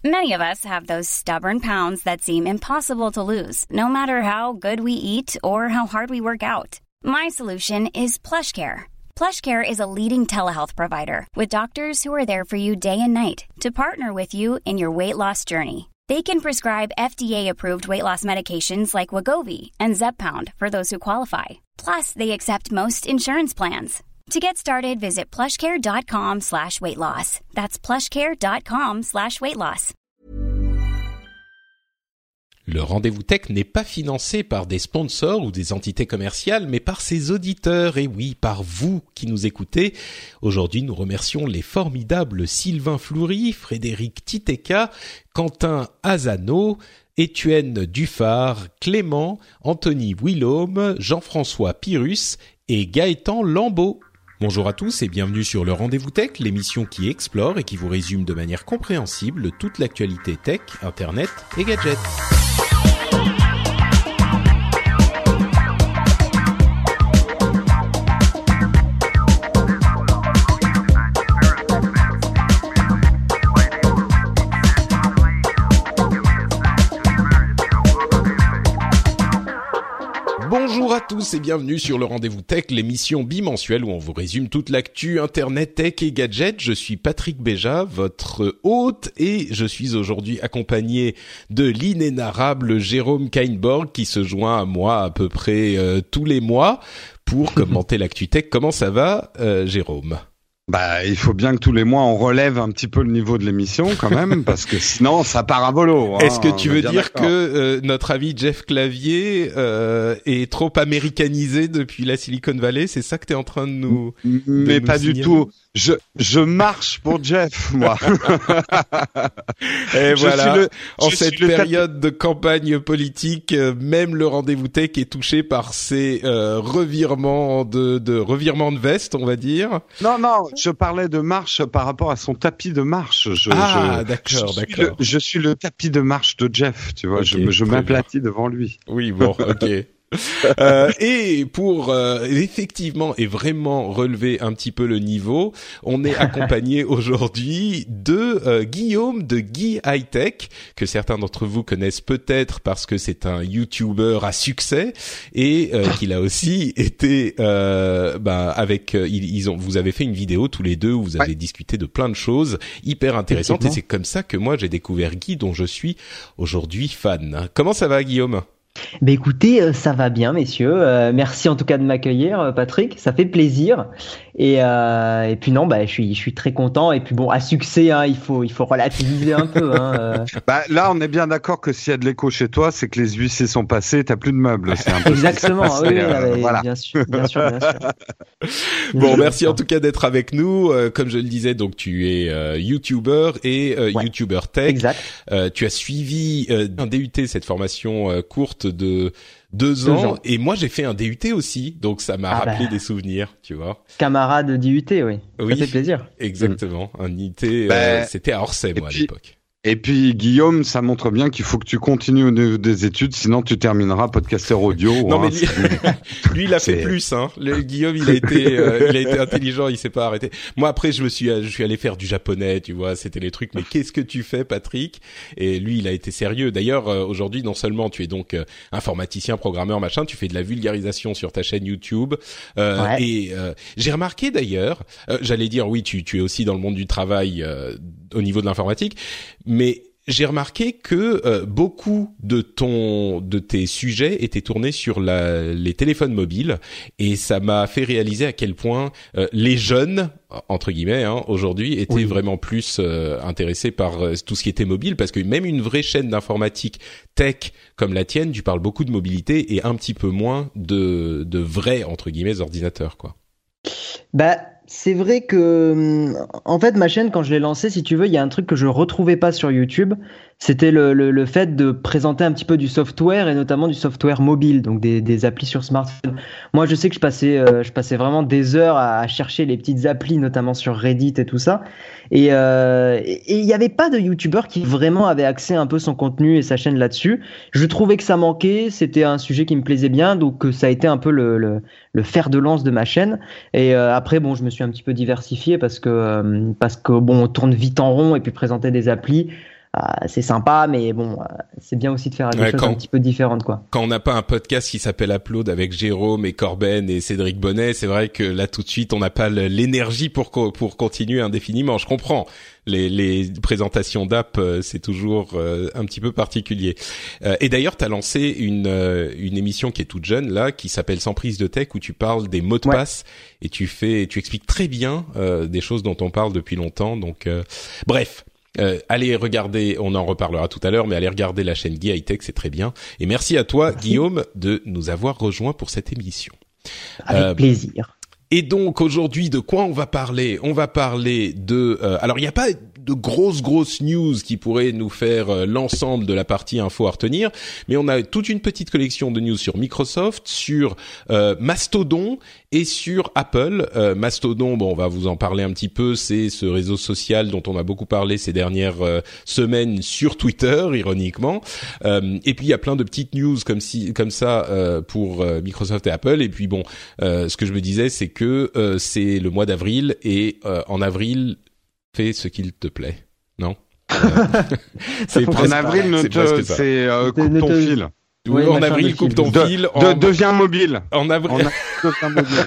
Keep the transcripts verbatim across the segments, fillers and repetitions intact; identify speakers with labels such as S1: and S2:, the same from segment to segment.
S1: Many of us have those stubborn pounds that seem impossible to lose, no matter how good we eat or how hard we work out. My solution is PlushCare. PlushCare is a leading telehealth provider with doctors who are there for you day and night to partner with you in your weight loss journey. They can prescribe F D A-approved weight loss medications like Wegovy and Zepbound for those who qualify. Plus, they accept most insurance plans. To get started, visit plushcare.com slash weight loss. That's plushcare.com slash weight loss.
S2: Le Rendez-vous Tech n'est pas financé par des sponsors ou des entités commerciales, mais par ses auditeurs, et oui, par vous qui nous écoutez. Aujourd'hui, nous remercions les formidables Sylvain Floury, Frédéric Titeka, Quentin Azano, Étienne Dufard, Clément, Anthony Willaume, Jean-François Pyrrhus et Gaëtan Lambeau. Bonjour à tous et bienvenue sur le Rendez-vous Tech, l'émission qui explore et qui vous résume de manière compréhensible toute l'actualité tech, internet et gadgets. Bonjour à tous et bienvenue sur le Rendez-vous Tech, l'émission bimensuelle où on vous résume toute l'actu internet, tech et gadgets. Je suis Patrick Béja, votre hôte, et je suis aujourd'hui accompagné de l'inénarrable Jérôme Kainborg qui se joint à moi à peu près euh, tous les mois pour commenter l'actu tech. Comment ça va, euh, Jérôme ?
S3: Bah, il faut bien que tous les mois on relève un petit peu le niveau de l'émission quand même, parce que sinon ça part à volo. Hein,
S2: Est-ce que tu veux dire d'accord. que euh, notre ami Jeff Clavier euh, est trop américanisé depuis la Silicon Valley ? C'est ça que t'es en train de nous
S3: Mais
S2: de nous
S3: pas
S2: signaler.
S3: du tout. Je je marche pour Jeff, moi.
S2: Et
S3: je
S2: voilà.
S3: Le,
S2: en cette période de campagne politique, même le Rendez-vous Tech est touché par ces euh, revirements de, de revirements de veste, on va dire.
S3: Non, non, je parlais de marche par rapport à son tapis de marche. Je,
S2: ah,
S3: je,
S2: d'accord,
S3: je
S2: d'accord.
S3: Suis le, je suis le tapis de marche de Jeff, tu vois. Okay, je je m'aplatis devant lui.
S2: Oui, bon, ok. euh, et pour euh, effectivement et vraiment relever un petit peu le niveau, on est accompagné aujourd'hui de euh, Guillaume de Guy High Tech, que certains d'entre vous connaissent peut-être parce que c'est un YouTuber à succès et euh, qu'il a aussi été euh, bah, avec euh, ils, ils ont vous avez fait une vidéo tous les deux où vous avez ouais. discuté de plein de choses hyper intéressantes et c'est comme ça que moi j'ai découvert Guy, dont je suis aujourd'hui fan. Comment ça va, Guillaume ?
S4: Bah écoutez, euh, ça va bien, messieurs. Euh, merci en tout cas de m'accueillir, euh, Patrick. Ça fait plaisir. Et, euh, et puis non, bah je suis, je suis très content. Et puis bon, à succès, hein, il faut, il faut relativiser un peu. Hein, euh.
S3: Bah là, on est bien d'accord que s'il y a de l'écho chez toi, c'est que les huissiers sont passés. T'as plus de meubles. C'est un peu
S4: exactement.
S3: Passé,
S4: oui,
S3: euh,
S4: oui,
S3: voilà.
S4: bien sûr, bien sûr, bien sûr.
S2: Bon, merci en tout cas d'être avec nous. Euh, comme je le disais, donc tu es euh, YouTuber et euh, ouais. YouTuber Tech.
S4: Exact.
S2: Euh, tu as suivi euh, un D U T, cette formation euh, courte de Deux ans, Deux ans, et moi j'ai fait un D U T aussi, donc ça m'a ah rappelé bah, des souvenirs, tu vois.
S4: Camarade d'I U T, oui.
S2: Oui,
S4: ça fait plaisir.
S2: Exactement, un I T,
S3: bah,
S2: euh, c'était à Orsay, moi,
S3: puis,
S2: à l'époque.
S3: Et puis, Guillaume, ça montre bien qu'il faut que tu continues au niveau des études, sinon tu termineras podcasteur audio.
S2: Non,
S3: hein,
S2: mais lui, lui, il a fait plus, hein. Le Guillaume, il a été, euh, il a été intelligent, il s'est pas arrêté. Moi, après, je me suis, je suis allé faire du japonais, tu vois, c'était les trucs, mais qu'est-ce que tu fais, Patrick? Et lui, il a été sérieux. D'ailleurs, euh, aujourd'hui, non seulement tu es donc euh, informaticien, programmeur, machin, tu fais de la vulgarisation sur ta chaîne YouTube. Euh, ouais. Et euh, j'ai remarqué d'ailleurs, euh, j'allais dire, oui, tu, tu es aussi dans le monde du travail euh, au niveau de l'informatique, mais j'ai remarqué que euh, beaucoup de ton de tes sujets étaient tournés sur la, les téléphones mobiles, et ça m'a fait réaliser à quel point euh, les jeunes, entre guillemets, hein, aujourd'hui étaient oui. vraiment plus euh, intéressés par euh, tout ce qui était mobile, parce que même une vraie chaîne d'informatique tech comme la tienne, tu parles beaucoup de mobilité et un petit peu moins de de vrais, entre guillemets, ordinateurs, quoi.
S4: Bah c'est vrai que, en fait, ma chaîne, quand je l'ai lancée, si tu veux, il y a un truc que je retrouvais pas sur YouTube. C'était le, le, le fait de présenter un petit peu du software, et notamment du software mobile, donc des, des applis sur smartphone. Moi, je sais que je passais, euh, je passais vraiment des heures à, à chercher les petites applis, notamment sur Reddit et tout ça. Et euh, et il y avait pas de YouTuber qui vraiment avait axé un peu son contenu et sa chaîne là-dessus. Je trouvais que ça manquait. C'était un sujet qui me plaisait bien, donc ça a été un peu le, le, le fer de lance de ma chaîne. Et euh, après, bon, je me suis un petit peu diversifié parce que euh, parce que bon, on tourne vite en rond, et puis présenter des applis. euh, c'est sympa, mais bon, euh, c'est bien aussi de faire des
S2: ouais,
S4: choses
S2: quand,
S4: un petit peu différentes, quoi.
S2: Quand on n'a pas un podcast qui s'appelle Upload avec Jérôme et Corben et Cédric Bonnet, c'est vrai que là tout de suite on n'a pas l'énergie pour pour continuer indéfiniment. Je comprends. Les, les présentations d'app, euh, c'est toujours euh, un petit peu particulier. Euh, et d'ailleurs, tu as lancé une euh, une émission qui est toute jeune là, qui s'appelle Sans prise de tech, où tu parles des mots de
S4: ouais.
S2: passe et tu fais, tu expliques très bien euh, des choses dont on parle depuis longtemps. Donc, euh, bref. Euh, allez regarder, on en reparlera tout à l'heure, mais allez regarder la chaîne Guy High Tech, c'est très bien. Et merci à toi, merci. Guillaume, de nous avoir rejoints pour cette émission.
S4: Avec euh, plaisir.
S2: Et donc aujourd'hui, de quoi on va parler ? On va parler de... Euh, alors il n'y a pas de grosses grosses news qui pourraient nous faire euh, l'ensemble de la partie info à retenir, mais on a toute une petite collection de news sur Microsoft, sur euh, Mastodon et sur Apple. Euh, Mastodon, bon, on va vous en parler un petit peu, c'est ce réseau social dont on a beaucoup parlé ces dernières euh, semaines sur Twitter, ironiquement. Euh, et puis il y a plein de petites news comme si comme ça euh, pour euh, Microsoft et Apple. Et puis bon, euh, ce que je me disais, c'est que que euh, c'est le mois d'avril et euh, en avril, fais ce qu'il te plaît, non euh,
S3: c'est En avril, ne te, c'est euh, coupe ton fil.
S2: Oui, en avril, coupe ton
S3: de,
S2: fil.
S3: De, en... Deviens mobile.
S2: En avril.
S3: En mobile.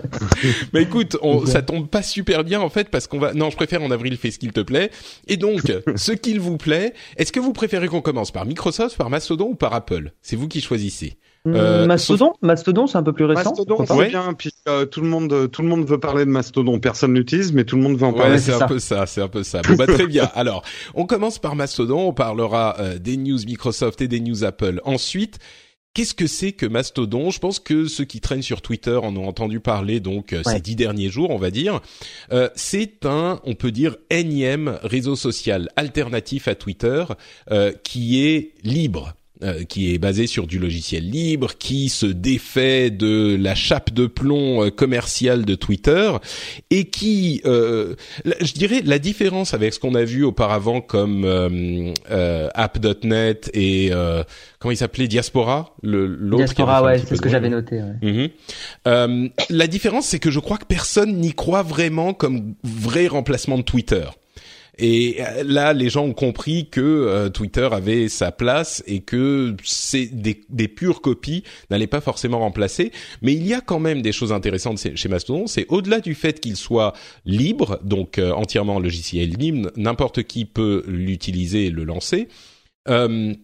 S2: Mais écoute, on, ça tombe pas super bien en fait parce qu'on va. Non, je préfère en avril, fais ce qu'il te plaît. Et donc, ce qu'il vous plaît, est-ce que vous préférez qu'on commence par Microsoft, par Mastodon ou par Apple ? C'est vous qui choisissez.
S4: Euh, Mastodon, sauf... Mastodon, c'est un peu plus récent.
S3: Mastodon, c'est ouais. bien. Puis euh, tout le monde, tout le monde veut parler de Mastodon. Personne l'utilise, mais tout le monde veut en parler.
S2: Ouais, c'est, c'est un peu ça, c'est un peu ça. Bon bah très bien. Alors, on commence par Mastodon. On parlera euh, des news Microsoft et des news Apple. Ensuite, qu'est-ce que c'est que Mastodon ? Je pense que ceux qui traînent sur Twitter en ont entendu parler donc euh, ouais. ces dix derniers jours, on va dire. Euh, c'est un, on peut dire, énième réseau social alternatif à Twitter euh, qui est libre. Euh, qui est basé sur du logiciel libre, qui se défait de la chape de plomb euh, commerciale de Twitter et qui, euh, je dirais, la différence avec ce qu'on a vu auparavant comme euh, euh, app point net et euh, comment il s'appelait, Diaspora, le l'autre.
S4: Diaspora, ouais, c'est ce que j'avais noté. Ouais.
S2: Mm-hmm. Euh, la différence, c'est que je crois que personne n'y croit vraiment comme vrai remplacement de Twitter. Et là, les gens ont compris que euh, Twitter avait sa place et que c'est des, des pures copies n'allaient pas forcément remplacer. Mais il y a quand même des choses intéressantes chez Mastodon. C'est au-delà du fait qu'il soit libre, donc euh, entièrement logiciel libre, n'importe qui peut l'utiliser et le lancer. Euh,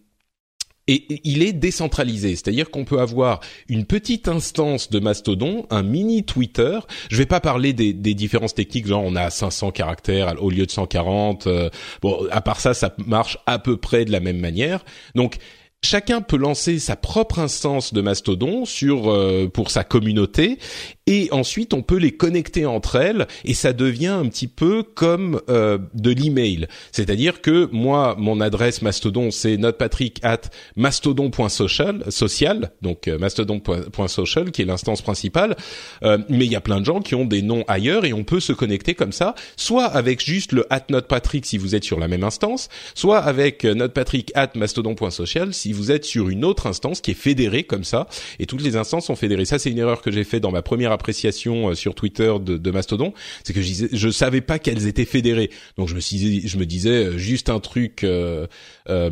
S2: Et il est décentralisé, c'est-à-dire qu'on peut avoir une petite instance de Mastodon, un mini Twitter. Je vais pas parler des, des différences techniques, genre on a cinq cents caractères au lieu de cent quarante. Euh, bon, à part ça, ça marche à peu près de la même manière. Donc chacun peut lancer sa propre instance de Mastodon sur euh, pour sa communauté et ensuite on peut les connecter entre elles et ça devient un petit peu comme euh, de l'email. C'est-à-dire que moi mon adresse Mastodon c'est notrepatrick arobase mastodon point social social donc euh, mastodon point social qui est l'instance principale euh, mais il y a plein de gens qui ont des noms ailleurs et on peut se connecter comme ça, soit avec juste le at notrepatrick si vous êtes sur la même instance, soit avec euh, notrepatrick arobase mastodon point social si vous êtes sur une autre instance qui est fédérée comme ça, et toutes les instances sont fédérées. Ça, c'est une erreur que j'ai fait dans ma première appréciation sur Twitter de, de Mastodon, c'est que je, disais, je savais pas qu'elles étaient fédérées. Donc je me suis, je me disais juste un truc euh, euh,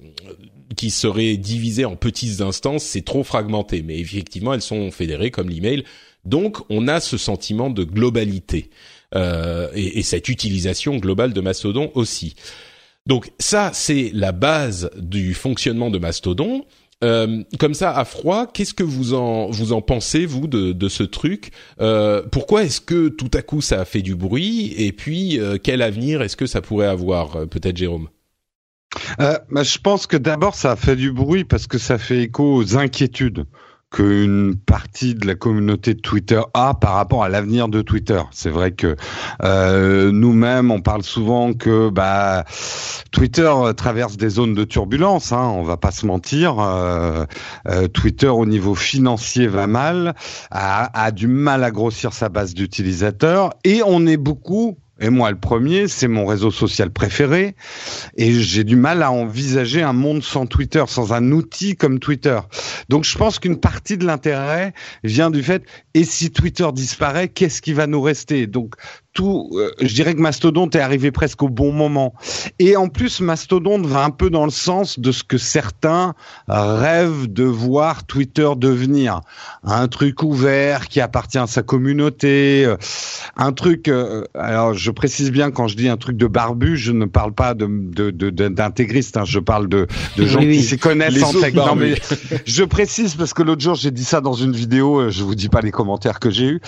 S2: qui serait divisé en petites instances, c'est trop fragmenté. Mais effectivement, elles sont fédérées comme l'email. Donc on a ce sentiment de globalité euh, et, et cette utilisation globale de Mastodon aussi. Donc ça, c'est la base du fonctionnement de Mastodon. Euh, comme ça, à froid, qu'est-ce que vous en vous en pensez vous de, de ce truc ? euh, Pourquoi est-ce que tout à coup ça a fait du bruit ? Et puis euh, quel avenir est-ce que ça pourrait avoir ? Peut-être Jérôme.
S3: Euh, bah, je pense que d'abord ça a fait du bruit parce que ça fait écho aux inquiétudes qu'une partie de la communauté de Twitter a par rapport à l'avenir de Twitter. C'est vrai que euh, nous-mêmes, on parle souvent que bah Twitter traverse des zones de turbulence. Hein, on va pas se mentir. Euh, euh, Twitter, au niveau financier, va mal, a, a du mal à grossir sa base d'utilisateurs, et on est beaucoup. Et moi, le premier, c'est mon réseau social préféré. Et j'ai du mal à envisager un monde sans Twitter, sans un outil comme Twitter. Donc, je pense qu'une partie de l'intérêt vient du fait, et si Twitter disparaît, qu'est-ce qui va nous rester ? Donc, tout, euh, je dirais que Mastodon est arrivé presque au bon moment. Et en plus, Mastodon va un peu dans le sens de ce que certains rêvent de voir Twitter devenir. Un truc ouvert qui appartient à sa communauté, euh, un truc, euh, alors je précise bien quand je dis un truc de barbu, je ne parle pas de, de, de, de d'intégristes, hein, je parle de, de gens oui, qui oui. s'y connaissent les en tech. Non, mais je précise parce que l'autre jour j'ai dit ça dans une vidéo, je vous dis pas les commentaires que j'ai eus.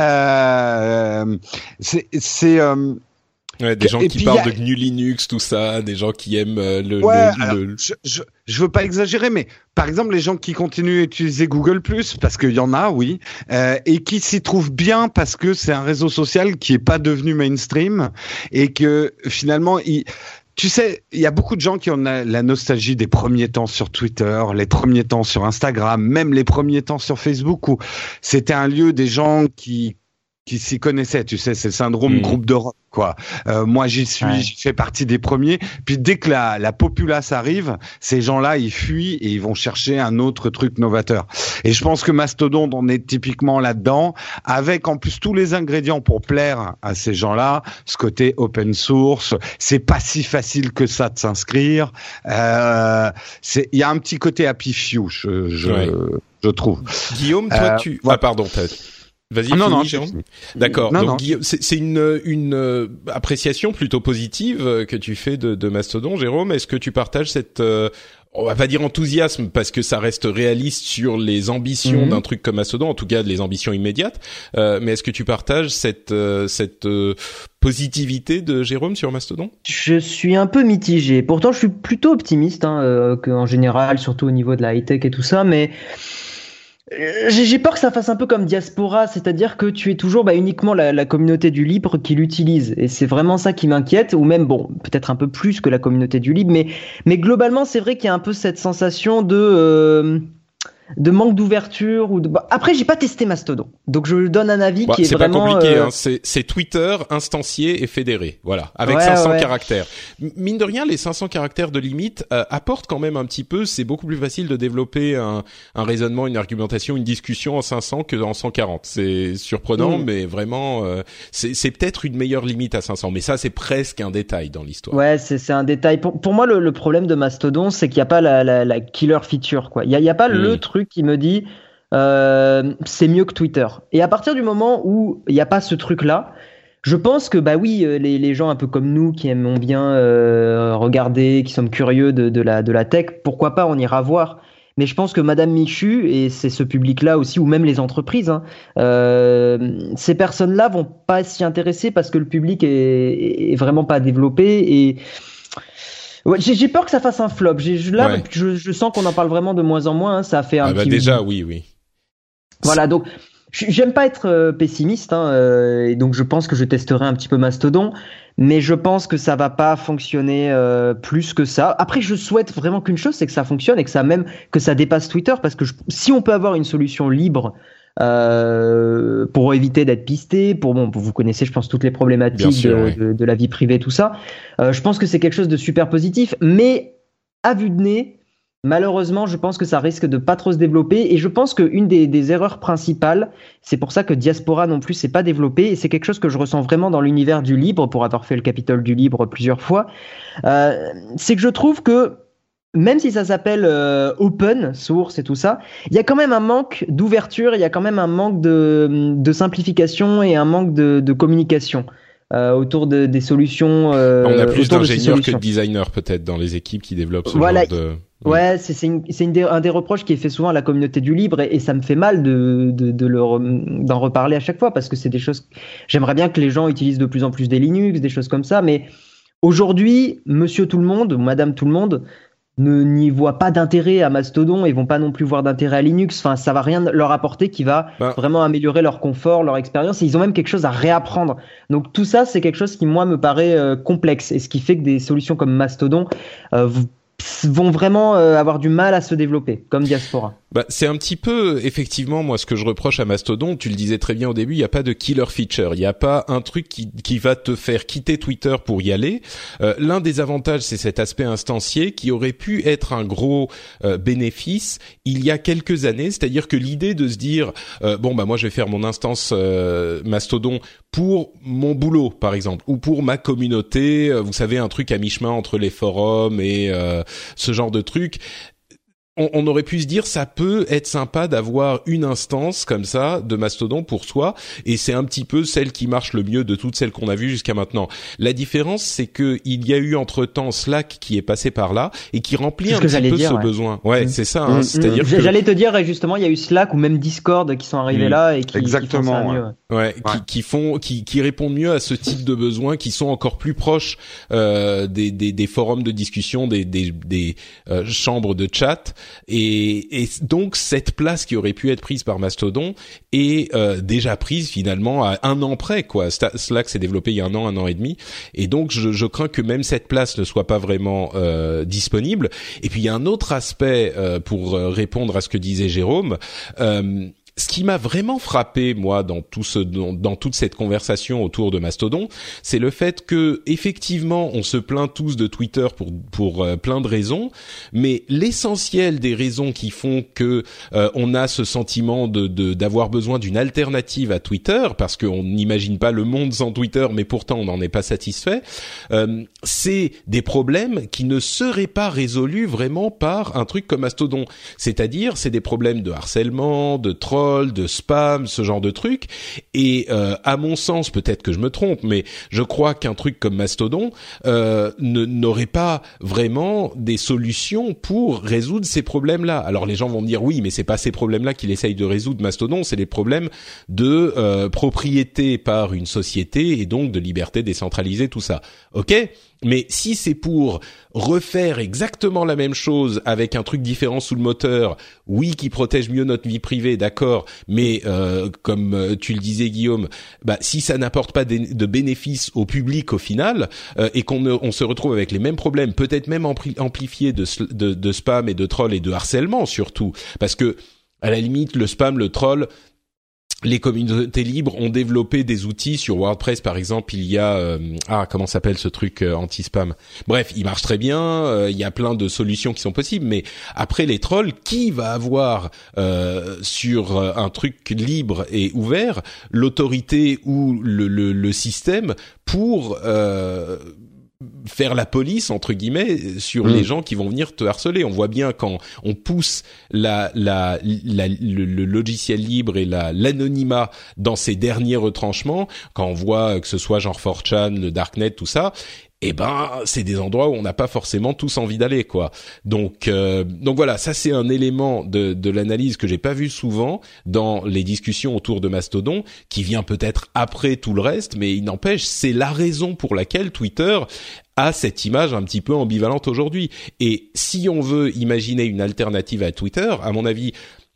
S3: Euh, c'est, c'est euh,
S2: ouais, des gens qui puis, parlent a... de G N U Linux, tout ça, des gens qui aiment le.
S3: Ouais,
S2: le,
S3: alors,
S2: le...
S3: Je, je, je veux pas exagérer, mais par exemple les gens qui continuent à utiliser Google plus, parce qu'il y en a, oui, euh, et qui s'y trouvent bien parce que c'est un réseau social qui est pas devenu mainstream et que finalement il Tu sais, il y a beaucoup de gens qui ont la nostalgie des premiers temps sur Twitter, les premiers temps sur Instagram, même les premiers temps sur Facebook où c'était un lieu des gens qui qui s'y connaissaient, tu sais, c'est le syndrome mmh. groupe de rock, quoi. Euh, moi, j'y suis, ouais. j'y fais partie des premiers. Puis dès que la, la populace arrive, ces gens-là, ils fuient et ils vont chercher un autre truc novateur. Et je pense que Mastodon, on est typiquement là-dedans, avec en plus tous les ingrédients pour plaire à ces gens-là. Ce côté open source, c'est pas si facile que ça de s'inscrire. Euh, c'est, il y a un petit côté happy few, je, je, ouais. je trouve.
S2: Guillaume, toi, euh, tu, voilà. ah pardon, t'as... Vas-y,
S3: ah non,
S2: fini,
S3: non,
S2: Jérôme. D'accord.
S3: Non,
S2: donc
S3: non.
S2: Guillaume, c'est, c'est une, une euh, appréciation plutôt positive que tu fais de, de Mastodon, Jérôme. Est-ce que tu partages cette, euh, on va pas dire enthousiasme parce que ça reste réaliste sur les ambitions mm-hmm. d'un truc comme Mastodon, en tout cas les ambitions immédiates. Euh, mais est-ce que tu partages cette, euh, cette euh, positivité de Jérôme sur Mastodon ?
S4: Je suis un peu mitigé. Pourtant, je suis plutôt optimiste, hein, euh, qu'en général, surtout au niveau de la high tech et tout ça, mais j'ai peur que ça fasse un peu comme Diaspora, c'est-à-dire que tu es toujours bah, uniquement la, la communauté du libre qui l'utilise, et c'est vraiment ça qui m'inquiète, ou même bon, peut-être un peu plus que la communauté du libre, mais mais globalement c'est vrai qu'il y a un peu cette sensation de euh, de manque d'ouverture ou de. Bah, après, j'ai pas testé Mastodon, donc je donne un avis bah, qui est,
S2: c'est
S4: vraiment.
S2: C'est pas compliqué,
S4: euh...
S2: hein. C'est, c'est Twitter instancié et fédéré, voilà, avec ouais, cinq cents ouais. caractères. Mine de rien, les cinq cents caractères de limite euh, apportent quand même un petit peu. C'est beaucoup plus facile de développer un, un raisonnement, une argumentation, une discussion en cinq cents que en cent quarante. C'est surprenant, mmh. mais vraiment, euh, c'est, c'est peut-être une meilleure limite à cinq cents. Mais ça, c'est presque un détail dans l'histoire.
S4: Ouais, c'est, c'est un détail. Pour, pour moi, le, le problème de Mastodon, c'est qu'il y a pas la, la, la killer feature, quoi. Il y a, il y a pas mmh. le truc qui me dit euh, c'est mieux que Twitter. Et à partir du moment où il n'y a pas ce truc-là, je pense que bah oui, les, les gens un peu comme nous qui aimons bien euh, regarder, qui sommes curieux de, de la de la tech, pourquoi pas, on ira voir. Mais je pense que Madame Michu, et c'est ce public-là aussi, ou même les entreprises, hein, euh, ces personnes-là vont pas s'y intéresser parce que le public est, est vraiment pas développé et ouais, j'ai, j'ai peur que ça fasse un flop. J'ai, là, ouais. je, je sens qu'on en parle vraiment de moins en moins. Hein. Ça a fait un
S2: ah bah
S4: petit.
S2: Déjà, oui, oui.
S4: Voilà, donc j'aime pas être euh, pessimiste, hein, euh, et donc je pense que je testerai un petit peu Mastodon, mais je pense que ça va pas fonctionner euh, plus que ça. Après, je souhaite vraiment qu'une chose, c'est que ça fonctionne et que ça même que ça dépasse Twitter, parce que je, si on peut avoir une solution libre. Euh, pour éviter d'être pisté, pour bon, vous connaissez, je pense, toutes les problématiques sûr, de, oui. de, de la vie privée, tout ça. Euh, je pense que c'est quelque chose de super positif, mais à vue de nez, malheureusement, je pense que ça risque de pas trop se développer. Et je pense qu'une des, des erreurs principales, c'est pour ça que Diaspora non plus s'est pas développé, et c'est quelque chose que je ressens vraiment dans l'univers du libre, pour avoir fait le Capitole du libre plusieurs fois. Euh, c'est que je trouve que même si ça s'appelle euh, open source et tout ça, il y a quand même un manque d'ouverture, il y a quand même un manque de, de simplification et un manque de, de communication euh, autour de, des solutions. Euh,
S2: On a plus d'ingénieurs que de designers peut-être dans les équipes qui développent ce
S4: voilà.
S2: genre de...
S4: Ouais, c'est, c'est, une, c'est une des, un des reproches qui est fait souvent à la communauté du libre, et, et ça me fait mal de, de, de leur, d'en reparler à chaque fois, parce que c'est des choses... J'aimerais bien que les gens utilisent de plus en plus des Linux, des choses comme ça, mais aujourd'hui, monsieur tout le monde, madame tout le monde... ne n'y voient pas d'intérêt à Mastodon et vont pas non plus voir d'intérêt à Linux. Enfin, ça va rien leur apporter qui va bah. vraiment améliorer leur confort, leur expérience. Et ils ont même quelque chose à réapprendre. Donc tout ça, c'est quelque chose qui, moi, me paraît euh, complexe. Et ce qui fait que des solutions comme Mastodon euh, vont vraiment euh, avoir du mal à se développer, comme Diaspora.
S2: Bah, c'est un petit peu, effectivement, moi, ce que je reproche à Mastodon. Tu le disais très bien au début, il n'y a pas de killer feature. Il n'y a pas un truc qui, qui va te faire quitter Twitter pour y aller. Euh, l'un des avantages, c'est cet aspect instancié qui aurait pu être un gros euh, bénéfice il y a quelques années. C'est-à-dire que l'idée de se dire, euh, bon, bah, moi, je vais faire mon instance euh, Mastodon pour mon boulot, par exemple, ou pour ma communauté, vous savez, un truc à mi-chemin entre les forums et euh, ce genre de truc. On, on aurait pu se dire, ça peut être sympa d'avoir une instance comme ça de Mastodon pour soi, et c'est un petit peu celle qui marche le mieux de toutes celles qu'on a vues jusqu'à maintenant. La différence, c'est que il y a eu entre-temps Slack qui est passé par là et qui remplit un petit peu
S4: dire,
S2: ce
S4: ouais.
S2: besoin. Ouais, mmh. c'est ça. Hein,
S4: mmh.
S2: C'est-à-dire
S4: mmh.
S2: que
S4: j'allais te dire justement, il y a eu Slack ou même Discord qui sont arrivés mmh. là et qui,
S3: Exactement,
S4: qui font ça
S3: ouais.
S4: mieux.
S2: Ouais, ouais. Qui, qui font, qui, qui répondent mieux à ce type de besoins, qui sont encore plus proches euh, des, des, des forums de discussion, des, des, des euh, chambres de chat, et, et donc cette place qui aurait pu être prise par Mastodon est euh, déjà prise finalement à un an près, quoi. Slack s'est développé il y a un an, un an et demi, et donc je, je crains que même cette place ne soit pas vraiment euh, disponible. Et puis il y a un autre aspect euh, pour répondre à ce que disait Jérôme. Euh, Ce qui m'a vraiment frappé, moi, dans tout ce, dans, dans toute cette conversation autour de Mastodon, c'est le fait que, effectivement, on se plaint tous de Twitter pour pour euh, plein de raisons, mais l'essentiel des raisons qui font que euh, on a ce sentiment de, de d'avoir besoin d'une alternative à Twitter, parce qu'on n'imagine pas le monde sans Twitter, mais pourtant on n'en est pas satisfait. Euh, c'est des problèmes qui ne seraient pas résolus vraiment par un truc comme Mastodon. C'est-à-dire, c'est des problèmes de harcèlement, de troll, de spam, ce genre de trucs. Et euh, à mon sens, peut-être que je me trompe, mais je crois qu'un truc comme Mastodon euh, ne, n'aurait pas vraiment des solutions pour résoudre ces problèmes-là. Alors les gens vont me dire oui, mais c'est pas ces problèmes-là qu'il essaye de résoudre Mastodon, c'est les problèmes de euh, propriété par une société et donc de liberté décentralisée, tout ça. Ok ? Mais si c'est pour refaire exactement la même chose avec un truc différent sous le moteur, oui, qui protège mieux notre vie privée, d'accord, mais euh, comme tu le disais Guillaume, bah si ça n'apporte pas de, de bénéfices au public au final, euh, et qu'on ne, on se retrouve avec les mêmes problèmes, peut-être même ampli, amplifiés de, de, de spam et de troll et de harcèlement surtout, parce que à la limite le spam, le troll, les communautés libres ont développé des outils sur WordPress, par exemple. Il y a euh, ah comment s'appelle ce truc euh, anti-spam. Bref, il marche très bien. Euh, il y a plein de solutions qui sont possibles. Mais après les trolls, qui va avoir euh, sur un truc libre et ouvert l'autorité ou le, le, le système pour euh, faire la police entre guillemets sur mmh. les gens qui vont venir te harceler. On voit bien quand on pousse la, la, la le, le logiciel libre et la l'anonymat dans ses derniers retranchements, quand on voit que ce soit genre four chan, le darknet, tout ça, eh ben c'est des endroits où on n'a pas forcément tous envie d'aller, quoi. Donc euh, donc voilà, ça c'est un élément de de l'analyse que j'ai pas vu souvent dans les discussions autour de Mastodon, qui vient peut-être après tout le reste, mais il n'empêche, c'est la raison pour laquelle Twitter a cette image un petit peu ambivalente aujourd'hui. Et si on veut imaginer une alternative à Twitter, à mon avis,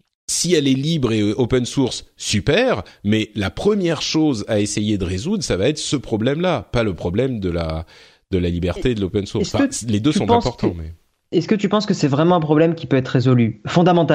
S2: si elle est libre et open source, super, mais la première chose à essayer de résoudre, ça va être ce problème-là, pas le problème de la de la liberté et de l'open source. Enfin, les deux sont importants.
S4: Que,
S2: mais...
S4: Est-ce que tu penses que c'est vraiment un problème qui peut être résolu, fondamentalement ?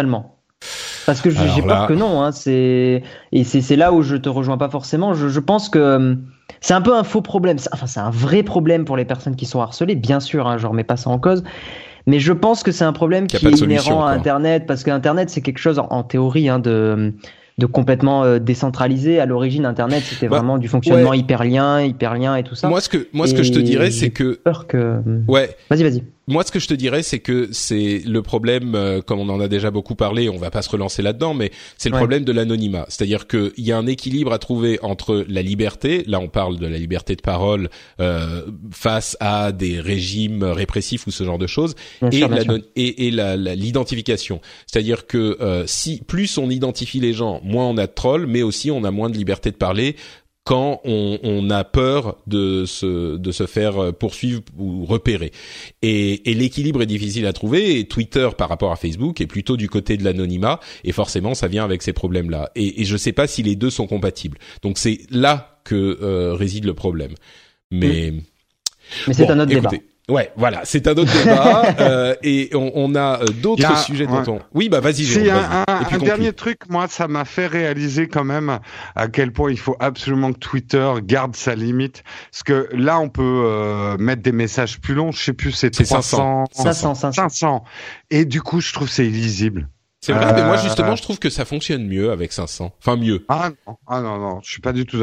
S4: Parce que Alors j'ai là... peur que non. Hein, c'est... Et c'est, c'est là où je te rejoins pas forcément. Je, je pense que c'est un peu un faux problème. Enfin, c'est un vrai problème pour les personnes qui sont harcelées, bien sûr, hein, je remets pas ça en cause. Mais je pense que c'est un problème qui est inhérent à Internet, parce que Internet, c'est quelque chose, en, en théorie, hein, de... de complètement euh, décentralisé. À l'origine, Internet, c'était bah, vraiment du fonctionnement ouais. hyperlien, hyperlien et tout ça.
S2: Moi, ce que moi, ce que je te dirais, c'est que
S4: peur que
S2: ouais.
S4: Vas-y, vas-y.
S2: Moi, ce que je te dirais, c'est que c'est le problème, euh, comme on en a déjà beaucoup parlé, on va pas se relancer là-dedans, mais c'est le ouais. problème de l'anonymat. C'est-à-dire que il y a un équilibre à trouver entre la liberté, là on parle de la liberté de parole euh, face à des régimes répressifs ou ce genre de choses, bien et, sûr, la, et, et la, la, l'identification. C'est-à-dire que euh, si plus on identifie les gens, moins on a de trolls, mais aussi on a moins de liberté de parler quand on, on a peur de se de se faire poursuivre ou repérer. Et, et l'équilibre est difficile à trouver. Et Twitter, par rapport à Facebook, est plutôt du côté de l'anonymat. Et forcément, ça vient avec ces problèmes-là. Et, et je sais pas si les deux sont compatibles. Donc c'est là que euh, réside le problème. Mais
S4: mmh. mais c'est bon, un autre
S2: écoutez,
S4: débat.
S2: Ouais, voilà, c'est un autre débat euh, et on, on a d'autres a, sujets
S3: ouais.
S2: dont on. Oui, bah vas-y.
S3: C'est
S2: Jérôme,
S3: un,
S2: vas-y.
S3: un,
S2: et puis
S3: un
S2: conclue.
S3: dernier truc, moi, ça m'a fait réaliser quand même à quel point il faut absolument que Twitter garde sa limite, parce que là, on peut euh, mettre des messages plus longs. Je sais plus, c'est, c'est trois cents,
S4: cinq cents, cinq cents,
S3: cinq cents. Et du coup, je trouve c'est illisible.
S2: C'est vrai, euh... mais moi justement, je trouve que ça fonctionne mieux avec cinq cents. Enfin mieux.
S3: Ah non, ah non, non, je suis pas du tout d'accord.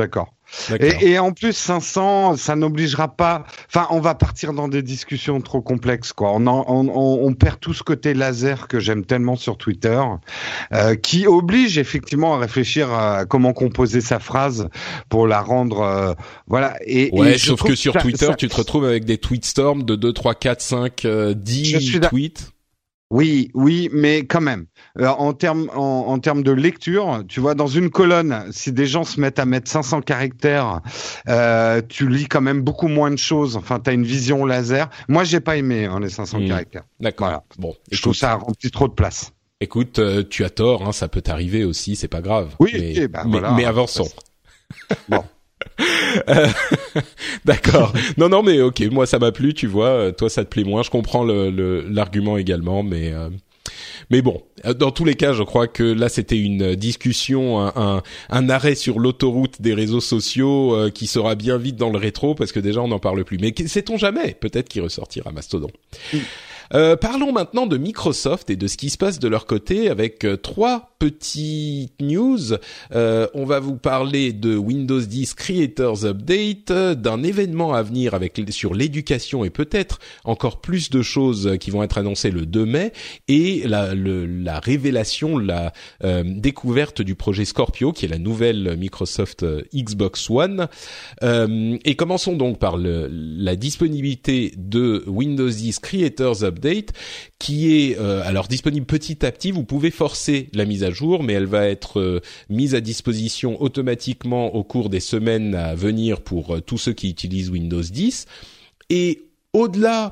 S3: Et, et en plus, cinq cents, ça n'obligera pas. Enfin, on va partir dans des discussions trop complexes, quoi. On, en, on, on perd tout ce côté laser que j'aime tellement sur Twitter, euh, qui oblige effectivement à réfléchir à comment composer sa phrase pour la rendre, euh, voilà. Et,
S2: ouais,
S3: et
S2: sauf que sur
S3: ça,
S2: Twitter,
S3: ça,
S2: tu te retrouves avec des tweetstorms de deux, trois, quatre, cinq, dix tweets.
S3: Oui, oui, mais quand même, euh, en termes en, en termes de lecture, tu vois, dans une colonne, si des gens se mettent à mettre cinq cents caractères, euh, tu lis quand même beaucoup moins de choses. Enfin, t'as une vision laser. Moi, j'ai pas aimé hein, les cinq cents mmh. caractères.
S2: D'accord.
S3: Voilà.
S2: Bon,
S3: je écoute, trouve ça remplit trop de place.
S2: Écoute, euh, tu as tort, hein, ça peut t'arriver aussi, c'est pas grave.
S3: Oui,
S2: mais,
S3: okay, bah,
S2: mais,
S3: voilà,
S2: mais avançons.
S3: Bon.
S2: Euh, d'accord. Non, non, mais ok, moi ça m'a plu, tu vois. Toi, ça te plaît moins. Je comprends le, le l'argument également, mais euh, mais bon, dans tous les cas, je crois que là c'était une discussion, un, un, un arrêt sur l'autoroute des réseaux sociaux euh, qui sera bien vite dans le rétro parce que déjà on n'en parle plus. Mais sait-on jamais, peut-être qu'il ressortira Mastodon. Mm. Euh, parlons maintenant de Microsoft et de ce qui se passe de leur côté avec euh, trois petites news. Euh, on va vous parler de Windows dix Creators Update, d'un événement à venir avec sur l'éducation et peut-être encore plus de choses qui vont être annoncées le deux mai et la, le, la révélation, la euh, découverte du projet Scorpio qui est la nouvelle Microsoft Xbox One. Euh, et commençons donc par le, la disponibilité de Windows dix Creators Update. Update qui est euh, alors disponible petit à petit. Vous pouvez forcer la mise à jour, mais elle va être euh, mise à disposition automatiquement au cours des semaines à venir pour euh, tous ceux qui utilisent Windows dix. Et au-delà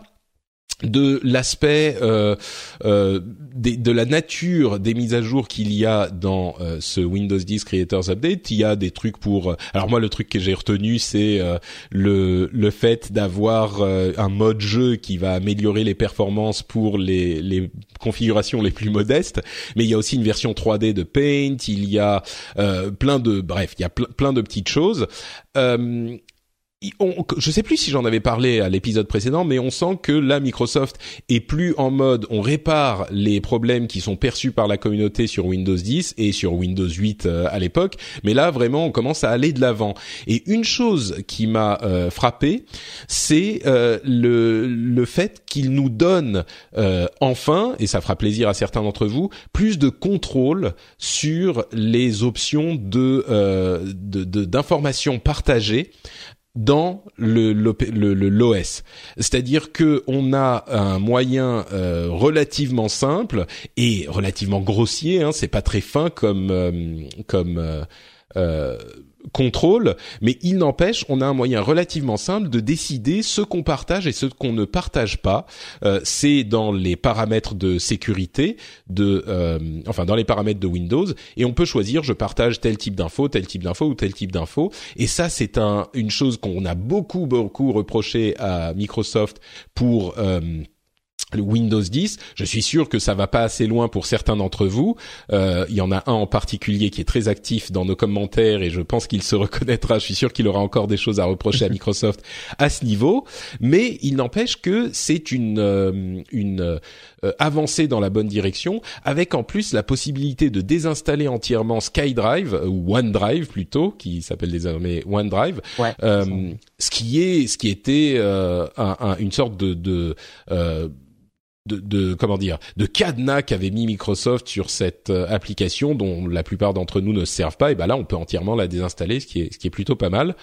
S2: de l'aspect euh, euh, de, de la nature des mises à jour qu'il y a dans euh, ce Windows dix Creators Update, il y a des trucs pour euh, alors moi le truc que j'ai retenu c'est euh, le le fait d'avoir euh, un mode jeu qui va améliorer les performances pour les les configurations les plus modestes, mais il y a aussi une version trois D de Paint, il y a euh, plein de bref, il y a ple, plein de petites choses. Euh, On, je sais plus si j'en avais parlé à l'épisode précédent, mais on sent que là, Microsoft est plus en mode on répare les problèmes qui sont perçus par la communauté sur Windows dix et sur Windows huit euh, à l'époque, mais là vraiment on commence à aller de l'avant. Et une chose qui m'a euh, frappé, c'est euh, le le fait qu'il nous donne euh, enfin, et ça fera plaisir à certains d'entre vous, plus de contrôle sur les options de euh, de, de d'informations partagées dans le, le, le, le l'O S. C'est-à-dire que on a un moyen euh, relativement simple et relativement grossier, hein, c'est pas très fin comme euh, comme euh, euh, contrôle, mais il n'empêche, on a un moyen relativement simple de décider ce qu'on partage et ce qu'on ne partage pas. Euh, c'est dans les paramètres de sécurité, de, euh, enfin dans les paramètres de Windows, et on peut choisir je partage tel type d'info, tel type d'info ou tel type d'info. Et ça, c'est un, une chose qu'on a beaucoup beaucoup reproché à Microsoft pour euh, le Windows dix. Je suis sûr que ça va pas assez loin pour certains d'entre vous. Euh, il y en a un en particulier qui est très actif dans nos commentaires et je pense qu'il se reconnaîtra. Je suis sûr qu'il aura encore des choses à reprocher à Microsoft à ce niveau. Mais il n'empêche que c'est une euh, une euh, avancée dans la bonne direction, avec en plus la possibilité de désinstaller entièrement SkyDrive ou OneDrive plutôt, qui s'appelle désormais OneDrive.
S4: Ouais,
S2: euh, ce qui est ce qui était euh, un, un, une sorte de, de euh, De, de comment dire de cadenas qu'avait mis Microsoft sur cette euh, application dont la plupart d'entre nous ne servent pas, et ben là on peut entièrement la désinstaller, ce qui est ce qui est plutôt pas mal.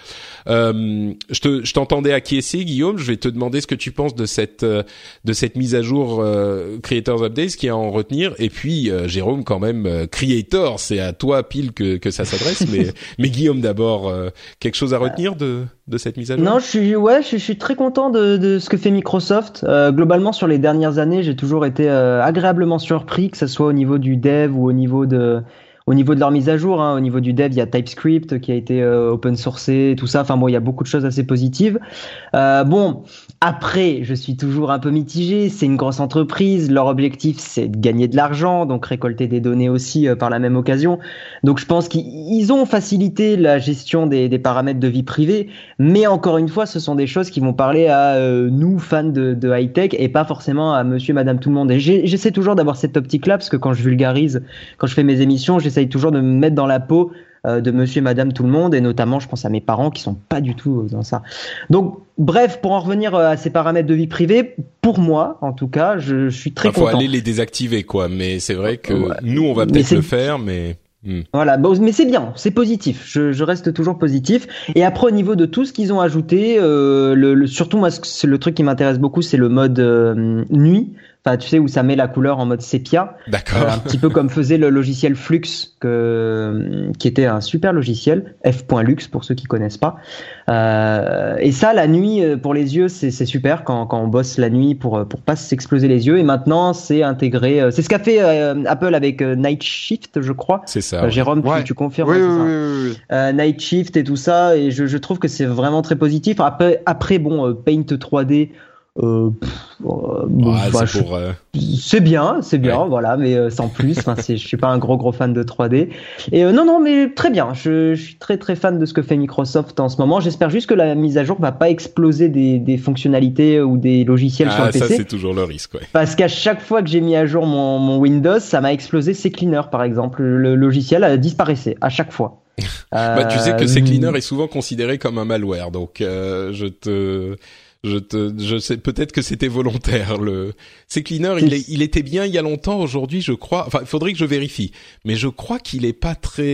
S2: Euh, je te je t'entendais acquiescer, Guillaume. Je vais te demander ce que tu penses de cette euh, de cette mise à jour euh, Creators Update, ce qu'il y a à en retenir. Et puis euh, Jérôme, quand même, euh, Creator, c'est à toi pile que que ça s'adresse. mais mais Guillaume d'abord, euh, quelque chose à retenir de de cette mise à jour?
S4: Non, je suis ouais, je, je suis très content de de ce que fait Microsoft. Euh, globalement sur les dernières années, j'ai toujours été euh, agréablement surpris, que ce soit au niveau du dev ou au niveau de au niveau de leur mise à jour, hein. Au niveau du dev, il y a TypeScript qui a été euh, open sourcé, tout ça. Enfin bon, il y a beaucoup de choses assez positives. Euh, bon, après, je suis toujours un peu mitigé. C'est une grosse entreprise. Leur objectif, c'est de gagner de l'argent, donc récolter des données aussi euh, par la même occasion. Donc je pense qu'ils ont facilité la gestion des, des paramètres de vie privée, mais encore une fois, ce sont des choses qui vont parler à euh, nous, fans de, de high-tech, et pas forcément à monsieur, madame, tout le monde. Et j'ai, j'essaie toujours d'avoir cette optique-là, parce que quand je vulgarise, quand je fais mes émissions, j'essaie toujours de me mettre dans la peau euh, de monsieur et madame tout le monde, et notamment je pense à mes parents qui sont pas du tout dans ça. Donc bref, pour en revenir à ces paramètres de vie privée, pour moi en tout cas, je, je suis très
S2: enfin,
S4: content.
S2: Faut aller les désactiver quoi, mais c'est vrai que
S4: ouais.
S2: nous on va peut-être le faire, mais... Hmm.
S4: Voilà, bon, mais c'est bien, c'est positif. Je, je reste toujours positif. Et après, au niveau de tout ce qu'ils ont ajouté, euh, le, le, surtout moi, c'est le truc qui m'intéresse beaucoup, c'est le mode euh, nuit. Enfin, tu sais, où ça met la couleur en mode sépia.
S2: D'accord.
S4: Euh, un petit peu comme faisait le logiciel Flux, que, qui était un super logiciel, f.lux pour ceux qui connaissent pas. Euh, et ça, la nuit, pour les yeux, c'est, c'est super quand, quand on bosse la nuit pour, pour pas s'exploser les yeux. Et maintenant, c'est intégré. C'est ce qu'a fait euh, Apple avec euh, Night Shift, je crois.
S2: C'est ça.
S4: Euh, Jérôme,
S3: ouais.
S4: tu, tu confirmes
S3: oui,
S4: hein,
S3: oui,
S4: ça.
S3: oui, oui.
S4: Euh, Night Shift et tout ça. Et je, je trouve que c'est vraiment très positif. Après, après bon, euh, Paint trois D. Euh, pff, euh, bon,
S2: ouais,
S4: bah,
S2: c'est,
S4: je,
S2: pour, euh...
S4: c'est bien, c'est bien,
S2: ouais.
S4: voilà, mais euh, sans plus. Enfin, c'est, je suis pas un gros gros fan de trois D. Et euh, non, non, mais très bien. Je, je suis très très fan de ce que fait Microsoft en ce moment. J'espère juste que la mise à jour va pas exploser des, des fonctionnalités ou des logiciels
S2: ah,
S4: sur le P C.
S2: Ça, c'est toujours le risque, ouais.
S4: Parce qu'à chaque fois que j'ai mis à jour mon, mon Windows, ça m'a explosé CCleaner, par exemple. Le logiciel a disparaissait à chaque fois.
S2: euh... bah, tu sais que CCleaner est souvent considéré comme un malware, donc euh, je te Je te, je sais, peut-être que c'était volontaire, le, CCleaner, il est, il était bien il y a longtemps, aujourd'hui, je crois, enfin, il faudrait que je vérifie, mais je crois qu'il est pas très,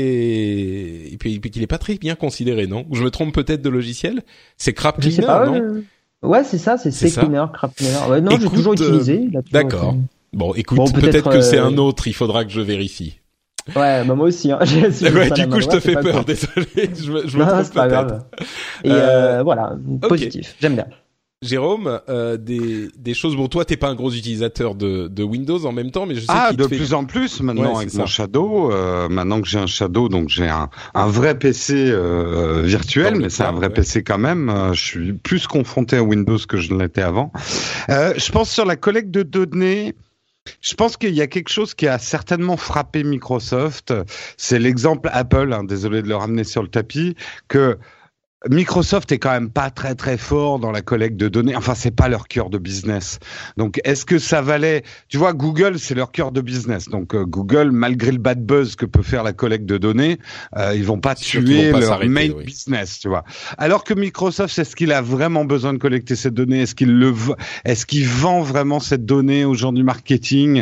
S2: et puis, qu'il est pas très bien considéré, non? Je me trompe peut-être de logiciel? C'est CrapCleaner, non?
S4: Euh... Ouais, c'est ça, c'est, c'est CCleaner, CrapCleaner. Ouais, non, écoute, j'ai toujours utilisé.
S2: Euh, toujours d'accord. Été... Bon, écoute,
S4: bon,
S2: peut-être, peut-être que
S4: euh...
S2: c'est un autre, il faudra que je vérifie.
S4: Ouais, bah moi aussi. Hein.
S2: ouais, du coup, je te fais peur, désolé, je me, je me
S4: non,
S2: trompe
S4: c'est pas
S2: peut-être.
S4: Grave. Et euh, voilà, positif,
S2: okay.
S4: J'aime bien.
S2: Jérôme, euh, des des choses. Bon, toi, t'es pas un gros utilisateur de de Windows en même temps, mais je sais
S3: ah,
S2: qu'il
S3: de
S2: te fait...
S3: plus en plus maintenant
S2: ouais,
S3: avec
S2: ça.
S3: mon Shadow. Euh, maintenant que j'ai un Shadow, donc j'ai un un vrai P C euh, virtuel, mais c'est un vrai ouais. P C quand même. Euh, je suis plus confronté à Windows que je ne l'étais avant. Euh, je pense sur la collecte de données. Je pense qu'il y a quelque chose qui a certainement frappé Microsoft. C'est l'exemple Apple. Hein, désolé de le ramener sur le tapis. Que Microsoft est quand même pas très très fort dans la collecte de données. Enfin, c'est pas leur cœur de business. Donc, est-ce que ça valait... Tu vois, Google, c'est leur cœur de business. Donc, euh, Google, malgré le bad buzz que peut faire la collecte de données, euh, ils vont pas
S2: c'est
S3: tuer
S2: vont pas
S3: leur main
S2: oui.
S3: business, tu vois. Alors que Microsoft, est-ce qu'il a vraiment besoin de collecter cette donnée? Est-ce qu'il le, v- est-ce qu'il vend vraiment cette donnée aux gens du marketing?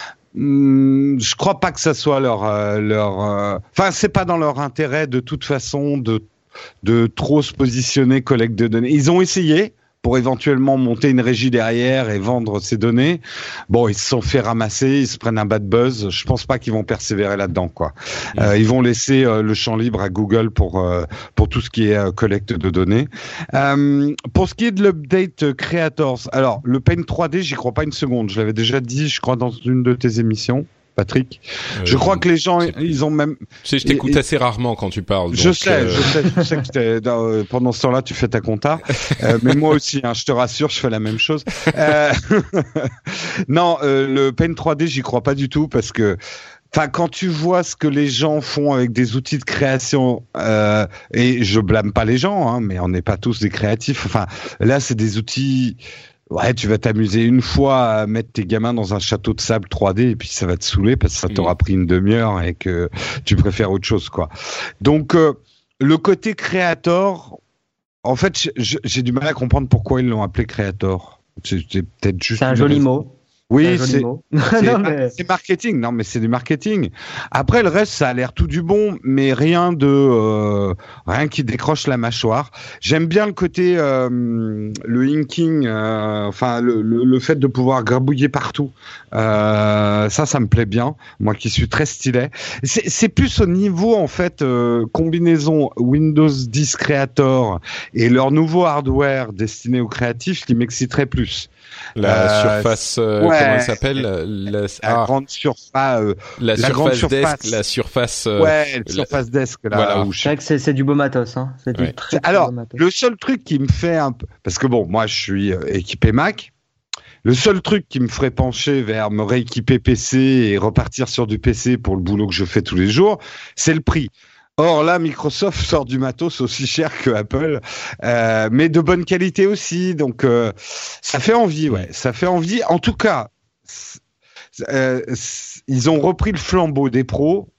S3: Hum, je crois pas que ça soit leur, euh, leur. Enfin, euh... c'est pas dans leur intérêt de toute façon de de trop se positionner collecte de données. Ils ont essayé pour éventuellement monter une régie derrière et vendre ces données. Bon, ils se sont fait ramasser, ils se prennent un bad buzz. Je pense pas qu'ils vont persévérer là-dedans, quoi. Mmh. Euh, ils vont laisser euh, le champ libre à Google pour euh, pour tout ce qui est euh, collecte de données. Euh, pour ce qui est de l'update Creators, alors le Paint trois D, j'y crois pas une seconde. Je l'avais déjà dit, je crois, dans une de tes émissions. Patrick, euh, je crois que les gens, ils ont même.
S2: Tu sais, je t'écoute et, assez rarement quand tu parles. Donc
S3: je sais,
S2: euh...
S3: je sais, je sais que t'es, dans, pendant ce temps-là, tu fais ta compta. euh, mais moi aussi, hein, je te rassure, je fais la même chose. Euh... non, euh, le Paint trois D, j'y crois pas du tout parce que. Enfin, quand tu vois ce que les gens font avec des outils de création, euh, et je blâme pas les gens, hein, mais on n'est pas tous des créatifs. Enfin, là, c'est des outils. Ouais, tu vas t'amuser une fois à mettre tes gamins dans un château de sable trois D et puis ça va te saouler parce que ça t'aura pris une demi-heure et que tu préfères autre chose, quoi. Donc, euh, le côté Creator, en fait, j'ai du mal à comprendre pourquoi ils l'ont appelé Creator. C'est, c'est peut-être juste.
S4: C'est un joli mot.
S3: Oui, c'est, c'est,
S4: non, mais...
S3: c'est marketing. Non, mais c'est du marketing. Après, le reste, ça a l'air tout du bon, mais rien de euh, rien qui décroche la mâchoire. J'aime bien le côté euh, le inking, euh, enfin le, le, le fait de pouvoir grabouiller partout. Euh, ça, ça me plaît bien. Moi, qui suis très stylé. C'est, c'est plus au niveau en fait euh, combinaison Windows dix Creator et leur nouveau hardware destiné aux créatifs qui m'exciterait plus.
S2: La
S3: euh,
S2: surface, euh,
S3: ouais,
S2: comment elle s'appelle la,
S3: la
S2: ah,
S3: grande surface, euh,
S2: la,
S3: la
S2: surface
S3: grande
S2: desk,
S3: surface.
S2: la surface. Euh,
S3: ouais, la surface desk là.
S2: Voilà.
S3: Où je...
S4: C'est vrai que c'est, c'est du beau matos, hein. C'est
S2: ouais.
S4: du très, très
S3: Alors,
S4: beau matos.
S3: le seul truc qui me fait un peu, parce que bon, moi je suis équipé Mac. Le seul truc qui me ferait pencher vers me rééquiper P C et repartir sur du P C pour le boulot que je fais tous les jours, c'est le prix. Or là, Microsoft sort du matos aussi cher que Apple, euh, mais de bonne qualité aussi. Donc, euh, ça fait envie, ouais. Ça fait envie. En tout cas, euh, ils ont repris le flambeau des pros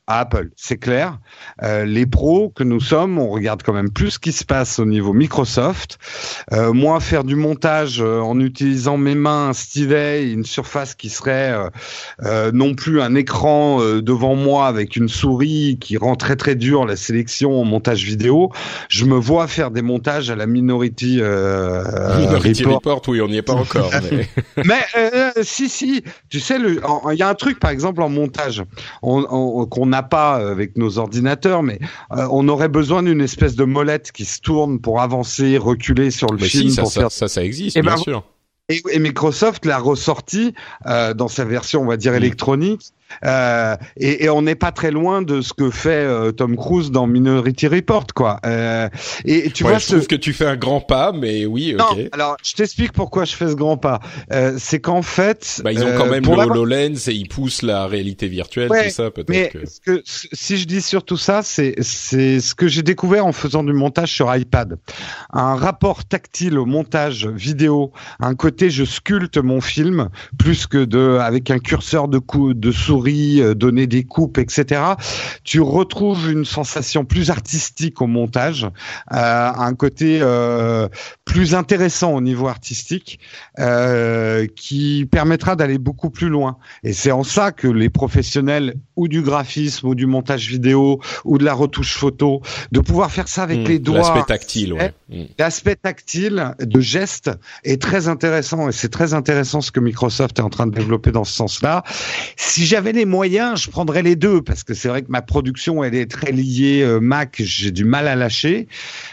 S3: à Apple, c'est clair. Euh, les pros que nous sommes, on regarde quand même plus ce qui se passe au niveau Microsoft. Euh, moi, faire du montage euh, en utilisant mes mains, un stylet, une surface qui serait euh, euh, non plus un écran euh, devant moi avec une souris qui rend très très dur la sélection en montage vidéo. Je me vois faire des montages à la Minority, euh,
S2: Minority
S3: Report.
S2: Report, oui, on n'y est pas encore. mais
S3: mais euh, si si, tu sais, il y a un truc par exemple en montage, on, on, qu'on n'a pas avec nos ordinateurs, mais euh, on aurait besoin d'une espèce de molette qui se tourne pour avancer, reculer sur le
S2: mais
S3: film.
S2: si, ça,
S3: pour
S2: ça,
S3: faire...
S2: ça, ça existe,
S3: Et
S2: bien
S3: ben,
S2: sûr.
S3: Et, et Microsoft l'a ressorti euh, dans sa version, on va dire, électronique. Euh, et, et on n'est pas très loin de ce que fait euh, Tom Cruise dans Minority Report, quoi. Euh, et, et tu
S2: ouais,
S3: vois,
S2: je
S3: ce...
S2: trouve que tu fais un grand pas, mais oui, ok.
S3: Non, alors je t'explique pourquoi je fais ce grand pas. Euh, c'est qu'en fait,
S2: bah, ils ont
S3: euh,
S2: quand même
S3: pour
S2: le
S3: la...
S2: HoloLens et ils poussent la réalité virtuelle,
S3: ouais,
S2: tout ça, peut-être.
S3: Mais
S2: que...
S3: ce que, si je dis surtout ça, c'est c'est ce que j'ai découvert en faisant du montage sur iPad. Un rapport tactile au montage vidéo, un côté je sculpte mon film plus que de avec un curseur de coup de souris, euh, donner des coupes, et cetera. Tu retrouves une sensation plus artistique au montage, euh, un côté euh, plus intéressant au niveau artistique, euh, qui permettra d'aller beaucoup plus loin. Et c'est en ça que les professionnels ou du graphisme ou du montage vidéo ou de la retouche photo, de pouvoir faire ça avec mmh, les doigts.
S2: L'aspect tactile, ouais. Mmh.
S3: L'aspect tactile de geste est très intéressant et c'est très intéressant ce que Microsoft est en train de développer dans ce sens-là. Si j'avais les moyens, je prendrais les deux parce que c'est vrai que ma production, elle est très liée euh, Mac, j'ai du mal à lâcher,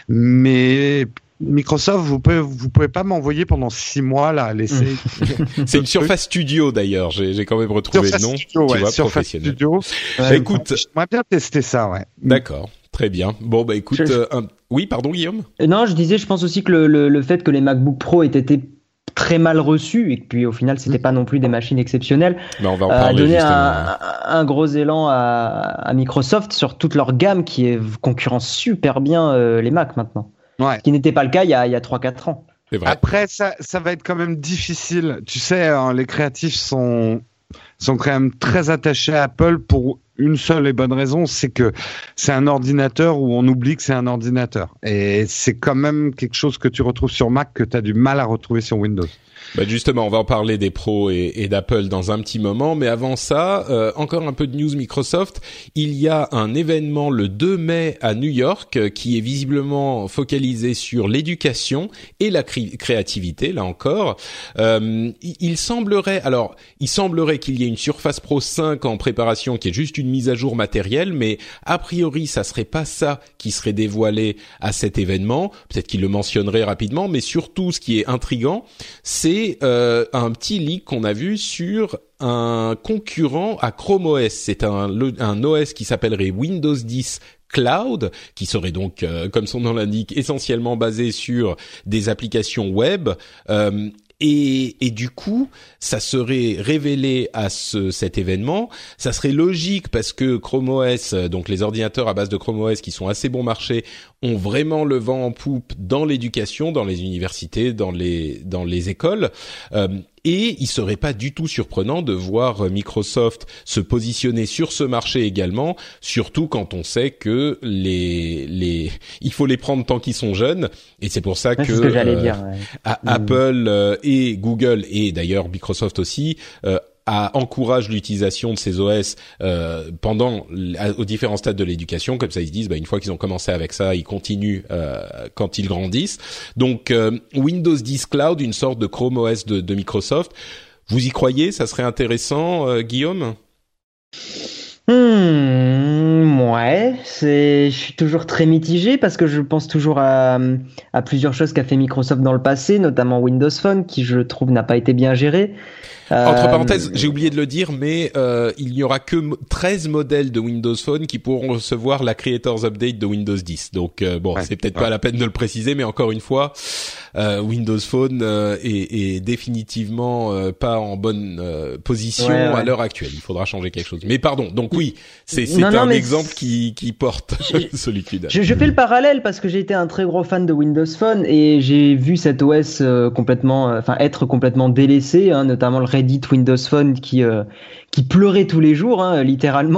S3: mais Microsoft, vous pouvez, vous pouvez pas m'envoyer pendant six mois là, laisser.
S2: C'est une Surface Studio d'ailleurs. J'ai, j'ai quand même retrouvé
S3: Surface
S2: le nom.
S3: Studio,
S2: tu
S3: ouais,
S2: vois,
S3: Surface
S2: professionnel.
S3: Studio.
S2: Euh, écoute,
S3: j'aimerais bien tester ça, ouais.
S2: D'accord, très bien. Bon bah écoute,
S4: je...
S2: euh, un... oui, pardon Guillaume.
S4: Non, je disais, je pense aussi que le, le, le fait que les MacBook Pro aient été très mal reçus et que puis au final c'était pas non plus des machines exceptionnelles,
S2: bah, on va en
S4: a
S2: parler,
S4: donné
S2: justement.
S4: un, un gros élan à, à Microsoft sur toute leur gamme qui est concurrence super bien euh, les Mac maintenant.
S3: Ouais.
S4: Ce qui n'était pas le cas il y a, il y a trois quatre ans.
S2: C'est vrai.
S3: Après, ça, ça va être quand même difficile. Tu sais, hein, les créatifs sont, sont quand même très attachés à Apple pour une seule et bonne raison, c'est que c'est un ordinateur où on oublie que c'est un ordinateur. Et c'est quand même quelque chose que tu retrouves sur Mac que tu as du mal à retrouver sur Windows.
S2: Bah justement, on va en parler des pros et, et d'Apple dans un petit moment, mais avant ça, euh, encore un peu de news Microsoft. Il y a un événement le deux mai à New York euh, qui est visiblement focalisé sur l'éducation et la cré- créativité, là encore. Euh, il, il semblerait, alors, il semblerait qu'il y ait une Surface Pro cinq en préparation qui est juste une mise à jour matérielle, mais a priori, ça serait pas ça qui serait dévoilé à cet événement. Peut-être qu'il le mentionnerait rapidement, mais surtout, ce qui est intriguant, c'est Euh, un petit leak qu'on a vu sur un concurrent à Chrome O S. C'est un, un O S qui s'appellerait Windows dix Cloud, qui serait donc, euh, comme son nom l'indique, essentiellement basé sur des applications web. Euh, Et, et du coup, ça serait révélé à ce, cet événement. Ça serait logique parce que Chrome O S, donc les ordinateurs à base de Chrome O S qui sont assez bon marché, ont vraiment le vent en poupe dans l'éducation, dans les universités, dans les dans les écoles. Euh, Et il serait pas du tout surprenant de voir Microsoft se positionner sur ce marché également, surtout quand on sait que les les il faut les prendre tant qu'ils sont jeunes. Et c'est pour ça
S4: ouais,
S2: que,
S4: c'est ce que j'allais
S2: euh,
S4: dire, ouais.
S2: à, Apple euh, et Google et d'ailleurs Microsoft aussi euh, à encourage l'utilisation de ces O S euh, pendant aux différents stades de l'éducation, comme ça ils se disent bah une fois qu'ils ont commencé avec ça, ils continuent euh, quand ils grandissent. Donc euh, Windows dix Cloud, une sorte de Chrome O S de, de Microsoft. Vous y croyez? Ça serait intéressant, euh, Guillaume?
S4: Hmm, ouais, c'est, je suis toujours très mitigé parce que je pense toujours à, à plusieurs choses qu'a fait Microsoft dans le passé, notamment Windows Phone, qui je trouve n'a pas été bien géré.
S2: Entre
S4: Euh,
S2: parenthèses, j'ai oublié de le dire, mais euh, il n'y aura que treize modèles de Windows Phone qui pourront recevoir la Creators Update de Windows dix. Donc euh, bon,
S3: ouais,
S2: c'est peut-être
S3: ouais.
S2: pas la peine de le préciser, mais encore une fois, euh, Windows Phone euh, est, est définitivement euh, pas en bonne euh, position
S4: Ouais, ouais.
S2: à l'heure actuelle. Il faudra changer quelque chose. Mais pardon, donc oui, c'est, c'est
S4: Non, non,
S2: un
S4: mais
S2: exemple
S4: c'est-
S2: qui, qui porte
S4: Je-
S2: celui que tu donnes.
S4: Je, je fais le parallèle parce que j'ai été un très gros fan de Windows Phone et j'ai vu cet O S euh, complètement, euh, enfin être complètement délaissé, hein, notamment le Reddit Windows Phone qui euh, qui pleurait tous les jours, hein, littéralement.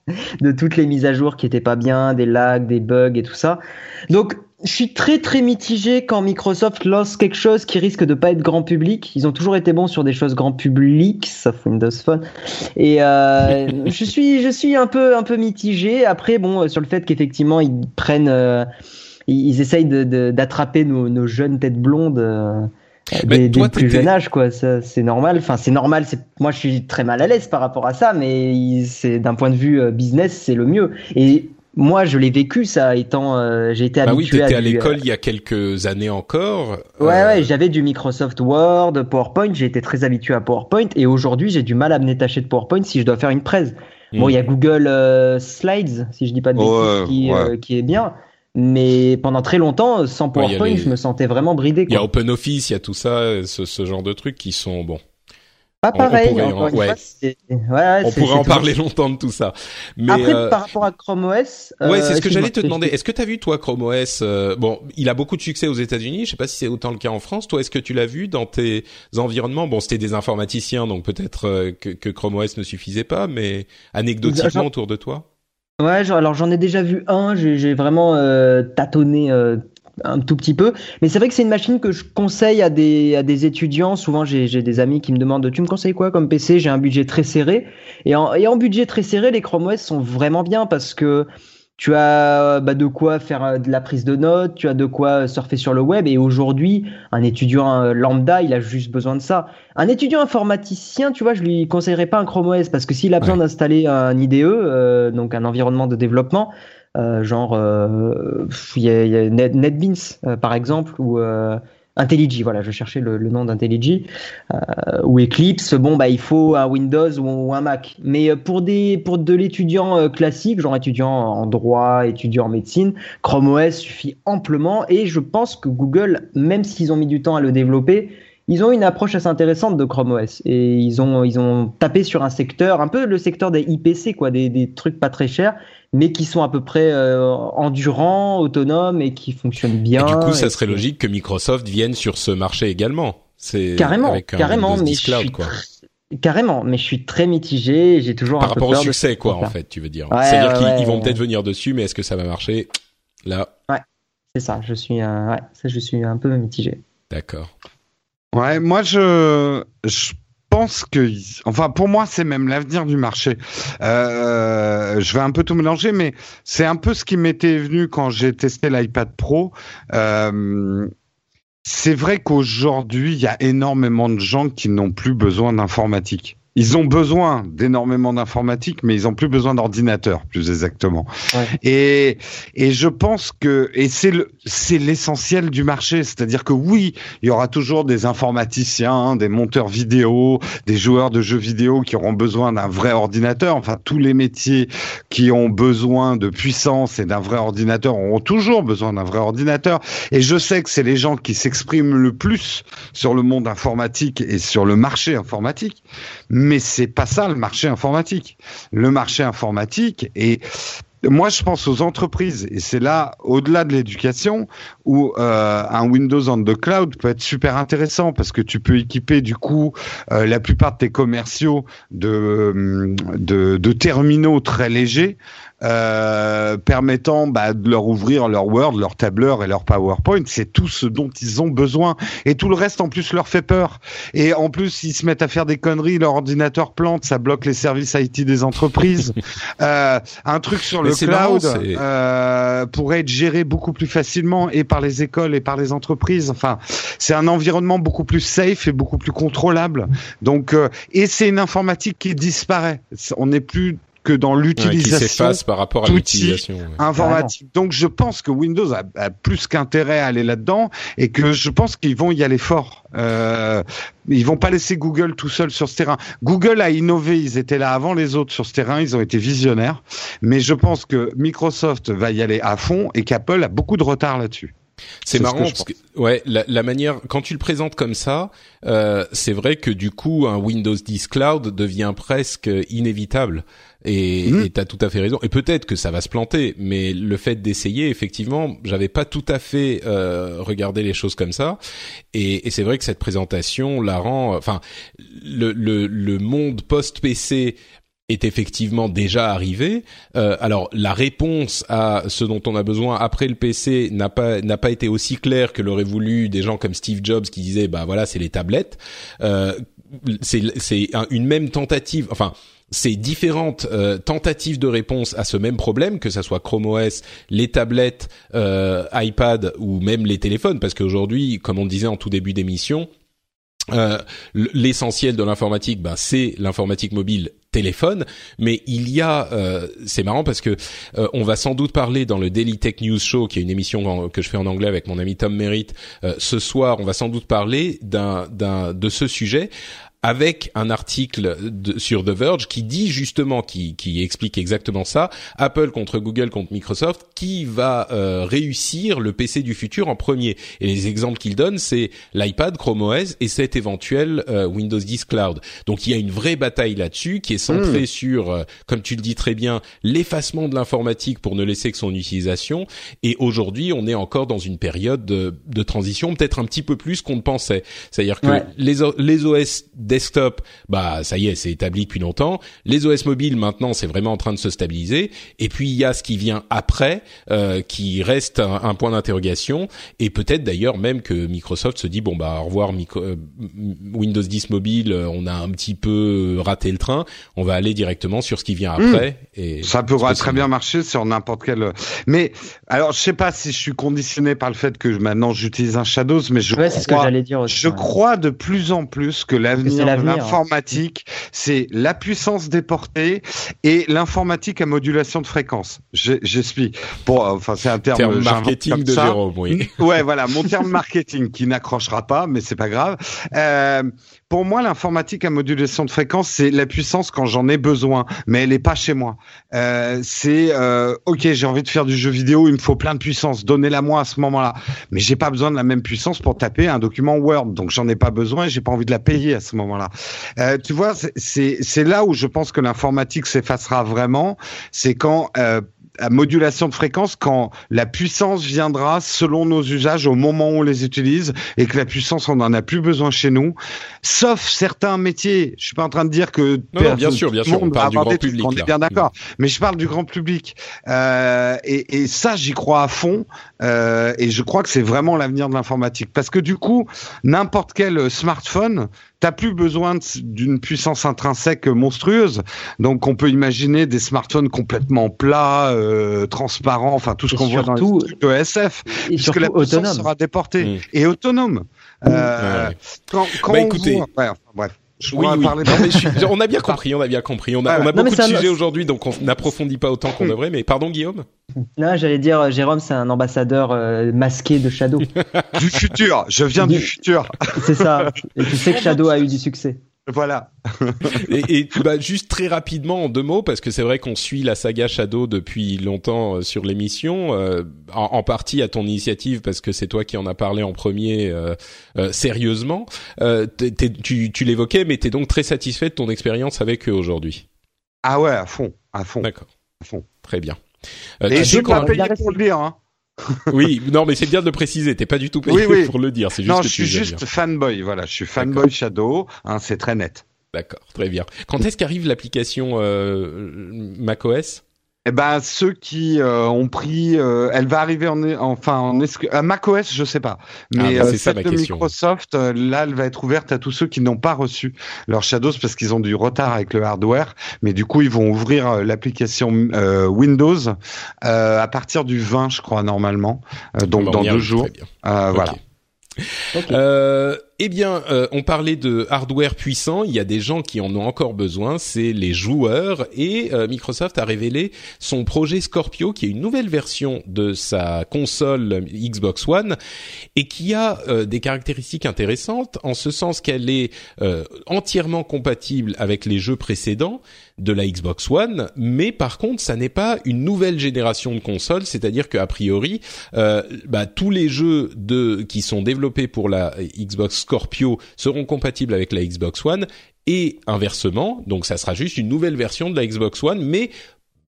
S4: de toutes les mises à jour qui étaient pas bien, des lags, des bugs et tout ça. Donc, je suis très très mitigé quand Microsoft lance quelque chose qui risque de pas être grand public. Ils ont toujours été bons sur des choses grand public, sauf Windows Phone. Et euh, je suis je suis un peu un peu mitigé. Après, bon, sur le fait qu'effectivement ils prennent, euh, ils, ils essayent de, de d'attraper nos, nos jeunes têtes blondes. Euh, Dès, dès le plus jeune âge, quoi. Ça, c'est normal. Enfin, c'est normal. C'est moi, je suis très mal à l'aise par rapport à ça, mais c'est d'un point de vue business, c'est le mieux. Et moi, je l'ai vécu, ça, étant, euh, j'ai été
S2: bah
S4: habitué.
S2: Bah oui, t'étais à, à
S4: du,
S2: l'école euh... il y a quelques années encore.
S4: Ouais, euh... ouais, j'avais du Microsoft Word, PowerPoint. J'ai été très habitué à PowerPoint, et aujourd'hui, j'ai du mal à me détacher de PowerPoint si je dois faire une presse. Mmh. Bon, il y a Google euh, Slides, si je dis pas de bêtises, oh, qui, ouais. euh, qui est bien. Mais pendant très longtemps, sans PowerPoint, ouais, les... je me sentais vraiment bridé, quoi.
S2: Il y a OpenOffice, il y a tout ça, ce, ce genre de trucs qui sont bon.
S4: Pas pareil.
S2: On, on pourrait,
S4: encore
S2: ouais.
S4: Fois, c'est... Ouais,
S2: on
S4: c'est,
S2: pourrait
S4: c'est
S2: en parler
S4: toujours...
S2: longtemps de tout ça. Mais
S4: après,
S2: euh...
S4: par rapport à Chrome O S.
S2: Euh, ouais, c'est ce que j'allais
S4: moi,
S2: te demander. Est-ce que t'as vu toi Chrome O S euh, Bon, il a beaucoup de succès aux États-Unis. Je sais pas si c'est autant le cas en France. Toi, est-ce que tu l'as vu dans tes environnements? Bon, c'était des informaticiens, donc peut-être euh, que, que Chrome O S ne suffisait pas, mais anecdotiquement genre... autour de toi.
S4: Ouais, genre, alors j'en ai déjà vu un, j'ai, j'ai vraiment euh, tâtonné euh, un tout petit peu, mais c'est vrai que c'est une machine que je conseille à des à des étudiants. Souvent, j'ai j'ai des amis qui me demandent, tu me conseilles quoi comme P C? J'ai un budget très serré, et en et en budget très serré, les Chrome O S sont vraiment bien parce que tu as bah, de quoi faire de la prise de notes, tu as de quoi surfer sur le web. Et aujourd'hui, un étudiant lambda, il a juste besoin de ça. Un étudiant informaticien, tu vois, je lui conseillerais pas un Chrome O S parce que s'il a besoin ouais. d'installer un I D E, euh, donc un environnement de développement, euh, genre euh, il y a, y a Net, NetBeans euh, par exemple, ou euh, IntelliJ, voilà, je cherchais le, le nom d'IntelliJ, euh, ou Eclipse. Bon, bah, il faut un Windows ou, ou un Mac. Mais pour des, pour de l'étudiant euh, classique, genre étudiant en droit, étudiant en médecine, Chrome O S suffit amplement. Et je pense que Google, même s'ils ont mis du temps à le développer, ils ont une approche assez intéressante de Chrome O S. Et ils ont, ils ont tapé sur un secteur, un peu le secteur des I P C, quoi, des, des trucs pas très chers, mais qui sont à peu près euh, endurants, autonomes et qui fonctionnent bien.
S2: Et du coup, ça serait que... logique que Microsoft vienne sur ce marché également. C'est
S4: carrément,
S2: avec un
S4: carrément,
S2: Windows
S4: mais
S2: dix Cloud,
S4: je suis
S2: quoi.
S4: Tr... Carrément, mais je suis très mitigé. J'ai toujours
S2: par
S4: un peu
S2: rapport
S4: peur
S2: au succès,
S4: de...
S2: quoi, en fait, tu veux dire.
S4: Ouais,
S2: C'est-à-dire
S4: ouais,
S2: qu'ils
S4: ouais,
S2: ils vont
S4: ouais.
S2: peut-être venir dessus, mais est-ce que ça va marcher? Là.
S4: Ouais, c'est ça. Je suis, euh, ouais, ça, je suis un peu mitigé.
S2: D'accord.
S3: Ouais, moi je je pense que, enfin pour moi c'est même l'avenir du marché. Euh, je vais un peu tout mélanger, mais c'est un peu ce qui m'était venu quand j'ai testé l'iPad Pro. Euh, c'est vrai qu'aujourd'hui il y a énormément de gens qui n'ont plus besoin d'informatique. Ils ont besoin d'énormément d'informatique, mais ils ont plus besoin d'ordinateur, plus exactement. Ouais. Et et je pense que et c'est le c'est l'essentiel du marché, c'est-à-dire que oui, il y aura toujours des informaticiens, des monteurs vidéo, des joueurs de jeux vidéo qui auront besoin d'un vrai ordinateur. Enfin, tous les métiers qui ont besoin de puissance et d'un vrai ordinateur auront toujours besoin d'un vrai ordinateur. Et je sais que c'est les gens qui s'expriment le plus sur le monde informatique et sur le marché informatique. Mais c'est pas ça le marché informatique. Le marché informatique, et moi je pense aux entreprises, et c'est là, au-delà de l'éducation, où euh, un Windows on the cloud peut être super intéressant, parce que tu peux équiper du coup euh, la plupart de tes commerciaux de, de, de terminaux très légers, Euh, permettant bah, de leur ouvrir leur Word, leur tableur et leur PowerPoint. C'est tout ce dont ils ont besoin. Et tout le reste, en plus, leur fait peur. Et en plus, ils se mettent à faire des conneries, leur ordinateur plante, ça bloque les services I T des entreprises. euh, un truc sur le cloud marrant, euh, pourrait être géré beaucoup plus facilement et par les écoles et par les entreprises. Enfin, c'est un environnement beaucoup plus safe et beaucoup plus contrôlable. Donc, euh, et c'est une informatique qui disparaît. On n'est plus que dans l'utilisation,
S2: ouais, qui s'efface par rapport à l'utilisation ouais.
S3: informatique. Ah, donc je pense que Windows a, a plus qu'intérêt à aller là-dedans et que je pense qu'ils vont y aller fort. Euh, ils vont pas laisser Google tout seul sur ce terrain. Google a innové, ils étaient là avant les autres sur ce terrain, ils ont été visionnaires. Mais je pense que Microsoft va y aller à fond et qu'Apple a beaucoup de retard là-dessus.
S2: C'est, c'est marrant parce que ouais la, la manière quand tu le présentes comme ça, euh, c'est vrai que du coup un Windows dix Cloud devient presque inévitable et mmh. et t'as tout à fait raison et peut-être que ça va se planter, mais le fait d'essayer effectivement, j'avais pas tout à fait euh, regardé les choses comme ça et, et c'est vrai que cette présentation la rend, enfin le le le monde post-P C est effectivement déjà arrivé. Euh, alors la réponse à ce dont on a besoin après le P C n'a pas n'a pas été aussi claire que l'auraient voulu des gens comme Steve Jobs qui disaient bah voilà c'est les tablettes. Euh, c'est c'est un, une même tentative. Enfin. C'est différentes euh, tentatives de réponse à ce même problème, que ça soit Chrome O S, les tablettes, euh, iPad ou même les téléphones, parce qu'aujourd'hui, comme on le disait en tout début d'émission, euh, l'essentiel de l'informatique, ben c'est l'informatique mobile téléphone, mais il y a, euh, c'est marrant parce que euh, on va sans doute parler dans le Daily Tech News Show, qui est une émission en, que je fais en anglais avec mon ami Tom Merritt, euh, ce soir, on va sans doute parler d'un, d'un de ce sujet, avec un article de, sur The Verge qui dit justement, qui, qui explique exactement ça, Apple contre Google contre Microsoft, qui va euh, réussir le P C du futur en premier. Et les exemples qu'il donne, c'est l'iPad, Chrome O S et cet éventuel euh, Windows dix Cloud. Donc il y a une vraie bataille là-dessus qui est centrée mmh. sur, euh, comme tu le dis très bien, l'effacement de l'informatique pour ne laisser que son utilisation. Et aujourd'hui, on est encore dans une période de, de transition, peut-être un petit peu plus qu'on ne pensait. C'est-à-dire que ouais. les, les O S desktop, bah ça y est, c'est établi depuis longtemps. Les O S mobiles, maintenant, c'est vraiment en train de se stabiliser. Et puis il y a ce qui vient après, euh, qui reste un, un point d'interrogation. Et peut-être d'ailleurs même que Microsoft se dit bon bah au revoir micro, euh, Windows dix mobile, on a un petit peu raté le train. On va aller directement sur ce qui vient après. Mmh. Et
S3: ça pourra très bien marcher sur n'importe quel. Mais alors je sais pas si je suis conditionné par le fait que maintenant j'utilise un Shadows, mais je
S4: ouais,
S3: crois,
S4: c'est ce que j'allais dire aussi,
S3: je
S4: ouais.
S3: crois de plus en plus que l'avenir de l'informatique, hein. c'est la puissance déportée et l'informatique à modulation de fréquence. J'explique. Bon, enfin, c'est un terme,
S2: terme marketing de Jérôme, oui.
S3: Ouais, voilà, mon terme marketing qui n'accrochera pas, mais c'est pas grave. Euh, pour moi, l'informatique à modulation de fréquence, c'est la puissance quand j'en ai besoin, mais elle est pas chez moi. Euh, c'est euh, ok, j'ai envie de faire du jeu vidéo, il me faut plein de puissance, donnez-la moi à ce moment-là. Mais j'ai pas besoin de la même puissance pour taper un document Word, donc j'en ai pas besoin et j'ai pas envie de la payer à ce moment-là. Euh, tu vois, c'est c'est là où je pense que l'informatique s'effacera vraiment, c'est quand euh, à modulation de fréquence, quand la puissance viendra selon nos usages au moment où on les utilise et que la puissance on en a plus besoin chez nous, sauf certains métiers. Je suis pas en train de dire que
S2: non, non, bien sûr, bien sûr, on parle du grand public.
S3: On est bien d'accord, mais je parle du grand public. Euh, et, et ça, j'y crois à fond. Euh, et je crois que c'est vraiment l'avenir de l'informatique, parce que du coup, n'importe quel smartphone, t'as plus besoin d'une puissance intrinsèque monstrueuse. Donc, on peut imaginer des smartphones complètement plats, euh, transparents, enfin tout ce qu'on voit dans les trucs de S F,
S4: et
S3: puisque la puissance
S4: autonome.
S3: sera déportée
S2: mmh.
S3: et autonome. Euh,
S2: ouais.
S3: Quand, quand
S2: bah,
S3: on
S2: écoutez,
S3: voit, ouais, enfin, bref. Je
S2: oui, oui.
S3: parler de...
S2: non, mais je suis, on a bien compris, on a bien compris. On a,
S3: ouais,
S2: on a
S4: non,
S2: beaucoup de
S4: un...
S2: sujets aujourd'hui, donc on n'approfondit pas autant qu'on devrait. Mais pardon, Guillaume.
S4: Non, j'allais dire, Jérôme, c'est un ambassadeur euh, masqué de Shadow.
S3: Du futur. Je viens du futur.
S4: C'est ça. Et tu sais que Shadow a eu du succès.
S3: Voilà.
S2: et et bah, juste très rapidement en deux mots, parce que c'est vrai qu'on suit la saga Shadow depuis longtemps euh, sur l'émission, euh, en, en partie à ton initiative, parce que c'est toi qui en as parlé en premier euh, euh, sérieusement. Euh, t'es, t'es, tu, tu l'évoquais, mais t'es donc très satisfait de ton expérience avec eux aujourd'hui.
S3: Ah ouais, à fond, à fond.
S2: D'accord.
S3: À fond.
S2: Très bien. Euh,
S3: et je suis pas payé
S4: a...
S3: pour le dire, hein.
S2: Oui, non, mais c'est bien de le préciser. T'es pas du tout payé
S3: oui, oui.
S2: pour le dire. C'est juste
S3: non,
S2: que
S3: je suis
S2: tu
S3: juste
S2: dire.
S3: fanboy. Voilà, je suis fanboy D'accord. Shadow. Hein, c'est très net.
S2: D'accord, très bien. Quand est-ce qu'arrive l'application euh, macOS ?
S3: Eh ben, ceux qui euh, ont pris, euh, elle va arriver en, enfin, en à macOS, je sais pas, mais ah, bah, euh, celle de question. Microsoft, euh, là, elle va être ouverte à tous ceux qui n'ont pas reçu leur Shadows parce qu'ils ont du retard avec le hardware, mais du coup, ils vont ouvrir euh, l'application euh, Windows euh, à partir du vingt, je crois, normalement, euh, donc bon, dans deux jours. Euh, okay. Voilà.
S2: Okay. Euh, eh bien, euh, on parlait de hardware puissant. Il y a des gens qui en ont encore besoin, c'est les joueurs. Et euh, Microsoft a révélé son projet Scorpio, qui est une nouvelle version de sa console Xbox One et qui a euh, des caractéristiques intéressantes, en ce sens qu'elle est euh, entièrement compatible avec les jeux précédents de la Xbox One, mais par contre, ça n'est pas une nouvelle génération de consoles, c'est-à-dire qu'a priori, euh, bah, tous les jeux de qui sont développés pour la Xbox Scorpio seront compatibles avec la Xbox One et inversement, donc ça sera juste une nouvelle version de la Xbox One, mais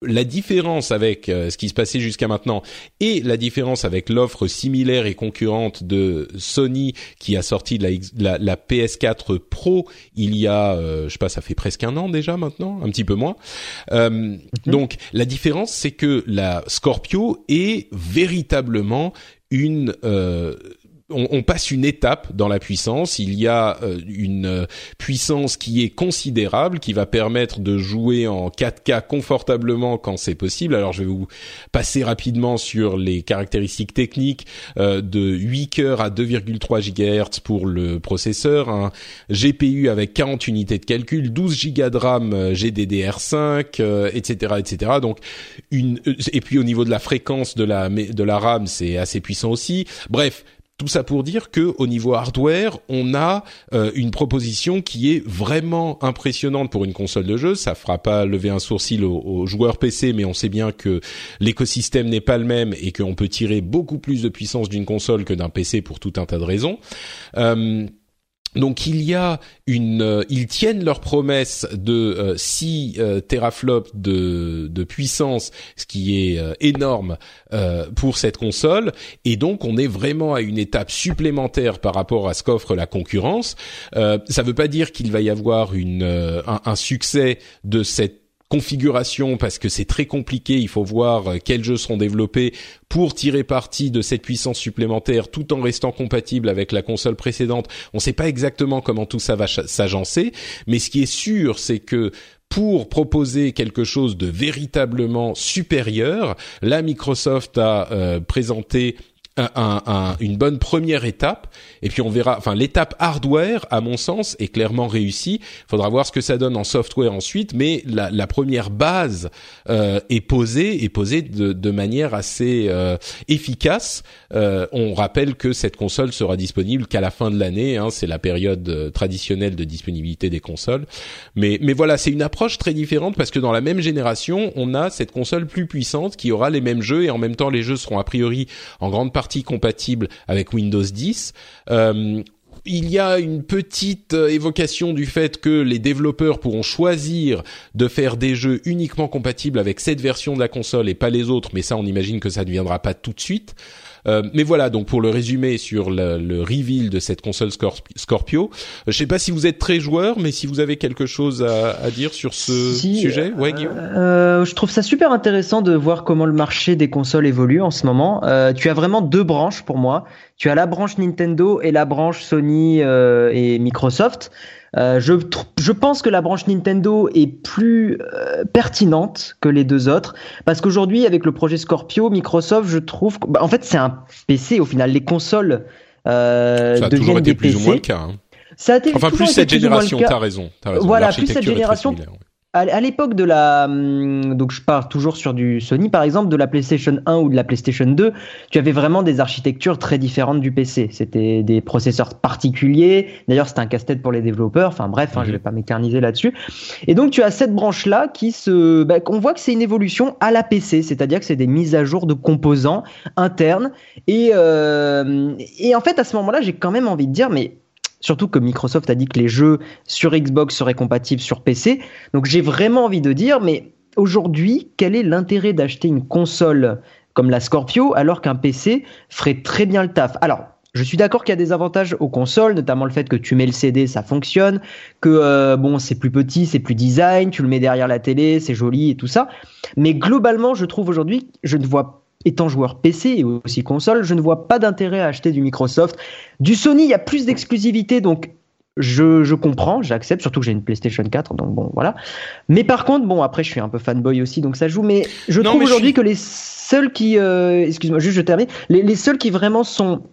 S2: la différence avec euh, ce qui se passait jusqu'à maintenant et la différence avec l'offre similaire et concurrente de Sony qui a sorti la, la, la P S quatre Pro il y a, euh, je sais pas, ça fait presque un an déjà maintenant, un petit peu moins. Euh, mm-hmm. Donc la différence, c'est que la Scorpio est véritablement une euh, On, on passe une étape dans la puissance. Il y a euh, une euh, puissance qui est considérable, qui va permettre de jouer en quatre K confortablement quand c'est possible. Alors, je vais vous passer rapidement sur les caractéristiques techniques euh, de huit cœurs à deux virgule trois gigahertz pour le processeur, un G P U avec quarante unités de calcul, douze gigas de RAM euh, G D D R cinq, euh, et cetera, et cetera. Donc, une et puis au niveau de la fréquence de la de la RAM, c'est assez puissant aussi. Bref. Tout ça pour dire que au niveau hardware, on a euh, une proposition qui est vraiment impressionnante pour une console de jeu. Ça fera pas lever un sourcil aux, aux joueurs P C, mais on sait bien que l'écosystème n'est pas le même et qu'on peut tirer beaucoup plus de puissance d'une console que d'un P C pour tout un tas de raisons. Euh, Donc il y a une, euh, ils tiennent leur promesse de euh, six euh, teraflops de, de puissance, ce qui est euh, énorme euh, pour cette console. Et donc on est vraiment à une étape supplémentaire par rapport à ce qu'offre la concurrence. Euh, ça ne veut pas dire qu'il va y avoir une, euh, un, un succès de cette configuration parce que c'est très compliqué, il faut voir quels jeux seront développés pour tirer parti de cette puissance supplémentaire tout en restant compatible avec la console précédente. On ne sait pas exactement comment tout ça va s'agencer, mais ce qui est sûr, c'est que pour proposer quelque chose de véritablement supérieur, là Microsoft a euh, présenté Un, un, un, une bonne première étape, et puis on verra. Enfin, l'étape hardware, à mon sens, est clairement réussie. Il faudra voir ce que ça donne en software ensuite, mais la, la première base euh, est posée, est posée de, de manière assez euh, efficace. Euh, on rappelle que cette console sera disponible qu'à la fin de l'année. Hein, c'est la période euh, traditionnelle de disponibilité des consoles. Mais, mais voilà, c'est une approche très différente parce que dans la même génération, on a cette console plus puissante qui aura les mêmes jeux et en même temps, les jeux seront a priori en grande partie compatible avec Windows dix. Euh, il y a une petite évocation du fait que les développeurs pourront choisir de faire des jeux uniquement compatibles avec cette version de la console et pas les autres, mais ça on imagine que ça ne viendra pas tout de suite. Euh, mais voilà, donc pour le résumé sur le, le reveal de cette console Scorpio, je sais pas si vous êtes très joueur, mais si vous avez quelque chose à, à dire sur ce
S4: si,
S2: sujet, ouais, Guillaume.
S4: Euh, je trouve ça super intéressant de voir comment le marché des consoles évolue en ce moment. Euh, tu as vraiment deux branches pour moi. Tu as la branche Nintendo et la branche Sony euh, et Microsoft. Euh, je, je pense que la branche Nintendo est plus euh, pertinente que les deux autres parce qu'aujourd'hui avec le projet Scorpio, Microsoft, je trouve, bah, en fait c'est un P C au final. Les consoles euh,
S2: ça a
S4: deviennent
S2: toujours été
S4: des
S2: plus
S4: P C.
S2: ou moins le cas. Hein.
S4: Ça a été
S2: enfin plus cette génération. T'as raison. T'as raison.
S4: Voilà, plus cette génération. À l'époque de la, donc je pars toujours sur du Sony par exemple, de la PlayStation un ou de la PlayStation deux, tu avais vraiment des architectures très différentes du P C. C'était des processeurs particuliers. D'ailleurs, c'était un casse-tête pour les développeurs. Enfin bref, hein, mmh. je vais pas m'éterniser là-dessus. Et donc tu as cette branche-là qui se, bah, on voit que c'est une évolution à la P C, c'est-à-dire que c'est des mises à jour de composants internes. Et euh, et en fait à ce moment-là, j'ai quand même envie de dire, mais surtout que Microsoft a dit que les jeux sur Xbox seraient compatibles sur P C. Donc j'ai vraiment envie de dire, mais aujourd'hui, quel est l'intérêt d'acheter une console comme la Scorpio alors qu'un P C ferait très bien le taf? Alors, je suis d'accord qu'il y a des avantages aux consoles, notamment le fait que tu mets le C D, ça fonctionne, que euh, bon, c'est plus petit, c'est plus design, tu le mets derrière la télé, c'est joli et tout ça. Mais globalement, je trouve aujourd'hui, je ne vois pas, étant joueur P C et aussi console, je ne vois pas d'intérêt à acheter du Microsoft. Du Sony, il y a plus d'exclusivité, donc je, je comprends, j'accepte, surtout que j'ai une PlayStation quatre, donc bon, voilà. Mais par contre, bon, après, je suis un peu fanboy aussi, donc ça joue, mais je non, trouve mais aujourd'hui suis... que les seuls qui, euh, excuse-moi, juste je termine, les, les seuls qui vraiment sont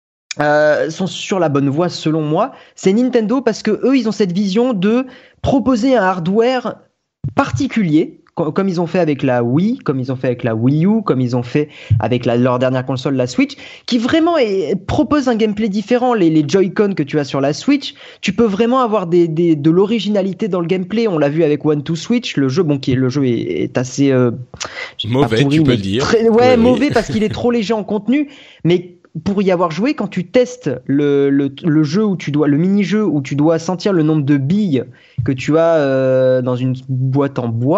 S4: Euh, sont sur la bonne voie selon moi, c'est Nintendo parce que eux ils ont cette vision de proposer un hardware particulier comme ils ont fait avec la Wii, comme ils ont fait avec la Wii U, comme ils ont fait avec la, leur dernière console, la Switch, qui vraiment est, propose un gameplay différent. Les, les Joy-Con que tu as sur la Switch, tu peux vraiment avoir des, des, de l'originalité dans le gameplay. On l'a vu avec One to Switch, le jeu, bon, qui est, le jeu est, est assez euh,
S2: mauvais, pourri, tu peux le dire.
S4: Très, ouais, oui, mauvais oui. Parce qu'il est trop léger en contenu, mais pour y avoir joué, quand tu testes le, le, le jeu où tu dois, le mini-jeu où tu dois sentir le nombre de billes que tu as euh, dans une boîte en bois,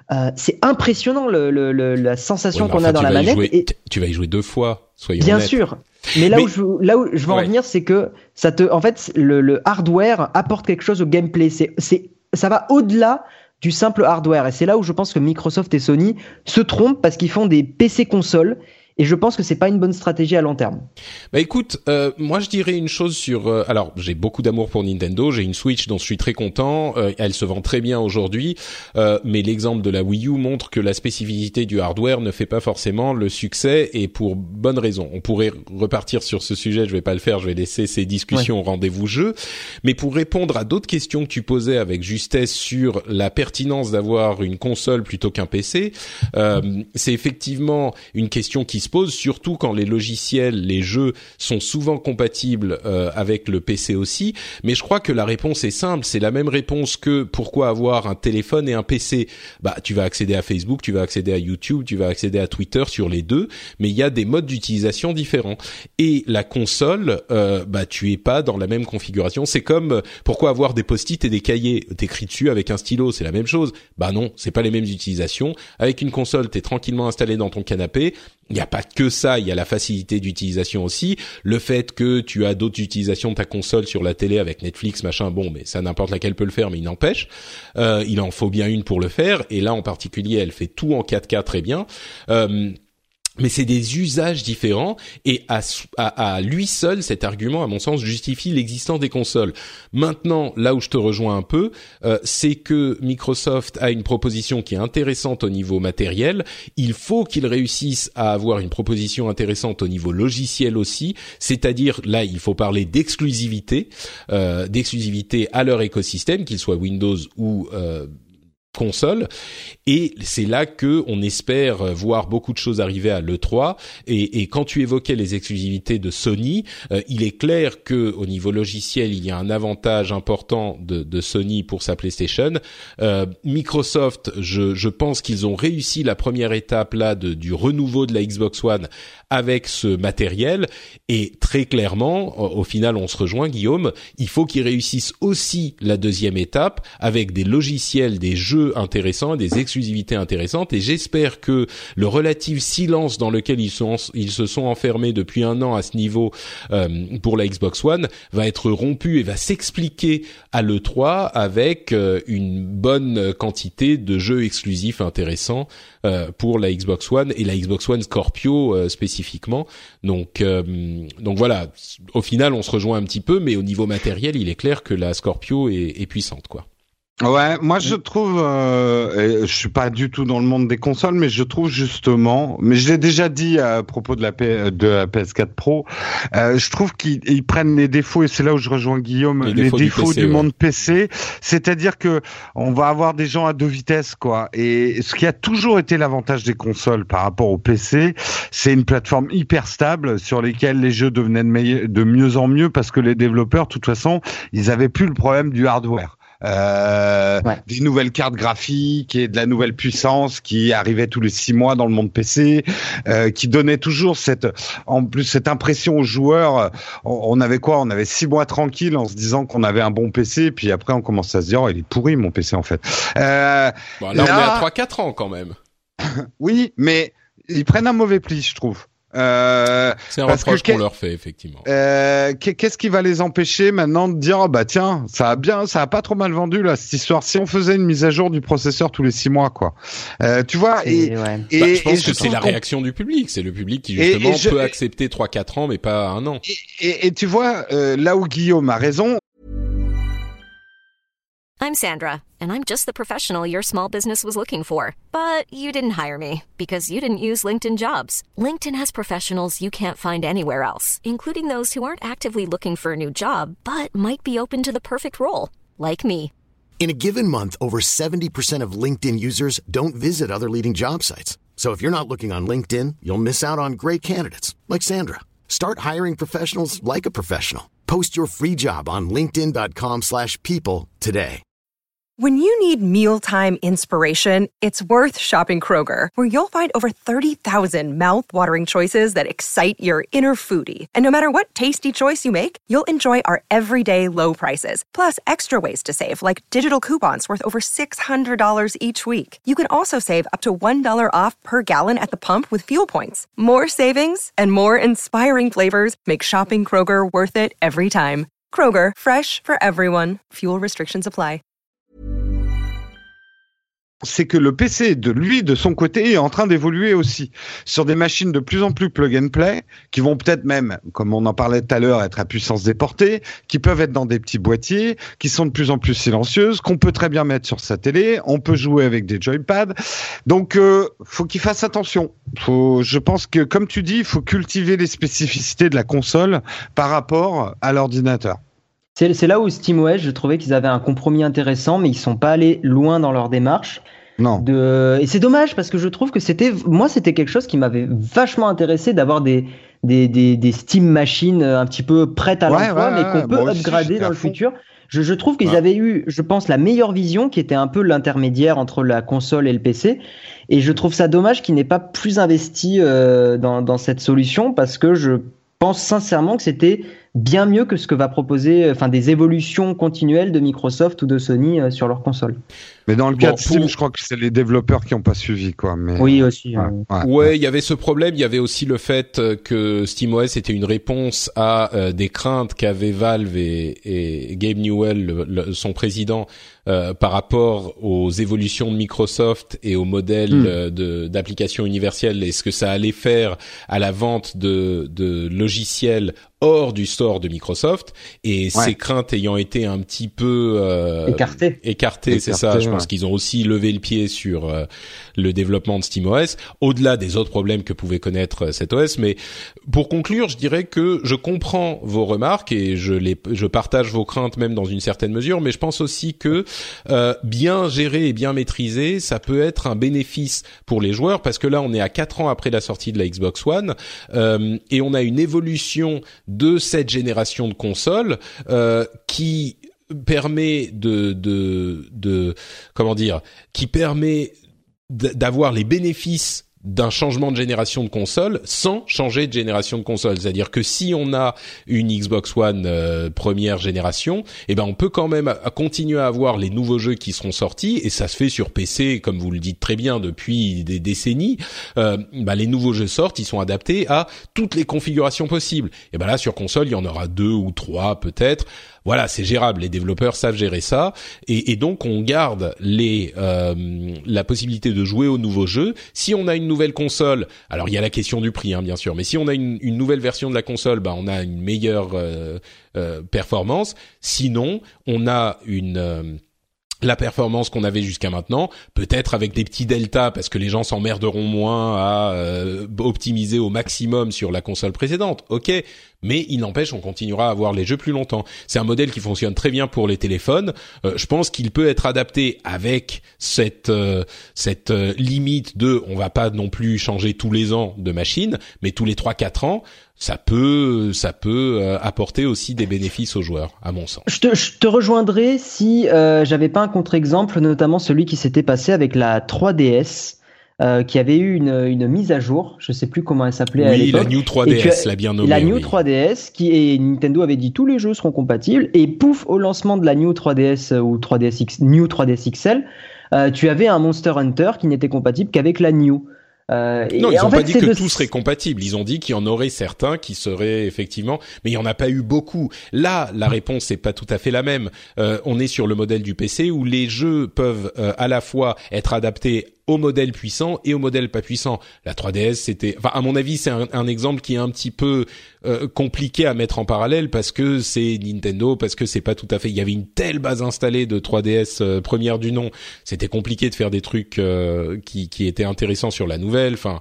S4: Euh, c'est impressionnant le, le, le, la sensation
S2: ouais,
S4: qu'on
S2: enfin,
S4: a dans la manette.
S2: Jouer,
S4: et...
S2: Tu vas y jouer deux fois, soyons
S4: Bien
S2: honnêtes.
S4: sûr. Mais là,
S2: mais...
S4: Où je, là où je veux ouais. en venir, c'est que ça te, en fait, le, le hardware apporte quelque chose au gameplay. C'est, c'est, ça va au-delà du simple hardware. Et c'est là où je pense que Microsoft et Sony se trompent parce qu'ils font des P C consoles. Et je pense que c'est pas une bonne stratégie à long terme.
S2: Bah écoute, euh, moi je dirais une chose sur. Euh, alors j'ai beaucoup d'amour pour Nintendo, j'ai une Switch dont je suis très content, euh, elle se vend très bien aujourd'hui, euh, mais l'exemple de la Wii U montre que la spécificité du hardware ne fait pas forcément le succès et pour bonne raison. On pourrait repartir sur ce sujet, je vais pas le faire, je vais laisser ces discussions ouais. au rendez-vous jeu. Mais pour répondre à d'autres questions que tu posais avec justesse sur la pertinence d'avoir une console plutôt qu'un P C, euh, c'est effectivement une question qui se pose, surtout quand les logiciels, les jeux sont souvent compatibles euh, avec le P C aussi. Mais je crois que la réponse est simple, c'est la même réponse que pourquoi avoir un téléphone et un P C. Bah, tu vas accéder à Facebook, tu vas accéder à YouTube, tu vas accéder à Twitter sur les deux, mais il y a des modes d'utilisation différents. Et la console, euh, bah, tu es pas dans la même configuration. C'est comme euh, pourquoi avoir des post-it et des cahiers. T'écris dessus avec un stylo, c'est la même chose. Bah non, c'est pas les mêmes utilisations. Avec une console, t'es tranquillement installé dans ton canapé. Il n'y a pas que ça, il y a la facilité d'utilisation aussi, le fait que tu as d'autres utilisations de ta console sur la télé avec Netflix, machin, bon, mais ça n'importe laquelle peut le faire, mais il n'empêche, euh, il en faut bien une pour le faire, et là en particulier, elle fait tout en quatre K très bien. Euh, Mais c'est des usages différents et à, à, à lui seul, cet argument, à mon sens, justifie l'existence des consoles. Maintenant, là où je te rejoins un peu, euh, c'est que Microsoft a une proposition qui est intéressante au niveau matériel. Il faut qu'ils réussissent à avoir une proposition intéressante au niveau logiciel aussi. C'est-à-dire, là, il faut parler d'exclusivité, euh, d'exclusivité à leur écosystème, qu'il soit Windows ou euh, console, et c'est là que on espère voir beaucoup de choses arriver à l'E trois. Et, et quand tu évoquais les exclusivités de Sony, euh, il est clair que au niveau logiciel, il y a un avantage important de, de Sony pour sa PlayStation. Euh, Microsoft, je, je pense qu'ils ont réussi la première étape là de, du renouveau de la Xbox One avec ce matériel, et très clairement, au, au final, on se rejoint, Guillaume. Il faut qu'ils réussissent aussi la deuxième étape avec des logiciels, des jeux intéressants, des exclusivités intéressantes, et j'espère que le relatif silence dans lequel ils sont ils se sont enfermés depuis un an à ce niveau euh, pour la Xbox One va être rompu et va s'expliquer à l'E trois avec euh, une bonne quantité de jeux exclusifs intéressants euh, pour la Xbox One et la Xbox One Scorpio euh, spécifiquement. Donc euh, donc voilà, au final on se rejoint un petit peu, mais au niveau matériel, il est clair que la Scorpio est, est puissante, quoi.
S3: Ouais, moi je trouve, euh, je suis pas du tout dans le monde des consoles, mais je trouve justement, mais je l'ai déjà dit à propos de la, P, de la P S quatre Pro, euh, je trouve qu'ils ils prennent les défauts, et c'est là où je rejoins Guillaume, les, les défauts, défauts du, P C, du ouais. monde P C, c'est-à-dire que on va avoir des gens à deux vitesses, quoi. Et ce qui a toujours été l'avantage des consoles par rapport au P C, c'est une plateforme hyper stable sur lesquelles les jeux devenaient de, meille- de mieux en mieux parce que les développeurs, de toute façon, ils avaient plus le problème du hardware. Euh, ouais. Des nouvelles cartes graphiques et de la nouvelle puissance qui arrivait tous les six mois dans le monde P C, euh, qui donnait toujours cette, en plus cette impression aux joueurs. On, on avait quoi On avait six mois tranquille en se disant qu'on avait un bon P C, puis après on commence à se dire oh, il est pourri mon P C en fait. Euh,
S2: bon, là, là on est à trois quatre ans quand même.
S3: Oui, mais ils prennent un mauvais pli, je trouve. Euh,
S2: c'est un reproche qu'on leur fait effectivement.
S3: Euh, qu'est-ce qui va les empêcher maintenant de dire oh bah tiens ça a bien ça a pas trop mal vendu là cette histoire si on faisait une mise à jour du processeur tous les six mois quoi. Euh, tu vois et, et,
S2: ouais.
S3: et,
S2: bah, je pense
S3: et
S2: que
S3: je
S2: c'est la réaction du public, c'est le public qui justement et, et je, peut accepter trois quatre ans mais pas un an.
S3: Et, et, et tu vois euh, là où Guillaume a raison.
S5: I'm Sandra, and I'm just the professional your small business was looking for. But you didn't hire me, because you didn't use LinkedIn Jobs. LinkedIn has professionals you can't find anywhere else, including those who aren't actively looking for a new job, but might be open to the perfect role, like me.
S6: In a given month, over seventy percent of LinkedIn users don't visit other leading job sites. So if you're not looking on LinkedIn, you'll miss out on great candidates, like Sandra. Start hiring professionals like a professional. Post your free job on linkedin dot com slash people today.
S7: When you need mealtime inspiration, it's worth shopping Kroger, where you'll find over thirty thousand mouth-watering choices that excite your inner foodie. And no matter what tasty choice you make, you'll enjoy our everyday low prices, plus extra ways to save, like digital coupons worth over six hundred dollars each week. You can also save up to one dollar off per gallon at the pump with fuel points. More savings and more inspiring flavors make shopping Kroger worth it every time. Kroger, fresh for everyone. Fuel restrictions apply.
S3: C'est que le P C, de lui, de son côté, est en train d'évoluer aussi sur des machines de plus en plus plug and play, qui vont peut-être même, comme on en parlait tout à l'heure, être à puissance déportée, qui peuvent être dans des petits boîtiers, qui sont de plus en plus silencieuses, qu'on peut très bien mettre sur sa télé, on peut jouer avec des joypads. Donc, euh, faut qu'il fasse attention. Faut, je pense que, comme tu dis, il faut cultiver les spécificités de la console par rapport à l'ordinateur.
S4: C'est, c'est là où SteamOS, je trouvais qu'ils avaient un compromis intéressant, mais ils sont pas allés loin dans leur démarche.
S3: Non.
S4: De... Et c'est dommage parce que je trouve que c'était, moi, c'était quelque chose qui m'avait vachement intéressé d'avoir des, des, des, des Steam machines un petit peu prêtes à
S3: ouais,
S4: l'emploi,
S3: ouais,
S4: mais qu'on
S3: ouais,
S4: peut
S3: moi
S4: upgrader
S3: aussi,
S4: dans le
S3: fond.
S4: futur. Je, je trouve qu'ils
S3: ouais.
S4: avaient eu, je pense, la meilleure vision qui était un peu l'intermédiaire entre la console et le P C. Et je trouve ça dommage qu'ils n'aient pas plus investi euh, dans, dans cette solution parce que je pense sincèrement que c'était bien mieux que ce que va proposer, enfin, des évolutions continuelles de Microsoft ou de Sony euh, sur leur console.
S3: Mais dans le
S2: Bon,
S3: cas de Steam,
S2: pour...
S3: je crois que c'est les développeurs qui n'ont pas suivi, quoi. Mais...
S4: Oui, aussi.
S3: Ouais,
S4: euh...
S3: ouais,
S2: ouais, il y avait ce problème. Il y avait aussi le fait que SteamOS était une réponse à euh, des craintes qu'avaient Valve et, et Gabe Newell, le, le, son président, euh, par rapport aux évolutions de Microsoft et au modèle mm. euh, de, d'application universelle et ce que ça allait faire à la vente de, de logiciels hors du store de Microsoft, et ouais. ces craintes ayant été un petit peu euh,
S4: écartées,
S2: écartées, c'est ça. Je
S3: ouais.
S2: pense qu'ils ont aussi levé le pied sur euh, le développement de SteamOS, au-delà des autres problèmes que pouvait connaître cet O S. Mais pour conclure, je dirais que je comprends vos remarques et je les, je partage vos craintes même dans une certaine mesure, mais je pense aussi que euh, bien gérer et bien maîtriser, ça peut être un bénéfice pour les joueurs, parce que là, on est à quatre ans après la sortie de la Xbox One euh, et on a une évolution de cette génération de consoles euh, qui permet de, de, de, comment dire, qui permet d'avoir les bénéfices d'un changement de génération de console sans changer de génération de console. C'est-à-dire que si on a une Xbox One euh, première génération, eh ben on peut quand même à, à continuer à avoir les nouveaux jeux qui seront sortis, et ça se fait sur P C, comme vous le dites très bien, depuis des décennies. Euh, bah, les nouveaux jeux sortent, ils sont adaptés à toutes les configurations possibles. Et ben là, sur console, il y en aura deux ou trois peut-être. Voilà, c'est gérable. Les développeurs savent gérer ça, et, et donc on garde les euh, la possibilité de jouer aux nouveaux jeux. Si on a une nouvelle console, alors il y a la question du prix, hein, bien sûr, mais si on a une, une nouvelle version de la console, bah on a une meilleure euh, euh, performance. Sinon, on a une euh, la performance qu'on avait jusqu'à maintenant, peut-être avec des petits deltas parce que les gens s'emmerderont moins à euh, optimiser au maximum sur la console précédente. Ok, mais il n'empêche, on continuera à avoir les jeux plus longtemps. C'est un modèle qui fonctionne très bien pour les téléphones. Euh, je pense qu'il peut être adapté avec cette euh, cette euh, limite de, on va pas non plus changer tous les ans de machine, mais tous les trois quatre ans. Ça peut, ça peut euh, apporter aussi des bénéfices aux joueurs, à mon sens.
S4: Je te, je te rejoindrai si euh, j'avais pas un contre-exemple, notamment celui qui s'était passé avec la trois D S, euh, qui avait eu une, une mise à jour. Je sais plus comment elle s'appelait
S2: oui,
S4: à l'époque.
S2: Oui, la New trois D S,
S4: as,
S2: l'a bien nommée.
S4: La New
S2: oui.
S4: trois D S, qui et Nintendo avait dit tous les jeux seront compatibles, et pouf, au lancement de la New trois D S ou trois D S X, New trois D S X L, euh, tu avais un Monster Hunter qui n'était compatible qu'avec la New.
S2: Euh, non, ils n'ont pas dit que de... tout serait compatible. Ils ont dit qu'il y en aurait certains qui seraient effectivement, mais il y en a pas eu beaucoup. Là, la réponse n'est pas tout à fait la même. Euh, on est sur le modèle du P C où les jeux peuvent euh, à la fois être adaptés au modèle puissant et au modèle pas puissant. La trois D S, c'était, enfin à mon avis, c'est un, un exemple qui est un petit peu euh, compliqué à mettre en parallèle parce que c'est Nintendo, parce que c'est pas tout à fait. Il y avait une telle base installée de trois D S euh, première du nom, c'était compliqué de faire des trucs euh, qui, qui étaient intéressants sur la nouvelle. Enfin,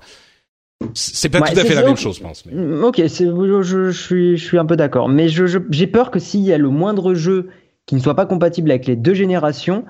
S2: c'est pas ouais, tout à fait la même chose, je pense. Mais...
S4: Ok, c'est, je, je suis, je suis un peu d'accord, mais je, je, j'ai peur que s'il y a le moindre jeu qui ne soit pas compatible avec les deux générations.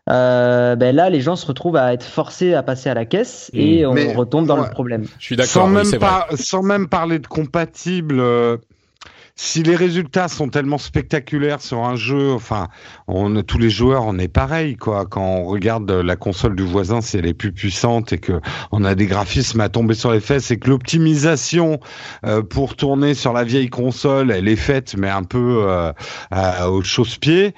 S4: Euh, ben là, les gens se retrouvent à être forcés à passer à la caisse et mmh. on Mais, retombe dans ouais. le problème.
S2: Je suis d'accord.
S3: Sans,
S2: oui,
S3: même
S2: c'est
S3: par,
S2: vrai.
S3: sans même parler de compatible, euh, si les résultats sont tellement spectaculaires sur un jeu, enfin, on, tous les joueurs, on est pareil, quoi. Quand on regarde la console du voisin, si elle est plus puissante et que on a des graphismes à tomber sur les fesses et que l'optimisation euh, pour tourner sur la vieille console, elle est faite, mais un peu euh, à, au chausse-pied,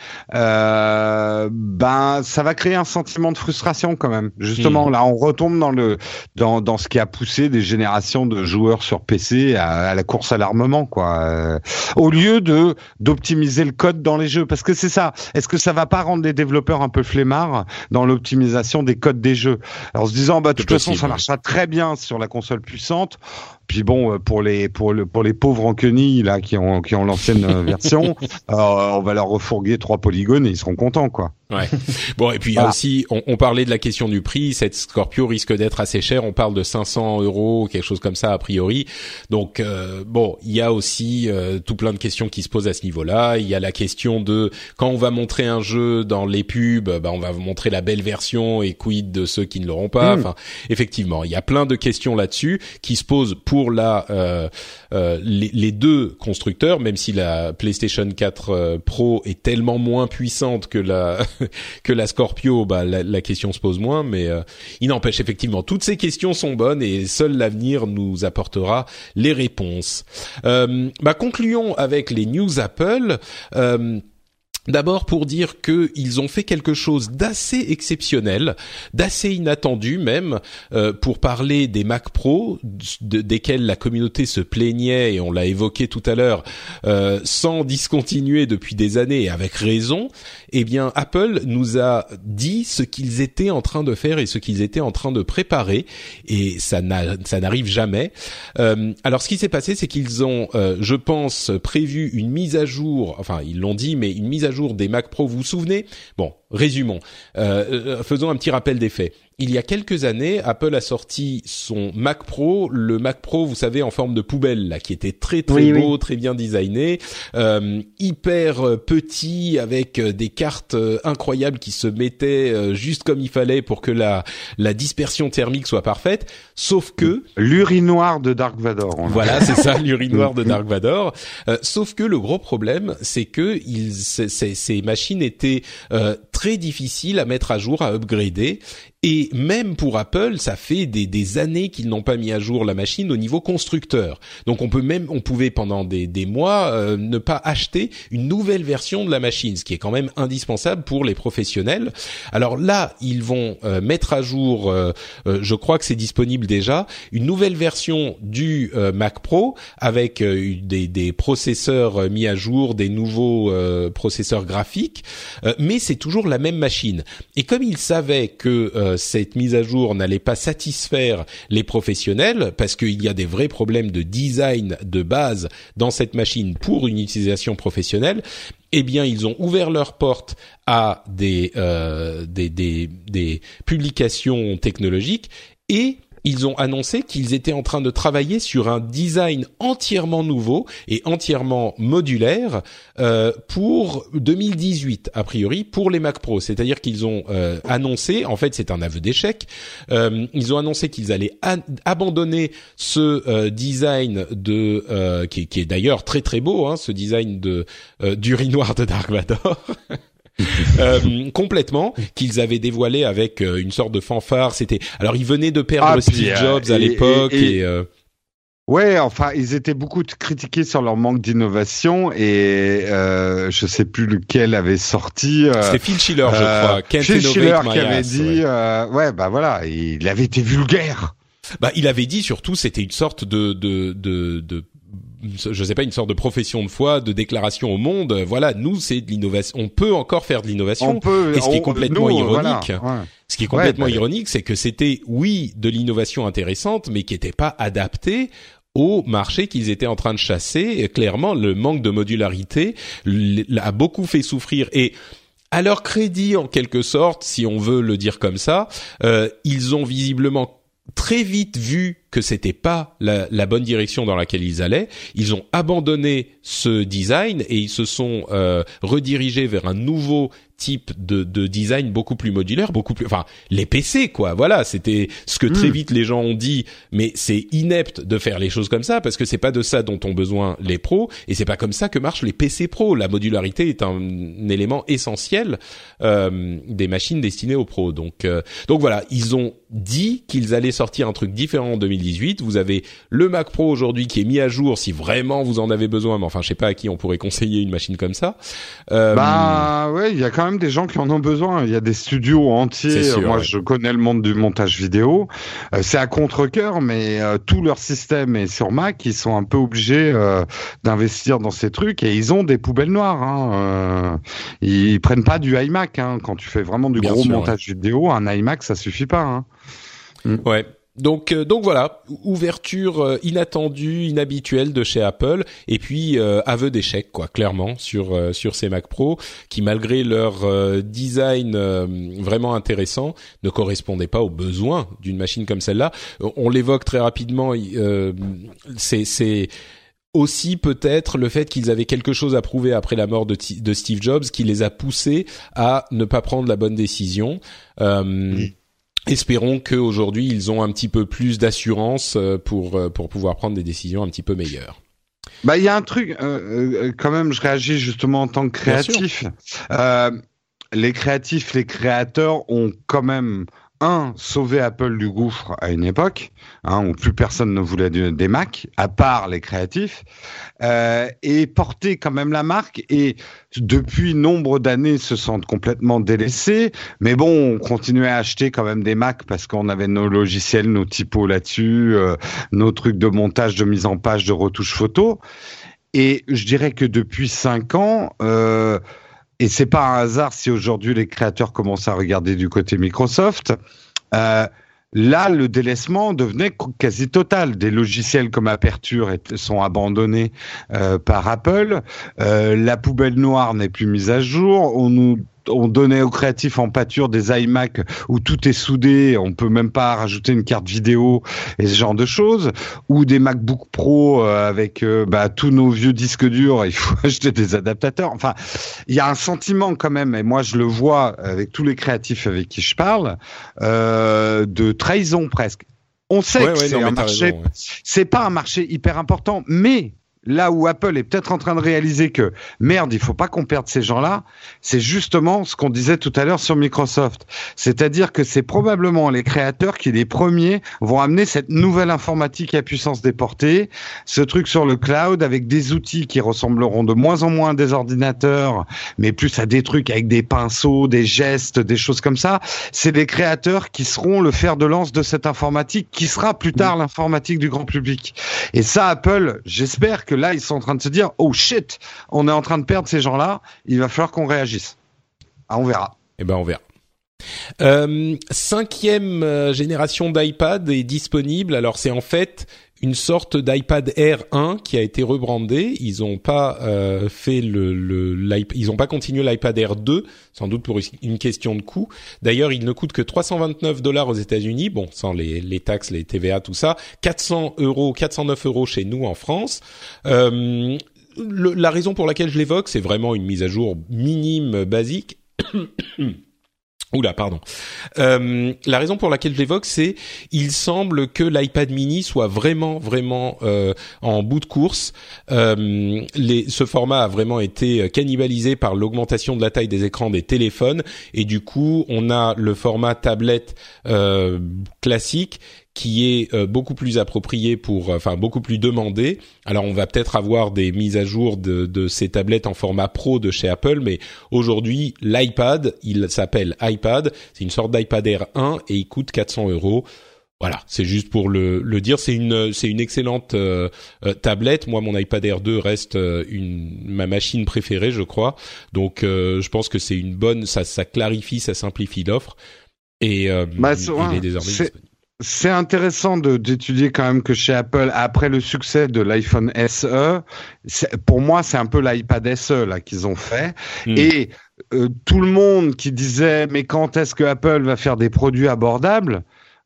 S3: euh, ben, ça va créer un sentiment de frustration quand même. Justement, mmh. là, on retombe dans le dans dans ce qui a poussé des générations de joueurs sur P C à, à la course à l'armement, quoi. Euh, au lieu de d'optimiser le code dans les jeux, parce que c'est ça. Est-ce que ça va pas rendre les développeurs un peu flemmards dans l'optimisation des codes des jeux, en se disant bah de toute façon ça marchera très bien sur la console puissante. Puis bon, pour les pour le pour les pauvres en quenilles là qui ont qui ont l'ancienne version, euh, on va leur refourguer trois polygones et ils seront contents, quoi.
S2: Ouais. Bon, et puis il y a aussi, on, on parlait de la question du prix. Cette Scorpio risque d'être assez chère. On parle de cinq cents euros, quelque chose comme ça a priori. Donc euh, bon, il y a aussi euh, tout plein de questions qui se posent à ce niveau-là. Il y a la question de quand on va montrer un jeu dans les pubs, bah on va montrer la belle version et quid de ceux qui ne l'auront pas. Mmh. Enfin, effectivement, il y a plein de questions là-dessus qui se posent pour la euh, euh, les, les deux constructeurs, même si la PlayStation quatre euh, Pro est tellement moins puissante que la que la Scorpio, bah la, la question se pose moins, mais euh, il n'empêche effectivement toutes ces questions sont bonnes et seul l'avenir nous apportera les réponses. Euh, bah concluons avec les news Apple. Euh, D'abord pour dire que ils ont fait quelque chose d'assez exceptionnel, d'assez inattendu même, euh, pour parler des Mac Pro, de, desquels la communauté se plaignait et on l'a évoqué tout à l'heure, euh, sans discontinuer depuis des années et avec raison. Eh bien, Apple nous a dit ce qu'ils étaient en train de faire et ce qu'ils étaient en train de préparer, et ça, n'a, ça n'arrive jamais. Euh, alors, ce qui s'est passé, c'est qu'ils ont, euh, je pense, prévu une mise à jour. Enfin, ils l'ont dit, mais une mise à jour des Mac Pro, vous vous souvenez? Bon, résumons. Euh, faisons un petit rappel des faits. Il y a quelques années, Apple a sorti son Mac Pro, le Mac Pro, vous savez, en forme de poubelle, là, qui était très très oui, beau, oui. très bien designé, euh, hyper petit, avec des cartes incroyables qui se mettaient juste comme il fallait pour que la la dispersion thermique soit parfaite. Sauf que
S3: l'urinoir de Dark Vador.
S2: Voilà, c'est ça, l'urinoir de Dark Vador. Euh, sauf que le gros problème, c'est que ils, ces, ces, ces machines étaient euh, très difficiles à mettre à jour, à upgrader. Et même pour Apple, ça fait des, des années qu'ils n'ont pas mis à jour la machine au niveau constructeur. Donc on peut même, on pouvait pendant des, des mois euh, ne pas acheter une nouvelle version de la machine, ce qui est quand même indispensable pour les professionnels. Alors là, ils vont euh, mettre à jour, euh, euh, je crois que c'est disponible déjà, une nouvelle version du euh, Mac Pro avec euh, des, des processeurs euh, mis à jour, des nouveaux euh, processeurs graphiques, euh, mais c'est toujours la même machine. Et comme ils savaient que euh, cette mise à jour n'allait pas satisfaire les professionnels parce qu'il y a des vrais problèmes de design de base dans cette machine pour une utilisation professionnelle, eh bien ils ont ouvert leurs portes à des euh, des, des des publications technologiques et ils ont annoncé qu'ils étaient en train de travailler sur un design entièrement nouveau et entièrement modulaire euh, pour deux mille dix-huit, a priori, pour les Mac Pro. C'est-à-dire qu'ils ont euh, annoncé, en fait c'est un aveu d'échec, euh, ils ont annoncé qu'ils allaient a- abandonner ce euh, design de euh, qui, qui est d'ailleurs très très beau, hein, ce design de euh, d'urinoir de Dark Vador. euh, complètement, qu'ils avaient dévoilé avec euh, une sorte de fanfare. C'était alors ils venaient de perdre ah, Steve puis, Jobs euh, à et, l'époque et, et, et euh...
S3: ouais, enfin ils étaient beaucoup critiqués sur leur manque d'innovation et euh, je sais plus lequel avait sorti. Euh,
S2: C'était Phil Schiller, je euh, crois. Can't
S3: Phil Schiller qui avait
S2: ass,
S3: dit, ouais. Euh, ouais, bah voilà, il avait été vulgaire.
S2: Bah il avait dit surtout, c'était une sorte de de de, de je sais pas, une sorte de profession de foi, de déclaration au monde. Voilà, nous c'est de l'innovation. On peut encore faire de l'innovation.
S3: On peut.
S2: Et ce qui est
S3: on,
S2: complètement
S3: nous,
S2: ironique,
S3: voilà, ouais.
S2: ce qui est complètement
S3: ouais, bah,
S2: ironique, c'est que c'était oui de l'innovation intéressante, mais qui n'était pas adaptée au marché qu'ils étaient en train de chasser. Et clairement, le manque de modularité a beaucoup fait souffrir. Et à leur crédit, en quelque sorte, si on veut le dire comme ça, euh, ils ont visiblement très vite vu que c'était pas la, la bonne direction dans laquelle ils allaient, ils ont abandonné ce design et ils se sont euh, redirigés vers un nouveau type de, de design beaucoup plus modulaire, beaucoup plus, enfin, les P C, quoi. Voilà, c'était ce que très vite les gens ont dit, mais c'est inepte de faire les choses comme ça parce que c'est pas de ça dont ont besoin les pros et c'est pas comme ça que marchent les P C pros. La modularité est un, un élément essentiel euh, des machines destinées aux pros. Donc, euh, donc voilà, ils ont dit qu'ils allaient sortir un truc différent en deux mille dix-huit. Vous avez le Mac Pro aujourd'hui qui est mis à jour si vraiment vous en avez besoin, mais enfin, je sais pas à qui on pourrait conseiller une machine comme ça. Euh,
S3: bah ouais, il y a quand même des gens qui en ont besoin. Il y a des studios entiers.
S2: Sûr,
S3: Moi,
S2: ouais.
S3: je connais le monde du montage vidéo. Euh, c'est à contre-cœur, mais euh, tout leur système est sur Mac. Ils sont un peu obligés euh, d'investir dans ces trucs et ils ont des poubelles noires. Hein. Euh, ils prennent pas du iMac. Hein. Quand tu fais vraiment du
S2: Bien
S3: gros
S2: sûr,
S3: montage
S2: ouais.
S3: vidéo, un iMac, ça suffit pas. Hein.
S2: Ouais. Donc euh, donc voilà, ouverture euh, inattendue, inhabituelle de chez Apple et puis euh, aveu d'échec quoi, clairement sur euh, sur ces Mac Pro qui malgré leur euh, design euh, vraiment intéressant ne correspondaient pas aux besoins d'une machine comme celle-là. On l'évoque très rapidement, euh, c'est c'est aussi peut-être le fait qu'ils avaient quelque chose à prouver après la mort de, t- de Steve Jobs qui les a poussés à ne pas prendre la bonne décision. Euh, mmh. Espérons qu'aujourd'hui ils ont un petit peu plus d'assurance pour pour pouvoir prendre des décisions un petit peu meilleures.
S3: Bah il y a un truc euh, quand même, je réagis justement en tant que créatif. Euh, les créatifs, les créateurs ont quand même un sauvé Apple du gouffre à une époque, hein, où plus personne ne voulait des Mac, à part les créatifs, euh, et porté quand même la marque. Et depuis nombre d'années, se sentent complètement délaissés. Mais bon, on continuait à acheter quand même des Mac parce qu'on avait nos logiciels, nos typos là-dessus, euh, nos trucs de montage, de mise en page, de retouche photo. Et je dirais que depuis cinq ans, euh, et c'est pas un hasard si aujourd'hui les créateurs commencent à regarder du côté Microsoft. Euh, là, le délaissement devenait quasi total. Des logiciels comme Aperture sont abandonnés euh, par Apple. Euh, la poubelle noire n'est plus mise à jour. On nous on donnait aux créatifs en pâture des iMac où tout est soudé, on peut même pas rajouter une carte vidéo et ce genre de choses, ou des MacBook Pro euh, avec euh, bah, tous nos vieux disques durs, il faut acheter des adaptateurs. Enfin, il y a un sentiment quand même, et moi je le vois avec tous les créatifs avec qui je parle, euh, de trahison presque. On sait
S2: ouais,
S3: que
S2: ouais,
S3: c'est
S2: non,
S3: un marché,
S2: raison, ouais.
S3: c'est pas un marché hyper important, mais là où Apple est peut-être en train de réaliser que merde, il faut pas qu'on perde ces gens-là, c'est justement ce qu'on disait tout à l'heure sur Microsoft. C'est-à-dire que c'est probablement les créateurs qui les premiers vont amener cette nouvelle informatique à puissance déportée, ce truc sur le cloud avec des outils qui ressembleront de moins en moins à des ordinateurs, mais plus à des trucs avec des pinceaux, des gestes, des choses comme ça. C'est les créateurs qui seront le fer de lance de cette informatique qui sera plus tard l'informatique du grand public. Et ça, Apple, j'espère que là, ils sont en train de se dire « Oh shit, on est en train de perdre ces gens-là, il va falloir qu'on réagisse. » Ah, on verra.
S2: Eh ben, on verra. Euh, cinquième euh, génération d'iPad est disponible. Alors, c'est en fait une sorte d'iPad Air un qui a été rebrandé. Ils ont pas euh, fait le, le l'iPad, ils ont pas continué l'iPad Air deux, sans doute pour une question de coût. D'ailleurs, il ne coûte que trois cent vingt-neuf dollars aux États-Unis, bon, sans les, les taxes, les T V A, tout ça. quatre cents euros, quatre cent neuf euros chez nous en France. Euh, le, la raison pour laquelle je l'évoque, c'est vraiment une mise à jour minime, basique. Oula, pardon. Euh, la raison pour laquelle je l'évoque, c'est il semble que l'iPad mini soit vraiment, vraiment euh, en bout de course. Euh, les, ce format a vraiment été cannibalisé par l'augmentation de la taille des écrans des téléphones et du coup, on a le format tablette euh, classique qui est euh, beaucoup plus approprié pour, enfin beaucoup plus demandé. Alors on va peut-être avoir des mises à jour de, de ces tablettes en format pro de chez Apple, mais aujourd'hui l'iPad, il s'appelle iPad, c'est une sorte d'iPad Air un et il coûte quatre cents euros. Voilà, c'est juste pour le, le dire. C'est une, c'est une excellente euh, euh, tablette. Moi, mon iPad Air deux reste euh, une ma machine préférée, je crois. Donc, euh, je pense que c'est une bonne, ça, ça clarifie, ça simplifie l'offre et euh,
S3: bah,
S2: il,
S3: ouais,
S2: il est désormais
S3: c'est...
S2: disponible.
S3: C'est intéressant de, d'étudier quand même que chez Apple, après le succès de l'iPhone S E, c'est, pour moi, c'est un peu l'iPad S E là qu'ils ont fait. Mmh. Et euh, tout le monde qui disait mais quand est-ce que Apple va faire des produits abordables,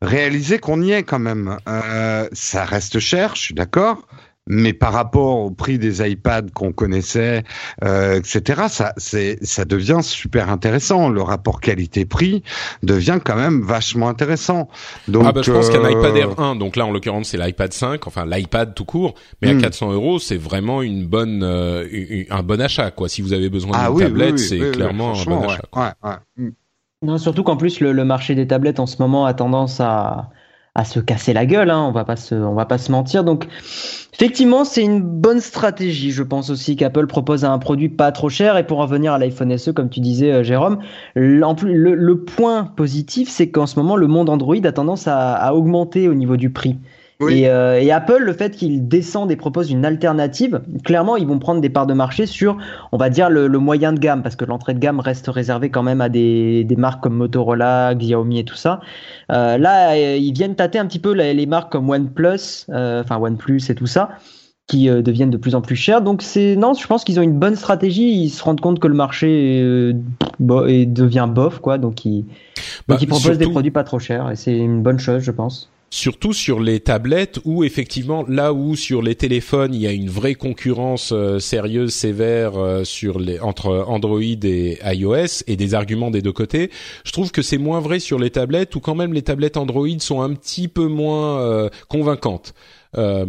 S3: réaliser qu'on y est quand même. Euh, ça reste cher, je suis d'accord. Mais par rapport au prix des iPads qu'on connaissait, euh, et cetera, ça, c'est, ça devient super intéressant. Le rapport qualité-prix devient quand même vachement intéressant. Donc,
S2: ah bah je pense
S3: euh...
S2: qu'un iPad Air un, donc là en l'occurrence c'est l'iPad cinq, enfin l'iPad tout court, mais mmh. à quatre cents euros c'est vraiment une bonne, euh, un bon achat quoi. Si vous avez besoin d'une ah, oui, tablette, oui, oui, c'est oui, clairement oui, un bon achat.
S3: Ouais, ouais, ouais.
S4: Non, surtout qu'en plus le, le marché des tablettes en ce moment a tendance à à se casser la gueule, hein, on va pas se, on va pas se mentir. Donc, effectivement, c'est une bonne stratégie. Je pense aussi qu'Apple propose un produit pas trop cher. Et pour en venir à l'iPhone S E, comme tu disais, euh, Jérôme, en plus, le, le point positif, c'est qu'en ce moment, le monde Android a tendance à, à augmenter au niveau du prix. Oui. Et, euh, et Apple, le fait qu'ils descendent et proposent une alternative, clairement, ils vont prendre des parts de marché sur, on va dire, le, le moyen de gamme, parce que l'entrée de gamme reste réservée quand même à des, des marques comme Motorola, Xiaomi et tout ça. Euh, là, ils viennent tâter un petit peu les, les marques comme OnePlus, euh, enfin OnePlus et tout ça, qui euh, deviennent de plus en plus chères. Donc c'est, non, je pense qu'ils ont une bonne stratégie. Ils se rendent compte que le marché euh, bo- et devient bof, quoi. Donc ils, bah, donc ils proposent surtout... des produits pas trop chers, et c'est une bonne chose, je pense.
S2: Surtout sur les tablettes où effectivement là où sur les téléphones il y a une vraie concurrence euh, sérieuse, sévère euh, sur les entre Android et iOS et des arguments des deux côtés. Je trouve que c'est moins vrai sur les tablettes où quand même les tablettes Android sont un petit peu moins euh, convaincantes. Euh,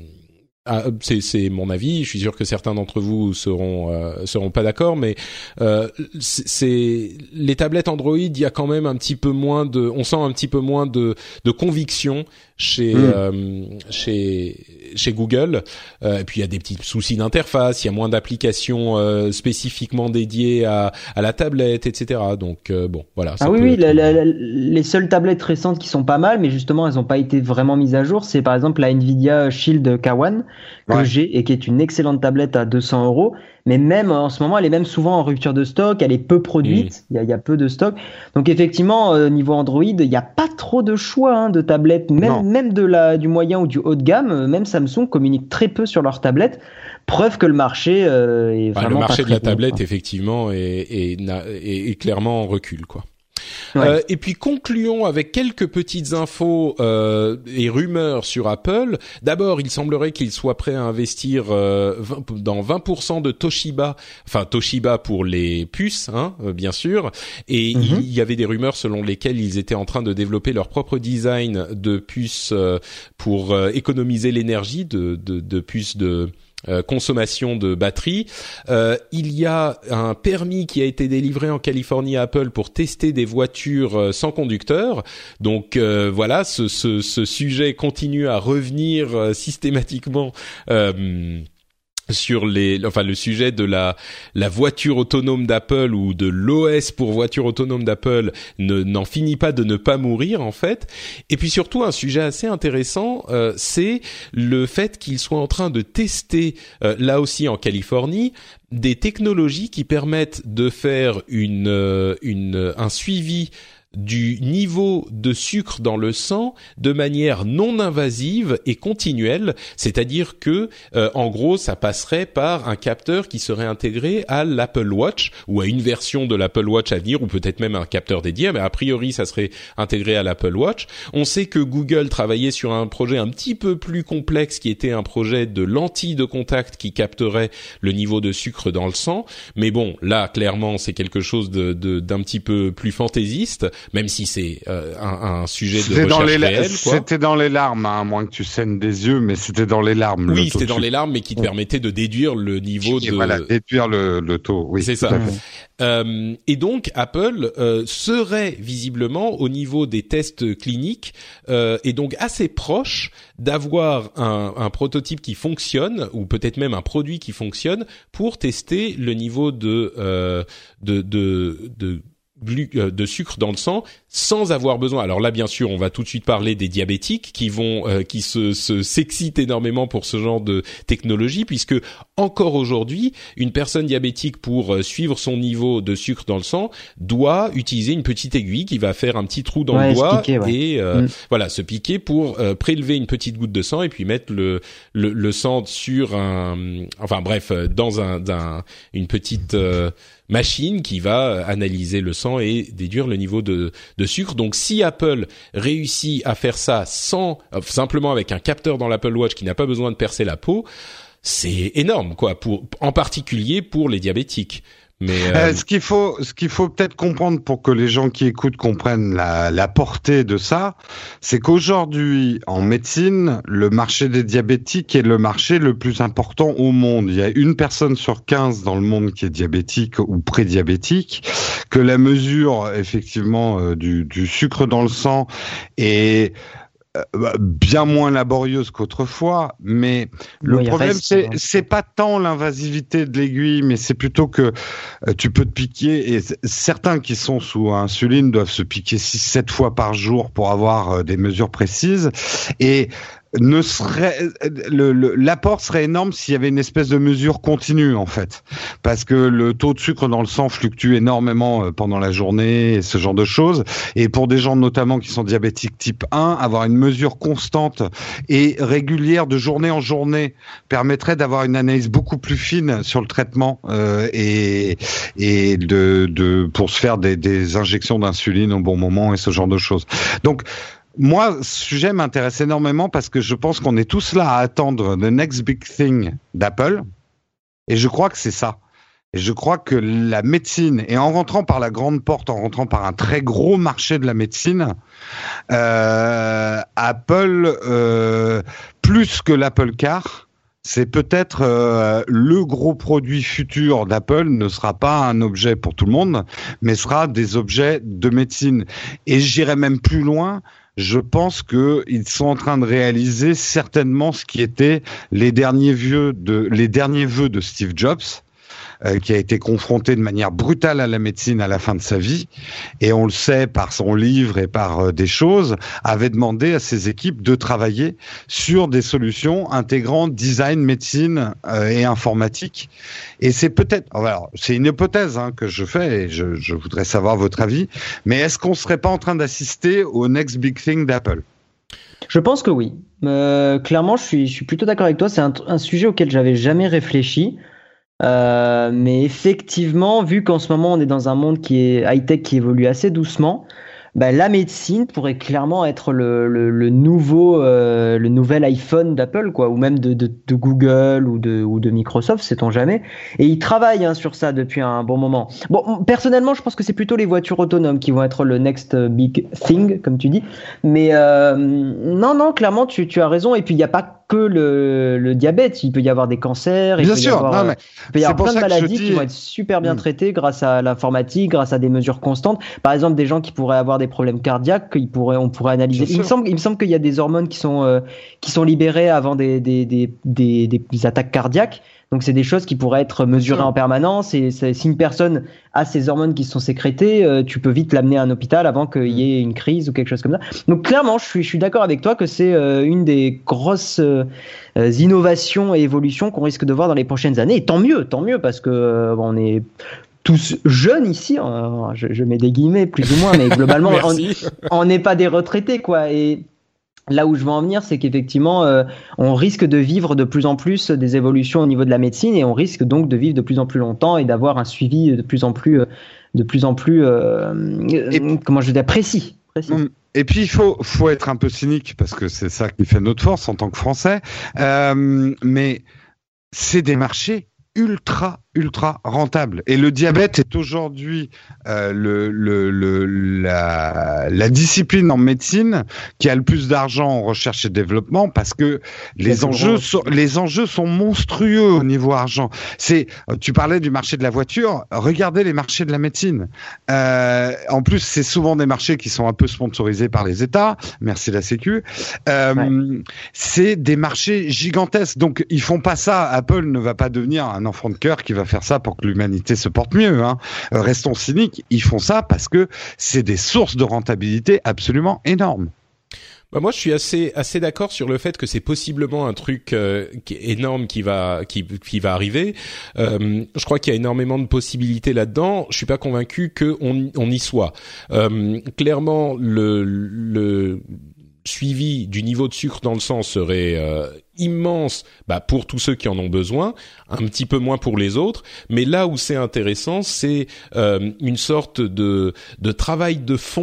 S2: Ah, c'est, c'est mon avis. Je suis sûr que certains d'entre vous seront euh, seront pas d'accord, mais euh, c'est, c'est les tablettes Android. Il y a quand même un petit peu moins de, on sent un petit peu moins de de conviction chez mmh. euh, chez chez Google. Euh, et puis il y a des petits soucis d'interface. Il y a moins d'applications euh, spécifiquement dédiées à à la tablette, et cetera. Donc euh, bon, voilà.
S4: Ah oui, oui. La, la, la, les seules tablettes récentes qui sont pas mal, mais justement elles ont pas été vraiment mises à jour, c'est par exemple la Nvidia Shield K un. Que ouais. j'ai et qui est une excellente tablette à deux cents euros, mais même en ce moment elle est même souvent en rupture de stock, elle est peu produite, il mmh. y, a, y a peu de stock, donc effectivement euh, niveau Android il n'y a pas trop de choix hein, de tablettes, même, même de la, du moyen ou du haut de gamme, même Samsung communique très peu sur leurs tablettes, preuve que le marché euh, est
S2: bah,
S4: vraiment
S2: le marché
S4: pas
S2: de la
S4: bon,
S2: tablette
S4: quoi.
S2: Effectivement est, est, est, est clairement en recul quoi.
S4: Ouais.
S2: Euh, et puis concluons avec quelques petites infos euh, et rumeurs sur Apple. D'abord, il semblerait qu'il soit prêt à investir euh, vingt, dans vingt pour cent de Toshiba, enfin Toshiba pour les puces, hein, euh, bien sûr. Et mm-hmm. il y avait des rumeurs selon lesquelles ils étaient en train de développer leur propre design de puces euh, pour euh, économiser l'énergie, de, de, de puces de Euh, consommation de batterie. Euh, il y a un permis qui a été délivré en Californie à Apple pour tester des voitures euh, sans conducteur. Donc euh, voilà, ce, ce, ce sujet continue à revenir euh, systématiquement. Euh, sur les, enfin le sujet de la la voiture autonome d'Apple ou de l'O S pour voiture autonome d'Apple ne n'en finit pas de ne pas mourir en fait. Et puis surtout un sujet assez intéressant, euh, c'est le fait qu'ils soient en train de tester euh, là aussi en Californie des technologies qui permettent de faire une euh, une un suivi du niveau de sucre dans le sang de manière non invasive et continuelle, c'est-à-dire que euh, en gros ça passerait par un capteur qui serait intégré à l'Apple Watch ou à une version de l'Apple Watch à venir ou peut-être même un capteur dédié, mais a priori ça serait intégré à l'Apple Watch. On sait que Google travaillait sur un projet un petit peu plus complexe qui était un projet de lentille de contact qui capterait le niveau de sucre dans le sang, mais bon là clairement c'est quelque chose de, de d'un petit peu plus fantaisiste, même si c'est euh, un, un sujet de
S3: c'était
S2: recherche
S3: dans les la-
S2: réelle, quoi.
S3: C'était dans les larmes, hein, à moins que tu saignes des yeux, mais c'était dans les larmes.
S2: Oui, c'était dans les larmes, mais qui te permettait de déduire le niveau
S3: et
S2: de...
S3: Voilà, déduire le, le taux, oui.
S2: C'est ça. Euh, et donc, Apple euh, serait visiblement, au niveau des tests cliniques, euh, et donc assez proche d'avoir un, un prototype qui fonctionne, ou peut-être même un produit qui fonctionne, pour tester le niveau de... Euh, de, de, de de sucre dans le sang sans avoir besoin. Alors là, bien sûr, on va tout de suite parler des diabétiques qui vont, euh, qui se, se s'excitent énormément pour ce genre de technologie, puisque encore aujourd'hui, une personne diabétique pour euh, suivre son niveau de sucre dans le sang doit utiliser une petite aiguille qui va faire un petit trou dans
S4: ouais,
S2: le doigt
S4: piquer, ouais.
S2: et euh,
S4: mm.
S2: voilà, se piquer pour euh, prélever une petite goutte de sang et puis mettre le le, le sang sur un, enfin bref, dans un, d'un, une petite euh, machine qui va analyser le sang et déduire le niveau de, de sucre. Donc si Apple réussit à faire ça sans euh, simplement avec un capteur dans l'Apple Watch qui n'a pas besoin de percer la peau, c'est énorme quoi, pour en particulier pour les diabétiques. Mais euh...
S3: Euh, ce qu'il faut, ce qu'il faut peut-être comprendre pour que les gens qui écoutent comprennent la, la portée de ça, c'est qu'aujourd'hui, en médecine, le marché des diabétiques est le marché le plus important au monde. Il y a une personne sur quinze dans le monde qui est diabétique ou prédiabétique, que la mesure, effectivement, euh, du, du sucre dans le sang est bien moins laborieuse qu'autrefois, mais le
S4: oui,
S3: problème
S4: reste,
S3: c'est
S4: hein.
S3: c'est pas tant l'invasivité de l'aiguille, mais c'est plutôt que euh, tu peux te piquer, et c- certains qui sont sous insuline doivent se piquer six sept fois par jour pour avoir euh, des mesures précises, et ne serait le, le l'apport serait énorme s'il y avait une espèce de mesure continue en fait, parce que le taux de sucre dans le sang fluctue énormément pendant la journée et ce genre de choses, et pour des gens notamment qui sont diabétiques type un, avoir une mesure constante et régulière de journée en journée permettrait d'avoir une analyse beaucoup plus fine sur le traitement euh, et et de de pour se faire des des injections d'insuline au bon moment et ce genre de choses. Donc moi, ce sujet m'intéresse énormément parce que je pense qu'on est tous là à attendre the next big thing d'Apple. Et je crois que c'est ça. Et je crois que la médecine, et en rentrant par la grande porte, en rentrant par un très gros marché de la médecine, euh, Apple, euh, plus que l'Apple Car, c'est peut-être euh, le gros produit futur d'Apple ne sera pas un objet pour tout le monde, mais sera des objets de médecine. Et j'irai même plus loin. Je pense qu'ils sont en train de réaliser certainement ce qui étaient les derniers vœux de, les derniers vœux de Steve Jobs, euh, qui a été confronté de manière brutale à la médecine à la fin de sa vie, et on le sait par son livre et par euh, des choses, avait demandé à ses équipes de travailler sur des solutions intégrant design, médecine euh, et informatique. Et c'est peut-être, alors c'est une hypothèse hein, que je fais, et je, je voudrais savoir votre avis, mais est-ce qu'on serait pas en train d'assister au next big thing d'Apple ?
S4: Je pense que oui. Euh, clairement, je suis, je suis plutôt d'accord avec toi. C'est un, un sujet auquel j'avais jamais réfléchi. Euh, mais effectivement, vu qu'en ce moment on est dans un monde qui est high-tech, qui évolue assez doucement, bah, la médecine pourrait clairement être le, le, le nouveau, euh, le nouvel iPhone d'Apple, quoi, ou même de, de, de Google ou de, ou de Microsoft, sait-on jamais. Et ils travaillent hein, sur ça depuis un bon moment. Bon, personnellement, je pense que c'est plutôt les voitures autonomes qui vont être le next big thing, comme tu dis. Mais euh, non, non, clairement, tu, tu as raison. Et puis il n'y a pas que le, le diabète, il peut y avoir des cancers, il
S3: Bien
S4: peut
S3: sûr,
S4: y avoir,
S3: non, mais
S4: il peut y avoir plein de maladies
S3: dis...
S4: qui vont être super bien
S3: mmh.
S4: traitées grâce à l'informatique, grâce à des mesures constantes. Par exemple, des gens qui pourraient avoir des problèmes cardiaques, ils pourraient, on pourrait analyser. Il me semble, il me semble qu'il y a des hormones qui sont euh, qui sont libérées avant des des, des des des attaques cardiaques. Donc c'est des choses qui pourraient être mesurées en permanence, et c'est, si une personne a ces hormones qui sont sécrétées, euh, tu peux vite l'amener à un hôpital avant qu'il y ait une crise ou quelque chose comme ça. Donc clairement, je suis, je suis d'accord avec toi que c'est euh, une des grosses euh, innovations et évolutions qu'on risque de voir dans les prochaines années. Et tant mieux, tant mieux, parce que euh, bon, on est tous jeunes ici, hein, je, je mets des guillemets plus ou moins, mais globalement, on n'est pas des retraités, quoi. Et là où je veux en venir, c'est qu'effectivement, euh, on risque de vivre de plus en plus des évolutions au niveau de la médecine, et on risque donc de vivre de plus en plus longtemps et d'avoir un suivi de plus en plus, de plus en plus, euh, et, comment je veux dire, précis. précis.
S3: Et puis il faut faut être un peu cynique, parce que c'est ça qui fait notre force en tant que Français. Euh, mais c'est des marchés ultra ultra rentable, et le diabète est aujourd'hui euh, le, le, le la, la discipline en médecine qui a le plus d'argent en recherche et développement, parce que les enjeux sont, les enjeux sont monstrueux au niveau argent. C'est, tu parlais du marché de la voiture, regardez les marchés de la médecine. Euh, en plus, c'est souvent des marchés qui sont un peu sponsorisés par les États, merci la Sécu. Euh, ouais. C'est des marchés gigantesques, donc ils font pas ça. Apple ne va pas devenir un enfant de cœur qui va faire ça pour que l'humanité se porte mieux, hein. Euh, restons cyniques, ils font ça parce que c'est des sources de rentabilité absolument énormes.
S2: Bah moi, je suis assez assez d'accord sur le fait que c'est possiblement un truc euh, qui est énorme qui va qui qui va arriver. Euh, je crois qu'il y a énormément de possibilités là-dedans. Je suis pas convaincu que on on y soit. Euh, clairement, le le suivi du niveau de sucre dans le sang serait euh, immense, bah, pour tous ceux qui en ont besoin, un petit peu moins pour les autres. Mais là où c'est intéressant, c'est euh, une sorte de de travail de fond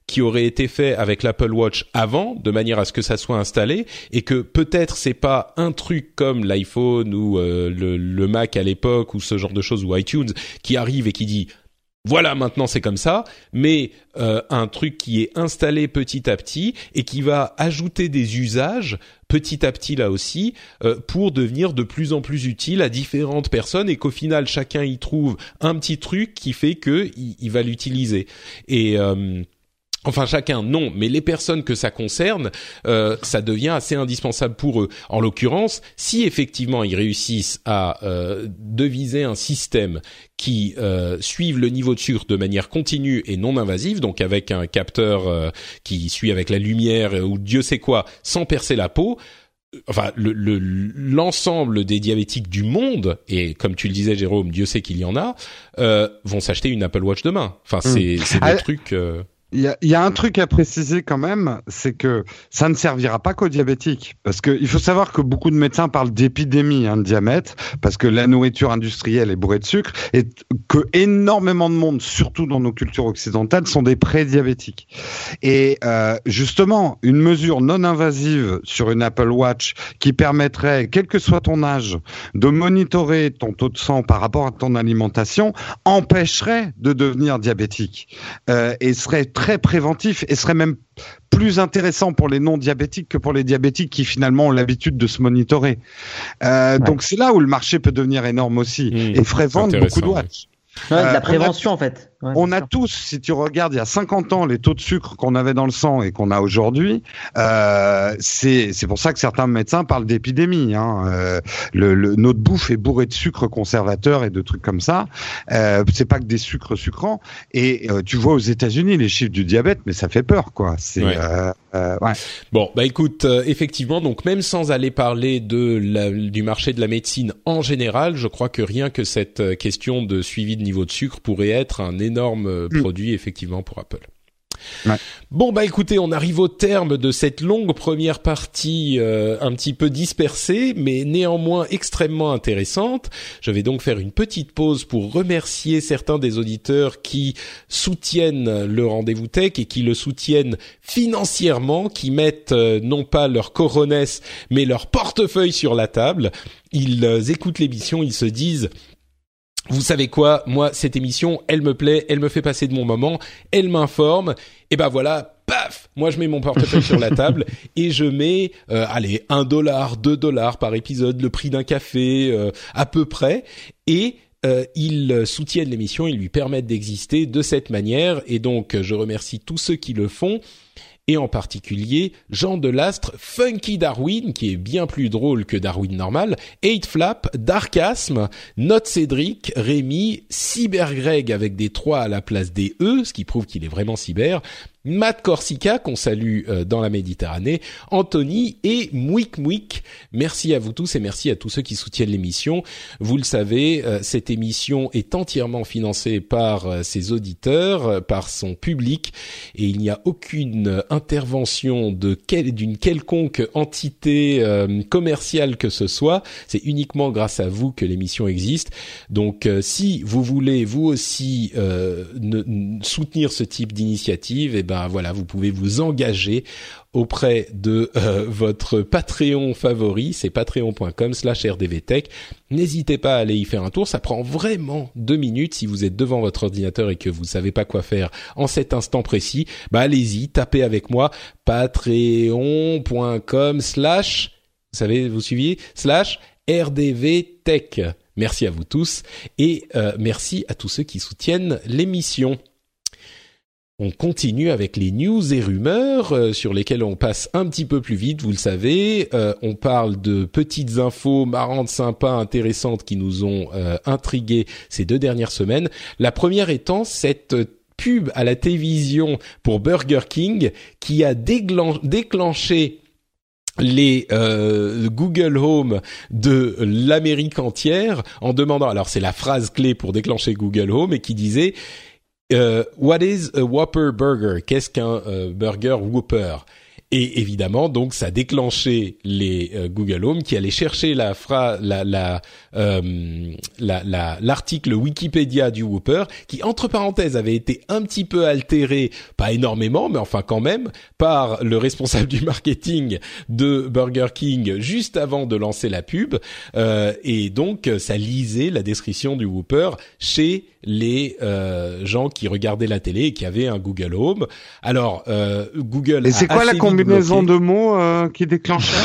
S2: qui aurait été fait avec l'Apple Watch avant, de manière à ce que ça soit installé, et que peut-être c'est pas un truc comme l'iPhone ou euh, le, le Mac à l'époque ou ce genre de choses, ou iTunes, qui arrive et qui dit voilà, maintenant c'est comme ça, mais euh, un truc qui est installé petit à petit et qui va ajouter des usages petit à petit là aussi euh, pour devenir de plus en plus utile à différentes personnes et qu'au final chacun y trouve un petit truc qui fait que il, il va l'utiliser. Et euh, Enfin, chacun, non, mais les personnes que ça concerne, euh, ça devient assez indispensable pour eux. En l'occurrence, si effectivement ils réussissent à euh, deviser un système qui euh, suive le niveau de sucre de manière continue et non invasive, donc avec un capteur euh, qui suit avec la lumière ou Dieu sait quoi, sans percer la peau, enfin le, le, l'ensemble des diabétiques du monde, et comme tu le disais Jérôme, Dieu sait qu'il y en a, euh, vont s'acheter une Apple Watch demain. Enfin, c'est, mmh. c'est des ah, trucs... Euh...
S3: Il y a, il y a un truc à préciser quand même, c'est que ça ne servira pas qu'aux diabétiques. Parce que il faut savoir que beaucoup de médecins parlent d'épidémie hein, de diabète, parce que la nourriture industrielle est bourrée de sucre, et que énormément de monde, surtout dans nos cultures occidentales, sont des pré-diabétiques. Et euh, justement, une mesure non invasive sur une Apple Watch qui permettrait, quel que soit ton âge, de monitorer ton taux de sang par rapport à ton alimentation, empêcherait de devenir diabétique. Euh, et serait très très préventif et serait même plus intéressant pour les non-diabétiques que pour les diabétiques qui finalement ont l'habitude de se monitorer. Euh, ouais. Donc c'est là où le marché peut devenir énorme aussi mmh, et ferait vendre beaucoup de watch.
S4: Ouais, de la prévention euh, en fait. Ouais,
S3: on a tous, si tu regardes, il y a cinquante ans, les taux de sucre qu'on avait dans le sang et qu'on a aujourd'hui, euh, c'est c'est pour ça que certains médecins parlent d'épidémie. Hein. Euh, le, le, notre bouffe est bourrée de sucres conservateurs et de trucs comme ça. Euh, c'est pas que des sucres sucrants. Et euh, tu vois aux États-Unis les chiffres du diabète, mais ça fait peur, quoi. C'est
S2: ouais.
S3: Euh, euh, ouais.
S2: Bon, bah écoute, euh, effectivement, donc même sans aller parler de la, du marché de la médecine en général, je crois que rien que cette question de suivi de niveau de sucre pourrait être un énorme énorme produit mmh. effectivement pour Apple. Ouais. Bon bah écoutez, on arrive au terme de cette longue première partie euh, un petit peu dispersée mais néanmoins extrêmement intéressante. Je vais donc faire une petite pause pour remercier certains des auditeurs qui soutiennent le Rendez-vous Tech et qui le soutiennent financièrement, qui mettent euh, non pas leur coronesse mais leur portefeuille sur la table. Ils euh, écoutent l'émission, ils se disent: vous savez quoi, moi, cette émission, elle me plaît, elle me fait passer de mon moment, elle m'informe, et ben voilà, paf, moi je mets mon portefeuille sur la table et je mets, euh, allez, un dollar, deux dollars par épisode, le prix d'un café, euh, à peu près, et euh, ils soutiennent l'émission, ils lui permettent d'exister de cette manière, et donc je remercie tous ceux qui le font. Et en particulier Jean Delastre, Funky Darwin, qui est bien plus drôle que Darwin normal, eight Flap, Darkasme, Note Cédric, Rémi, Cybergreg avec des trois à la place des E, ce qui prouve qu'il est vraiment cyber, Matt Corsica, qu'on salue euh, dans la Méditerranée, Anthony et Mouik Mouik. Merci à vous tous et merci à tous ceux qui soutiennent l'émission. Vous le savez, euh, cette émission est entièrement financée par euh, ses auditeurs, euh, par son public, et il n'y a aucune intervention de quel, d'une quelconque entité euh, commerciale que ce soit. C'est uniquement grâce à vous que l'émission existe. Donc euh, si vous voulez vous aussi euh, ne, ne, soutenir ce type d'initiative, et ben Ben voilà, vous pouvez vous engager auprès de euh, votre Patreon favori, c'est patreon.com slash rdvtech. N'hésitez pas à aller y faire un tour, ça prend vraiment deux minutes si vous êtes devant votre ordinateur et que vous savez pas quoi faire en cet instant précis. Bah allez-y, tapez avec moi patreon.com slash, vous savez, vous suiviez, slash rdvtech. Merci à vous tous et euh, merci à tous ceux qui soutiennent l'émission. On continue avec les news et rumeurs euh, sur lesquelles on passe un petit peu plus vite, vous le savez. Euh, on parle de petites infos marrantes, sympas, intéressantes qui nous ont euh, intrigués ces deux dernières semaines. La première étant cette pub à la télévision pour Burger King qui a déglan- déclenché les euh, Google Home de l'Amérique entière en demandant, alors c'est la phrase clé pour déclencher Google Home, et qui disait Uh, what is a Whopper burger? Qu'est-ce qu'un uh, burger Whopper? et évidemment, donc, ça a déclenché les euh, Google Home qui allaient chercher la phrase, la, la, euh, la, la, l'article Wikipédia du Whopper, qui entre parenthèses avait été un petit peu altéré, pas énormément, mais enfin quand même, par le responsable du marketing de Burger King juste avant de lancer la pub, euh, et donc ça lisait la description du Whopper chez les euh, gens qui regardaient la télé et qui avaient un Google Home. Alors euh, Google.
S3: Et c'est quoi la combinaison de mots euh, qui déclenchait?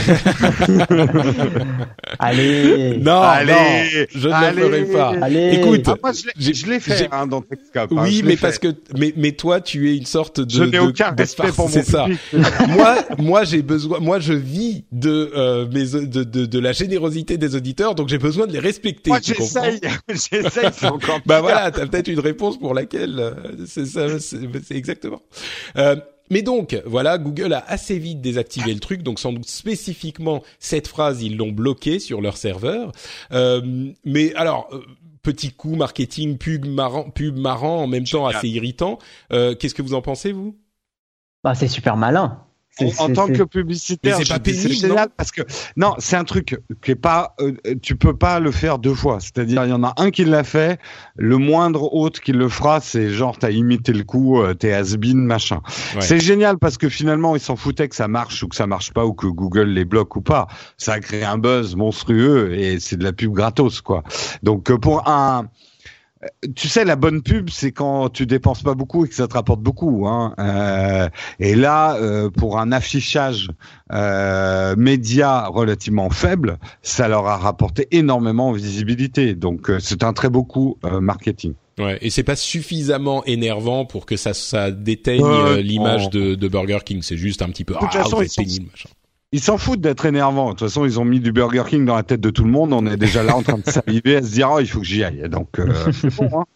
S4: Allez.
S2: Non,
S3: allez,
S2: non, je
S3: allez,
S2: ne le ferai pas.
S4: Allez.
S2: Écoute,
S3: ah, moi, je l'ai, je l'ai fait hein, dans Texcap.
S2: Oui,
S3: hein, je
S2: mais
S3: l'ai
S2: parce
S3: fait.
S2: que mais mais toi tu es une sorte de
S3: je n'ai
S2: de,
S3: aucun
S2: de
S3: respect
S2: farce,
S3: pour mon
S2: c'est ça.
S3: public.
S2: moi moi j'ai besoin moi je vis de euh, mes de, de de la générosité des auditeurs, donc j'ai besoin de les respecter.
S3: Moi
S2: tu
S3: j'essaye, j'essaye, c'est encore
S2: Bah
S3: pire.
S2: voilà, t'as peut-être une réponse pour laquelle euh, c'est ça, c'est, c'est exactement. Euh, mais donc, voilà, Google a assez vite désactivé le truc, donc sans doute spécifiquement cette phrase, ils l'ont bloquée sur leur serveur. Euh, mais alors, euh, petit coup marketing, pub marrant, pub marrant, en même temps assez irritant. Euh, qu'est-ce que vous en pensez, vous?
S4: Bah, c'est super malin.
S3: En,
S4: C'est,
S3: en
S4: c'est,
S3: tant
S4: c'est...
S3: que publicitaire,
S2: mais c'est pas
S3: je dis,
S2: pénible,
S3: c'est génial
S2: non
S3: parce que non, c'est un truc qui est pas, euh, tu peux pas le faire deux fois. C'est-à-dire, il y en a un qui l'a fait, le moindre autre qui le fera, c'est genre t'as imité le coup, euh, t'es has-been, machin.
S2: Ouais.
S3: C'est génial parce que finalement, ils s'en foutaient que ça marche ou que ça marche pas ou que Google les bloque ou pas. Ça a créé un buzz monstrueux et c'est de la pub gratos, quoi. Donc euh, pour un tu sais, la bonne pub, c'est quand tu dépenses pas beaucoup et que ça te rapporte beaucoup. Hein. Euh, et là, euh, pour un affichage euh, média relativement faible, ça leur a rapporté énormément en visibilité. Donc, euh, c'est un très beau coup euh, marketing.
S2: Ouais, et c'est pas suffisamment énervant pour que ça, ça déteigne
S3: euh,
S2: euh, l'image
S3: non.
S2: de, de Burger King. C'est juste un petit peu,
S3: De toute
S2: ah,
S3: façon,
S2: vous
S3: ils
S2: êtes
S3: sont-
S2: pénible, machin.
S3: Ils s'en foutent d'être énervants. De toute façon, ils ont mis du Burger King dans la tête de tout le monde. On est déjà là en train de saliver, à se dire, oh, il faut que j'y aille. Donc, euh, c'est bon, hein.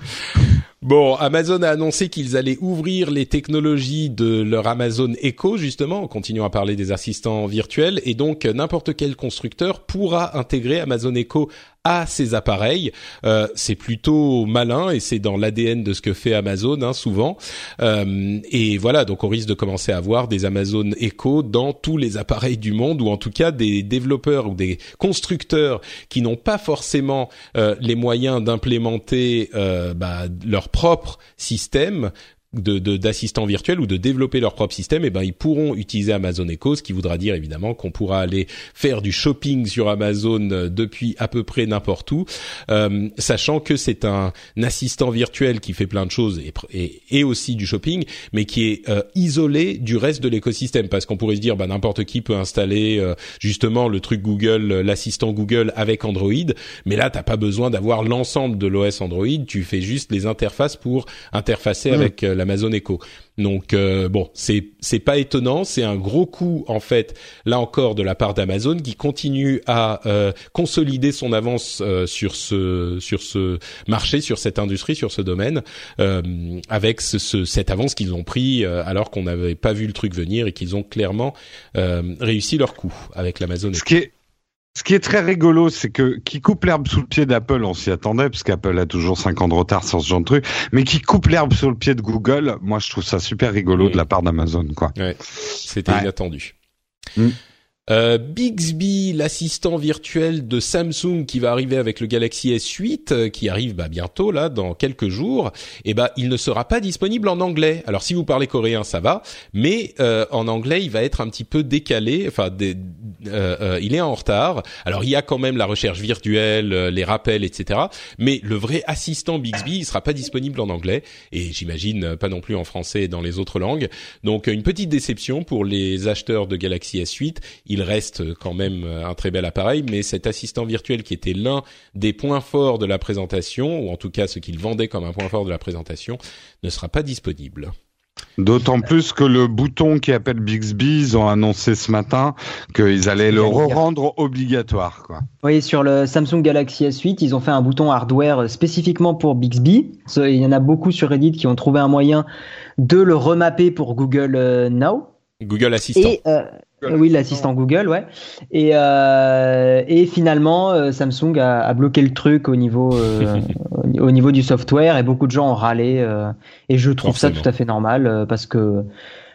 S2: Bon, Amazon a annoncé qu'ils allaient ouvrir les technologies de leur Amazon Echo, justement, en continuant à parler des assistants virtuels, et donc n'importe quel constructeur pourra intégrer Amazon Echo à ses appareils. Euh, c'est plutôt malin et c'est dans l'A D N de ce que fait Amazon, hein, souvent. Euh, et voilà, donc on risque de commencer à avoir des Amazon Echo dans tous les appareils du monde, ou en tout cas des développeurs ou des constructeurs qui n'ont pas forcément euh, les moyens d'implémenter euh, bah, leur propre système de, de d'assistants virtuels ou de développer leur propre système, et ben ils pourront utiliser Amazon Echo, ce qui voudra dire évidemment qu'on pourra aller faire du shopping sur Amazon depuis à peu près n'importe où, euh, sachant que c'est un, un assistant virtuel qui fait plein de choses et, et, et aussi du shopping, mais qui est euh, isolé du reste de l'écosystème, parce qu'on pourrait se dire bah n'importe qui peut installer euh, justement le truc Google, l'assistant Google avec Android, mais là t'as pas besoin d'avoir l'ensemble de l'O S Android, tu fais juste les interfaces pour interfacer mmh. avec euh, l'Amazon Echo. Donc euh, bon, c'est c'est pas étonnant, c'est un gros coup en fait là encore de la part d'Amazon qui continue à euh, consolider son avance euh, sur ce sur ce marché, sur cette industrie, sur ce domaine, euh, avec ce, ce, cette avance qu'ils ont pris euh, alors qu'on n'avait pas vu le truc venir et qu'ils ont clairement euh, réussi leur coup avec l'Amazon Echo.
S3: Ce qui est Ce qui est très rigolo, c'est que qui coupe l'herbe sous le pied d'Apple, on s'y attendait, parce qu'Apple a toujours cinq ans de retard sur ce genre de truc, mais qui coupe l'herbe sous le pied de Google, moi je trouve ça super rigolo mmh. de la part d'Amazon, quoi.
S2: Ouais, c'était ouais. inattendu.
S3: Mmh.
S2: Euh, Bixby, l'assistant virtuel de Samsung qui va arriver avec le Galaxy S huit, euh, qui arrive bah, bientôt là, dans quelques jours, et bah il ne sera pas disponible en anglais. Alors si vous parlez coréen, ça va, mais euh, en anglais, il va être un petit peu décalé. Enfin, des, euh, euh, il est en retard. Alors il y a quand même la recherche virtuelle, euh, les rappels, et cetera. Mais le vrai assistant Bixby, il sera pas disponible en anglais, et j'imagine pas non plus en français et dans les autres langues. Donc une petite déception pour les acheteurs de Galaxy S huit. Il reste quand même un très bel appareil, mais cet assistant virtuel qui était l'un des points forts de la présentation, ou en tout cas ce qu'il vendait comme un point fort de la présentation, ne sera pas disponible.
S3: D'autant plus que le bouton qui appelle Bixby, ils ont annoncé ce matin qu'ils allaient le rendre obligatoire, quoi.
S4: Oui, sur le Samsung Galaxy S huit, ils ont fait un bouton hardware spécifiquement pour Bixby. Il y en a beaucoup sur Reddit qui ont trouvé un moyen de le remapper pour Google Now.
S2: Google Assistant.
S4: Et, euh, oui, l'assistant Google, ouais. Et, euh, et finalement, euh, Samsung a, a bloqué le truc au niveau, euh, au niveau du software, et beaucoup de gens ont râlé. Euh, et je trouve Forcément. ça tout à fait normal, euh, parce que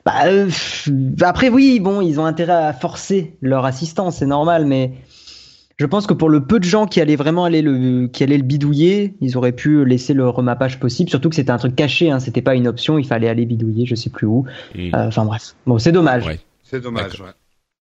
S4: Bah, euh, après, oui, bon, ils ont intérêt à forcer leur assistance, c'est normal, mais je pense que pour le peu de gens qui allaient vraiment aller le, qui allaient le bidouiller, ils auraient pu laisser le remappage possible, surtout que c'était un truc caché, hein, c'était pas une option, il fallait aller bidouiller, je sais plus où. Mmh. Euh, enfin bref, bon, c'est dommage.
S2: Ouais.
S3: C'est dommage, ouais.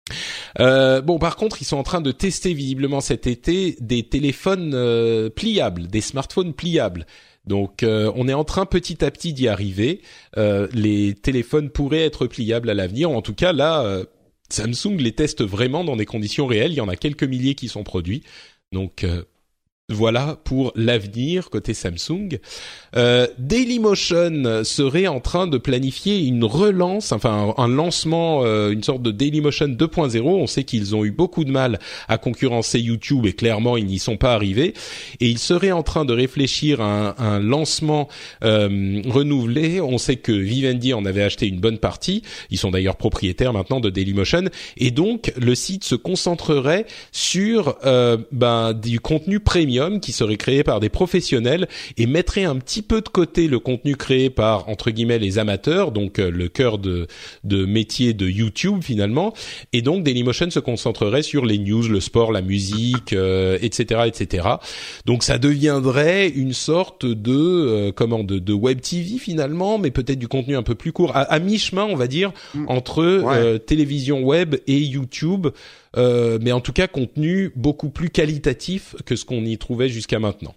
S2: Euh, bon, par contre, ils sont en train de tester visiblement cet été des téléphones euh, pliables, des smartphones pliables. Donc, euh, on est en train petit à petit d'y arriver. Euh, les téléphones pourraient être pliables à l'avenir. En tout cas, là, euh, Samsung les teste vraiment dans des conditions réelles. Il y en a quelques milliers qui sont produits. Donc, euh, voilà pour l'avenir côté Samsung. Euh, Dailymotion serait en train de planifier une relance, enfin un, un lancement, euh, une sorte de Dailymotion deux point zéro. On sait qu'ils ont eu beaucoup de mal à concurrencer YouTube et clairement ils n'y sont pas arrivés. Et ils seraient en train de réfléchir à un, un lancement euh, renouvelé. On sait que Vivendi en avait acheté une bonne partie. Ils sont d'ailleurs propriétaires maintenant de Dailymotion. Et donc le site se concentrerait sur euh, ben, du contenu premium qui serait créé par des professionnels et mettrait un petit peu de côté le contenu créé par entre guillemets les amateurs, donc euh, le cœur de de métier de YouTube finalement. Et donc Dailymotion se concentrerait sur les news, le sport, la musique, euh, et cetera, et cetera. Donc ça deviendrait une sorte de euh, comment de, de web T V finalement, mais peut-être du contenu un peu plus court, à, à mi-chemin on va dire entre ouais. euh, télévision web et YouTube. Euh, mais en tout cas contenu beaucoup plus qualitatif que ce qu'on y trouvait jusqu'à maintenant.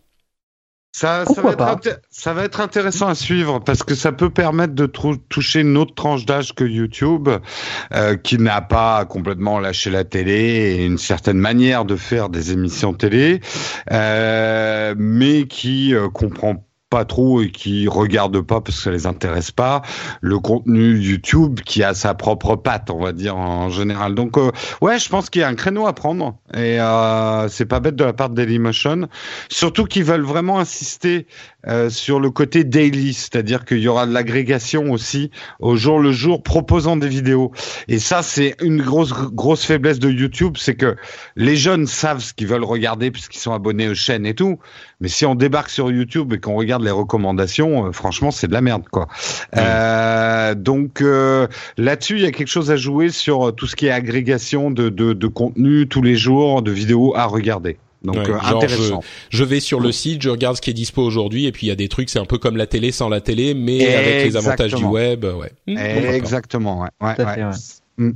S3: Ça, ça, va être inté- ça va être intéressant à suivre parce que ça peut permettre de trou- toucher une autre tranche d'âge que YouTube, euh, qui n'a pas complètement lâché la télé et une certaine manière de faire des émissions télé, euh, mais qui euh, comprend pas trop et qui regardent pas parce que ça les intéresse pas le contenu YouTube qui a sa propre patte, on va dire en général. Donc euh, ouais, je pense qu'il y a un créneau à prendre et euh, c'est pas bête de la part de Dailymotion, surtout qu'ils veulent vraiment insister euh, sur le côté daily, c'est-à-dire qu'il y aura de l'agrégation aussi au jour le jour proposant des vidéos. Et ça, c'est une grosse grosse faiblesse de YouTube, c'est que les jeunes savent ce qu'ils veulent regarder puisqu'ils sont abonnés aux chaînes et tout, mais si on débarque sur YouTube et qu'on regarde les recommandations, euh, franchement, c'est de la merde, quoi. Mmh. Euh, donc euh, là-dessus, il y a quelque chose à jouer sur tout ce qui est agrégation de, de, de contenu tous les jours, de vidéos à regarder. Donc
S2: ouais,
S3: euh, intéressant.
S2: Je, je vais sur le site, je regarde ce qui est dispo aujourd'hui, et puis il y a des trucs, c'est un peu comme la télé sans la télé, mais Exactement. avec les avantages du web. Ouais. Mmh,
S3: Exactement. Ouais. Ouais,
S4: Tout à
S3: ouais.
S4: fait, ouais.
S3: Mmh.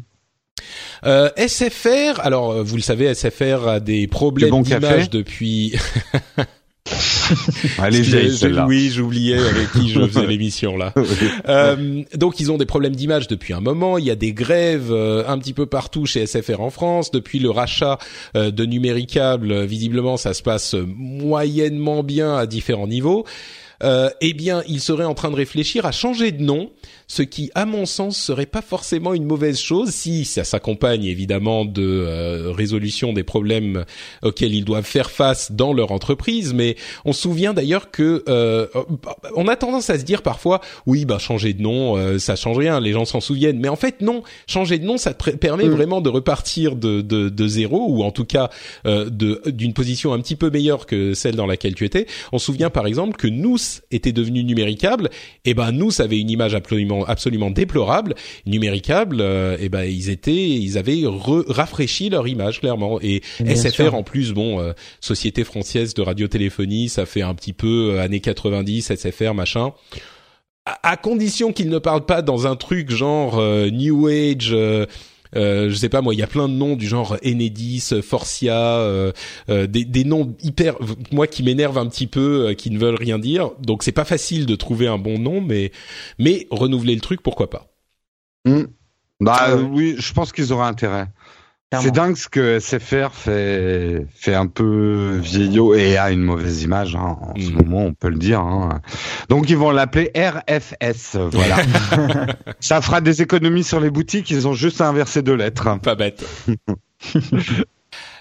S2: Euh, S F R, alors vous le savez, S F R a des problèmes bon d'image café. depuis.
S3: Allez, j'ai, j'ai,
S2: oui, j'oubliais avec qui je faisais l'émission là. euh, donc ils ont des problèmes d'image depuis un moment. Il y a des grèves euh, un petit peu partout chez S F R en France depuis le rachat euh, de Numéricable. Visiblement, ça se passe moyennement bien à différents niveaux. Euh, eh bien, ils seraient en train de réfléchir à changer de nom, ce qui, à mon sens, serait pas forcément une mauvaise chose si ça s'accompagne évidemment de euh, résolution des problèmes auxquels ils doivent faire face dans leur entreprise. Mais on se souvient d'ailleurs que euh, on a tendance à se dire parfois, oui, bah changer de nom, euh, ça change rien, les gens s'en souviennent. Mais en fait, non, changer de nom, ça te pr- permet mmh. vraiment de repartir de, de, de zéro, ou en tout cas euh, de d'une position un petit peu meilleure que celle dans laquelle tu étais. On se souvient par exemple que nous était devenu Numéricable, et ben nous ça avait une image absolument absolument déplorable. Numéricable, euh, et ben ils étaient, ils avaient re, rafraîchi leur image clairement. Et Bien S F R sûr. En plus, bon, euh, Société française de radiotéléphonie, ça fait un petit peu euh, années quatre-vingt-dix, S F R machin. À, à condition qu'ils ne parlent pas dans un truc genre euh, New Age. Euh, Euh, je sais pas moi, il y a plein de noms du genre Enedis, Forcia, euh, euh, des, des noms hyper, moi qui m'énervent un petit peu, euh, qui ne veulent rien dire. Donc c'est pas facile de trouver un bon nom, mais mais renouveler le truc, pourquoi pas.
S3: Mmh. Bah euh, oui, je pense qu'ils auraient intérêt. Clairement. C'est dingue ce que S F R fait fait un peu vieillot et a une mauvaise image hein, en mmh. ce moment, on peut le dire. Hein. Donc ils vont l'appeler R F S, voilà. Ça fera des économies sur les boutiques. Ils ont juste à inverser deux lettres.
S2: Pas bête.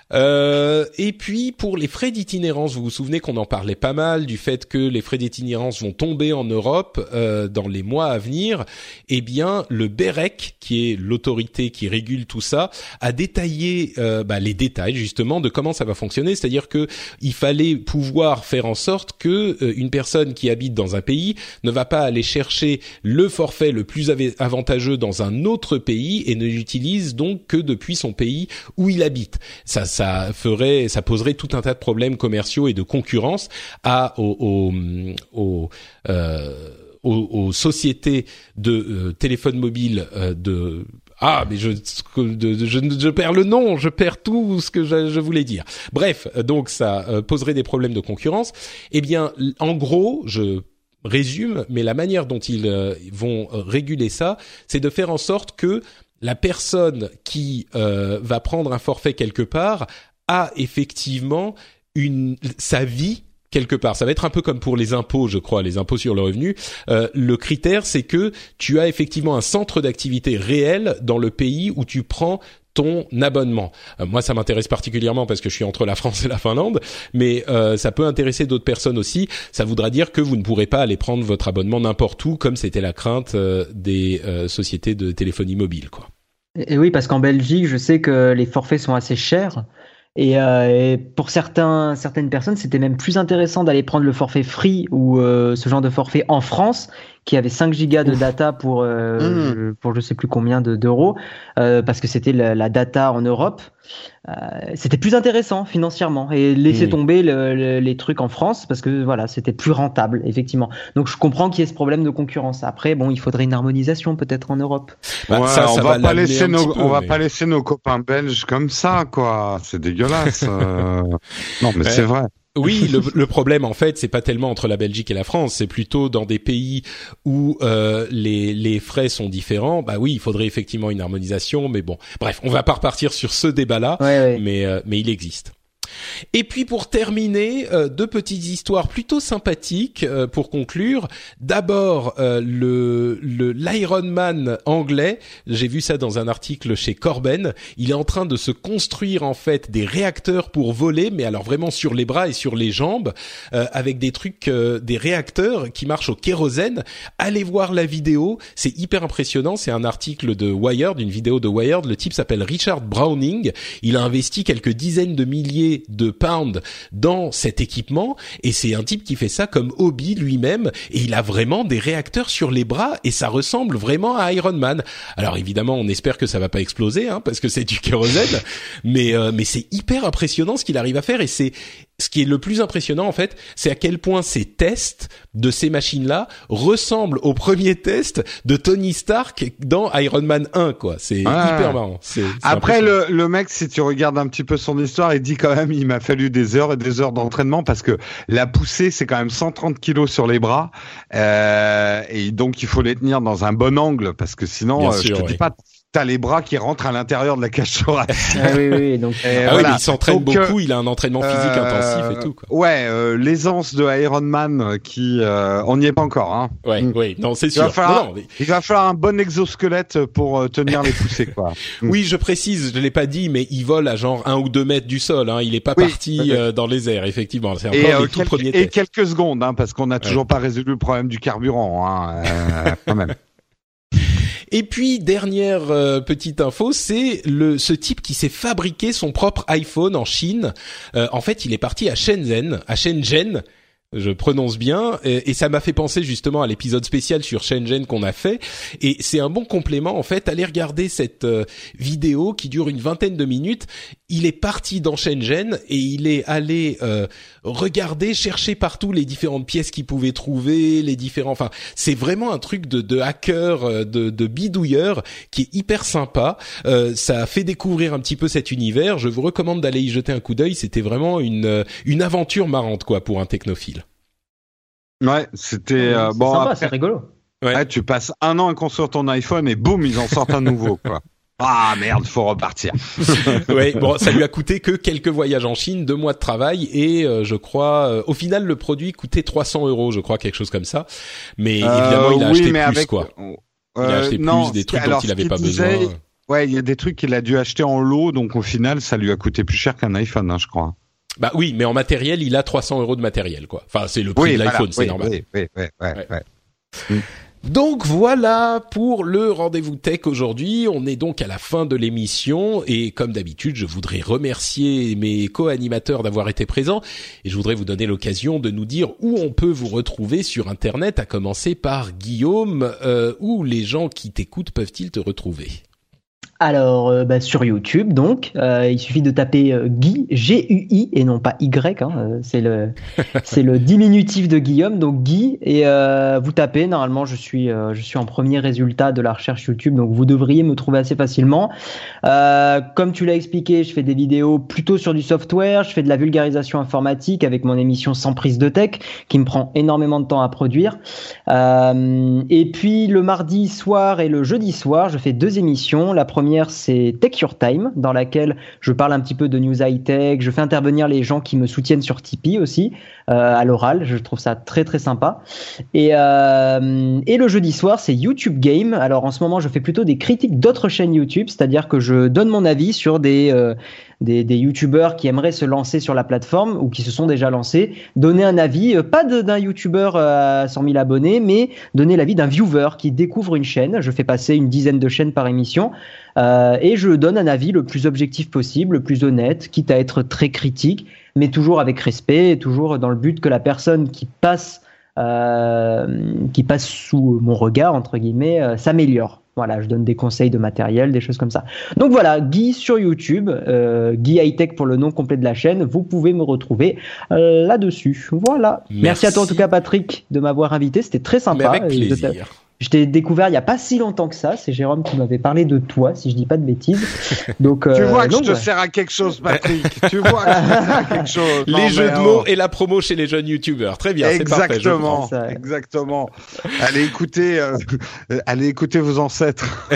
S2: Euh, et puis pour les frais d'itinérance, vous vous souvenez qu'on en parlait pas mal du fait que les frais d'itinérance vont tomber en Europe euh, dans les mois à venir. Eh bien, le B E R E C, qui est l'autorité qui régule tout ça, a détaillé euh, bah, les détails justement de comment ça va fonctionner. C'est-à-dire que il fallait pouvoir faire en sorte que euh, une personne qui habite dans un pays ne va pas aller chercher le forfait le plus av- avantageux dans un autre pays et ne l'utilise donc que depuis son pays où il habite. Ça ça ferait, ça poserait tout un tas de problèmes commerciaux et de concurrence à aux aux, aux, euh, aux, aux sociétés de euh, téléphones mobiles euh, de Ah, mais je, je, je, je perds le nom, je perds tout ce que je, je voulais dire. Bref, donc ça euh, poserait des problèmes de concurrence. Eh bien, en gros, je résume, mais la manière dont ils euh, vont euh, réguler ça, c'est de faire en sorte que la personne qui euh, va prendre un forfait quelque part a effectivement une sa vie quelque part. Ça va être un peu comme pour les impôts, je crois, les impôts sur le revenu. Euh, le critère, c'est que tu as effectivement un centre d'activité réel dans le pays où tu prends ton abonnement. Euh, moi, ça m'intéresse particulièrement parce que je suis entre la France et la Finlande, mais euh, ça peut intéresser d'autres personnes aussi. Ça voudra dire que vous ne pourrez pas aller prendre votre abonnement n'importe où, comme c'était la crainte euh, des euh, sociétés de téléphonie mobile, quoi.
S4: Et oui, parce qu'en Belgique, je sais que les forfaits sont assez chers. Et, euh, et pour certains, certaines personnes, c'était même plus intéressant d'aller prendre le forfait free ou euh, ce genre de forfait en France, qui avait cinq gigas de data pour euh, mmh. je, pour je sais plus combien de, d'euros, euh, parce que c'était la, la data en Europe. Euh, c'était plus intéressant financièrement et laisser mmh. tomber le, le, les trucs en France parce que voilà, c'était plus rentable effectivement. Donc je comprends qu'il y ait ce problème de concurrence. Après, bon, il faudrait une harmonisation peut-être en Europe.
S3: Bah, ouais, ça, ça on va, va pas laisser nos, peu, on va mais... pas laisser nos copains belges comme ça, quoi. C'est dégueulasse. euh... Non, mais ouais. c'est vrai.
S2: Oui, le, le problème en fait, c'est pas tellement entre la Belgique et la France, c'est plutôt dans des pays où euh, les les frais sont différents. Bah oui, il faudrait effectivement une harmonisation, mais bon, bref, on va pas repartir sur ce débat-là, ouais, ouais. mais euh, mais il existe. Et puis pour terminer, euh, deux petites histoires plutôt sympathiques euh, pour conclure. D'abord, euh, le, le l'Ironman anglais, j'ai vu ça dans un article chez Corben, il est en train de se construire en fait des réacteurs pour voler, mais alors vraiment sur les bras et sur les jambes, euh, avec des trucs, euh, des réacteurs qui marchent au kérosène. Allez voir la vidéo, c'est hyper impressionnant, c'est un article de Wired, une vidéo de Wired, le type s'appelle Richard Browning, il a investi quelques dizaines de milliers de pounds dans cet équipement et c'est un type qui fait ça comme hobby lui-même et il a vraiment des réacteurs sur les bras et ça ressemble vraiment à Iron Man. Alors évidemment, on espère que ça va pas exploser hein, parce que c'est du kérosène, mais euh, mais c'est hyper impressionnant ce qu'il arrive à faire et c'est ce qui est le plus impressionnant en fait, c'est à quel point ces tests de ces machines-là ressemblent aux premiers tests de Tony Stark dans Iron Man un, quoi. C'est ah. hyper marrant. C'est, c'est
S3: Après, le, le mec, si tu regardes un petit peu son histoire, il dit quand même, il m'a fallu des heures et des heures d'entraînement parce que la poussée, c'est quand même cent trente kilos sur les bras, euh, et donc il faut les tenir dans un bon angle parce que sinon, euh, sûr, je te oui. dis pas. T'as les bras qui rentrent à l'intérieur de la cage thoracique.
S4: Ah oui, oui, donc.
S2: Et ah voilà. Oui, mais il s'entraîne donc, beaucoup, il a un entraînement physique euh, intensif et tout, quoi.
S3: Ouais, euh, l'aisance de Iron Man qui, euh, on n'y est pas encore, hein.
S2: Ouais, mmh. oui, non, c'est
S3: il
S2: sûr.
S3: Va falloir,
S2: non, non, mais...
S3: Il va falloir un bon exosquelette pour euh, tenir les poussées, quoi.
S2: Mmh. Oui, je précise, je l'ai pas dit, mais il vole à genre un ou deux mètres du sol, hein. Il est pas oui, parti oui. Euh, dans les airs, effectivement. C'est encore et, euh, les tout
S3: quelques,
S2: premiers
S3: et
S2: tests.
S3: quelques secondes, hein, parce qu'on n'a toujours ouais. pas résolu le problème du carburant, hein, euh, quand même.
S2: Et puis dernière euh, petite info, c'est le ce type qui s'est fabriqué son propre iPhone en Chine. Euh, en fait, il est parti à Shenzhen, à Shenzhen. Je prononce bien, et, et ça m'a fait penser justement à l'épisode spécial sur Shenzhen qu'on a fait, et c'est un bon complément en fait. Allez regarder cette euh, vidéo qui dure une vingtaine de minutes. Il est parti dans Shenzhen et il est allé euh, regarder, chercher partout les différentes pièces qu'il pouvait trouver, les différents. Enfin, c'est vraiment un truc de, de hacker, de, de bidouilleur qui est hyper sympa. Euh, ça a fait découvrir un petit peu cet univers. Je vous recommande d'aller y jeter un coup d'œil. C'était vraiment une une aventure marrante quoi pour un technophile.
S3: Ouais, c'était euh,
S4: c'est
S3: bon.
S4: Sympa,
S3: après,
S4: c'est rigolo.
S3: Ouais. Ouais, tu passes un an à construire ton iPhone et boum, ils en sortent un nouveau, quoi. Ah merde, faut repartir.
S2: Ouais, bon, ça lui a coûté que quelques voyages en Chine, deux mois de travail et euh, je crois, euh, au final, le produit coûtait trois cents euros, je crois, quelque chose comme ça. Mais euh, évidemment, il a
S3: oui,
S2: acheté plus,
S3: avec,
S2: quoi.
S3: Euh,
S2: il a acheté
S3: non,
S2: plus des trucs
S3: alors,
S2: dont il avait pas
S3: disait,
S2: besoin.
S3: Ouais, il y a des trucs qu'il a dû acheter en lot, donc au final, ça lui a coûté plus cher qu'un iPhone, hein, je crois.
S2: Bah oui, mais en matériel, il a trois cents euros de matériel, quoi. Enfin, c'est le prix oui, de l'iPhone,
S3: voilà,
S2: c'est
S3: oui,
S2: normal.
S3: Oui, oui, oui, ouais, ouais. ouais.
S2: Mm. Donc voilà pour le rendez-vous tech aujourd'hui. On est donc à la fin de l'émission et comme d'habitude, je voudrais remercier mes co-animateurs d'avoir été présents et je voudrais vous donner l'occasion de nous dire où on peut vous retrouver sur Internet, à commencer par Guillaume. Euh, où les gens qui t'écoutent peuvent-ils te retrouver ?
S4: Alors, euh, bah, sur YouTube, donc, euh, il suffit de taper euh, Guy, G U I, et non pas Y, hein, euh, c'est le c'est le diminutif de Guillaume, donc Guy, et euh, vous tapez, normalement, je suis euh, je suis en premier résultat de la recherche YouTube, donc vous devriez me trouver assez facilement. Euh, comme tu l'as expliqué, je fais des vidéos plutôt sur du software, je fais de la vulgarisation informatique avec mon émission Sans prise de tech, qui me prend énormément de temps à produire. Euh, et puis, le mardi soir et le jeudi soir, je fais deux émissions. La première, c'est Tech Your Time, dans laquelle je parle un petit peu de news high-tech, je fais intervenir les gens qui me soutiennent sur Tipeee aussi, euh, à l'oral, je trouve ça très très sympa. Et, euh, et le jeudi soir, c'est YouTube Game. Alors en ce moment, je fais plutôt des critiques d'autres chaînes YouTube, c'est-à-dire que je donne mon avis sur des... Euh, Des, des youtubeurs qui aimeraient se lancer sur la plateforme ou qui se sont déjà lancés, donner un avis, euh, pas de, d'un youtubeur à cent mille abonnés, mais donner l'avis d'un viewer qui découvre une chaîne. Je fais passer une dizaine de chaînes par émission euh, et je donne un avis le plus objectif possible, le plus honnête, quitte à être très critique, mais toujours avec respect et toujours dans le but que la personne qui passe, euh, qui passe sous mon regard, entre guillemets, euh, s'améliore. Voilà, je donne des conseils de matériel, des choses comme ça. Donc voilà, Guy sur YouTube, euh, Guy High Tech pour le nom complet de la chaîne. Vous pouvez me retrouver euh, là-dessus. Voilà. Merci. Merci à toi en tout cas, Patrick, de m'avoir invité. C'était très sympa.
S2: Mais avec plaisir.
S4: Je t'ai découvère il n'y a pas si longtemps que ça. C'est Jérôme qui m'avait parlé de toi, si je dis pas de bêtises. Donc,
S3: euh, tu vois que
S4: donc,
S3: je te
S4: ouais.
S3: sers à quelque chose, Patrick. Tu vois que je te sers à quelque chose.
S2: Les
S3: non,
S2: jeux de
S3: oh.
S2: mots et la promo chez les jeunes youtubeurs. Très bien,
S3: exactement,
S2: c'est parfait.
S3: Exactement. Allez écouter, euh, allez écouter vos ancêtres.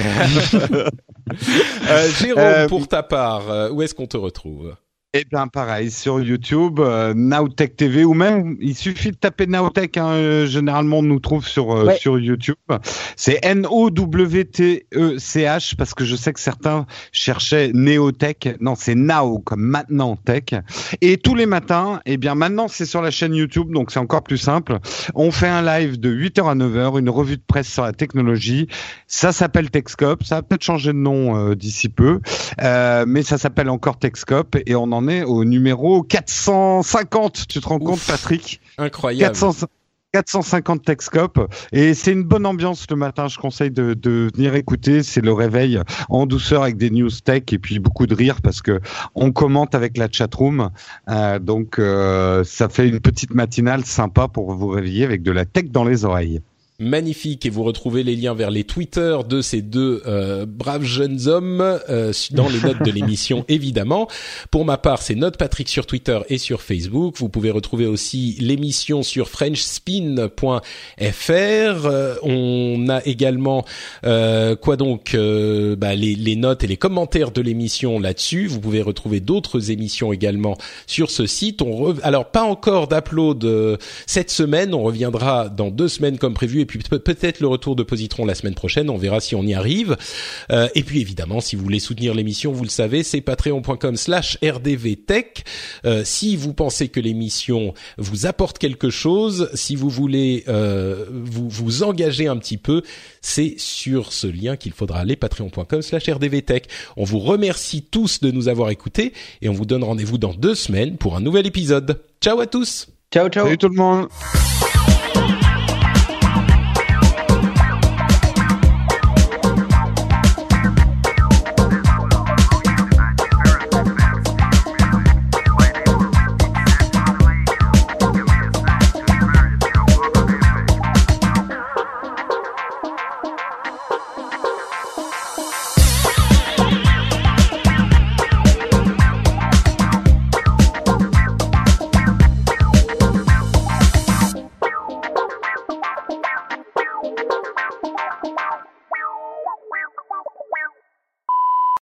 S2: euh, Jérôme, euh, pour ta part, où est-ce qu'on te retrouve ?
S3: Eh bien, pareil, sur YouTube, euh, Nowtech T V, ou même, il suffit de taper Nowtech, hein, euh, généralement, on nous trouve sur, euh, ouais. sur YouTube. C'est N O W T E C H, parce que je sais que certains cherchaient Neotech. Non, c'est Now, comme maintenant Tech. Et tous les matins, eh bien, maintenant, c'est sur la chaîne YouTube, donc c'est encore plus simple. On fait un live de huit heures à neuf heures, une revue de presse sur la technologie. Ça s'appelle Techscope. Ça va peut-être changer de nom euh, d'ici peu, euh, mais ça s'appelle encore Techscope, et on en est au numéro quatre cent cinquante. Tu te rends Ouf, compte, Patrick ?
S2: Incroyable.
S3: quatre cents, quatre cent cinquante Techscope. Et c'est une bonne ambiance le matin. Je conseille de, de venir écouter. C'est le réveil en douceur avec des news tech et puis beaucoup de rire parce que on commente avec la chatroom. Euh, donc, euh, ça fait une petite matinale sympa pour vous réveiller avec de la tech dans les oreilles.
S2: Magnifique, et vous retrouvez les liens vers les Twitter de ces deux euh, braves jeunes hommes euh, dans les notes de l'émission évidemment. Pour ma part, c'est Note Patrick sur Twitter et sur Facebook. Vous pouvez retrouver aussi l'émission sur french spin point f r. Euh, on a également euh, quoi donc euh, bah, les, les notes et les commentaires de l'émission là-dessus. Vous pouvez retrouver d'autres émissions également sur ce site. On re... Alors pas encore d'upload euh, cette semaine, on reviendra dans deux semaines comme prévu. Et puis peut-être le retour de Positron la semaine prochaine, on verra si on y arrive. Euh, et puis évidemment, si vous voulez soutenir l'émission, vous le savez, c'est patreon point com slash r d v tech. Euh, si vous pensez que l'émission vous apporte quelque chose, si vous voulez euh, vous vous engager un petit peu, c'est sur ce lien qu'il faudra aller, patreon point com slash r d v tech. On vous remercie tous de nous avoir écoutés et on vous donne rendez-vous dans deux semaines pour un nouvel épisode. Ciao à tous.
S4: Ciao, ciao.
S3: Salut tout le monde.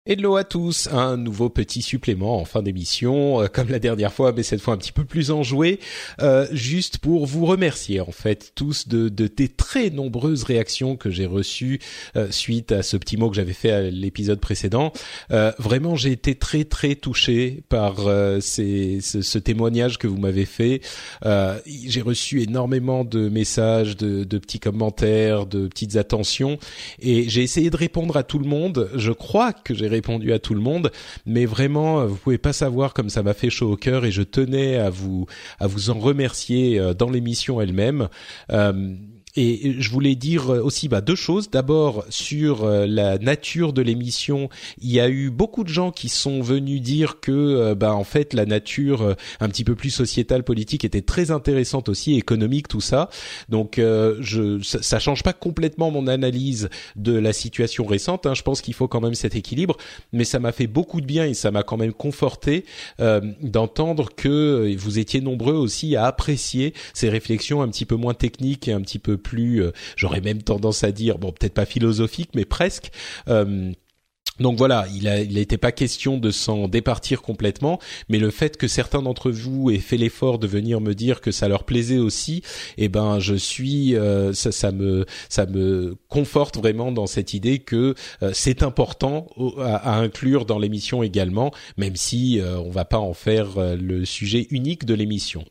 S2: Hello à tous, un nouveau petit supplément en fin d'émission, euh, comme la dernière fois, mais cette fois un petit peu plus enjoué, euh, juste pour vous remercier en fait tous de, de des très nombreuses réactions que j'ai reçues euh, suite à ce petit mot que j'avais fait à l'épisode précédent. Euh, vraiment, j'ai été très très touché par euh, ces, ce, ce témoignage que vous m'avez fait. Euh, j'ai reçu énormément de messages, de, de petits commentaires, de petites attentions, et j'ai essayé de répondre à tout le monde. Je crois que j'ai répondu à tout le monde, mais vraiment vous pouvez pas savoir comme ça m'a fait chaud au cœur et je tenais à vous à vous en remercier dans l'émission elle-même. Euh, Et je voulais dire aussi bah, deux choses. D'abord, sur euh, la nature de l'émission, il y a eu beaucoup de gens qui sont venus dire que, euh, bah, en fait, la nature euh, un petit peu plus sociétale, politique, était très intéressante aussi, économique, tout ça. Donc, euh, je, ça, ça change pas complètement mon analyse de la situation récente. Hein. Je pense qu'il faut quand même cet équilibre, mais ça m'a fait beaucoup de bien et ça m'a quand même conforté euh, d'entendre que vous étiez nombreux aussi à apprécier ces réflexions un petit peu moins techniques et un petit peu plus, euh, j'aurais même tendance à dire, bon, peut-être pas philosophique, mais presque. Euh, donc voilà, il a, il n'était pas question de s'en départir complètement, mais le fait que certains d'entre vous aient fait l'effort de venir me dire que ça leur plaisait aussi, eh ben, je suis, euh, ça, ça me, ça me conforte vraiment dans cette idée que euh, c'est important à, à inclure dans l'émission également, même si euh, on va pas en faire euh, le sujet unique de l'émission.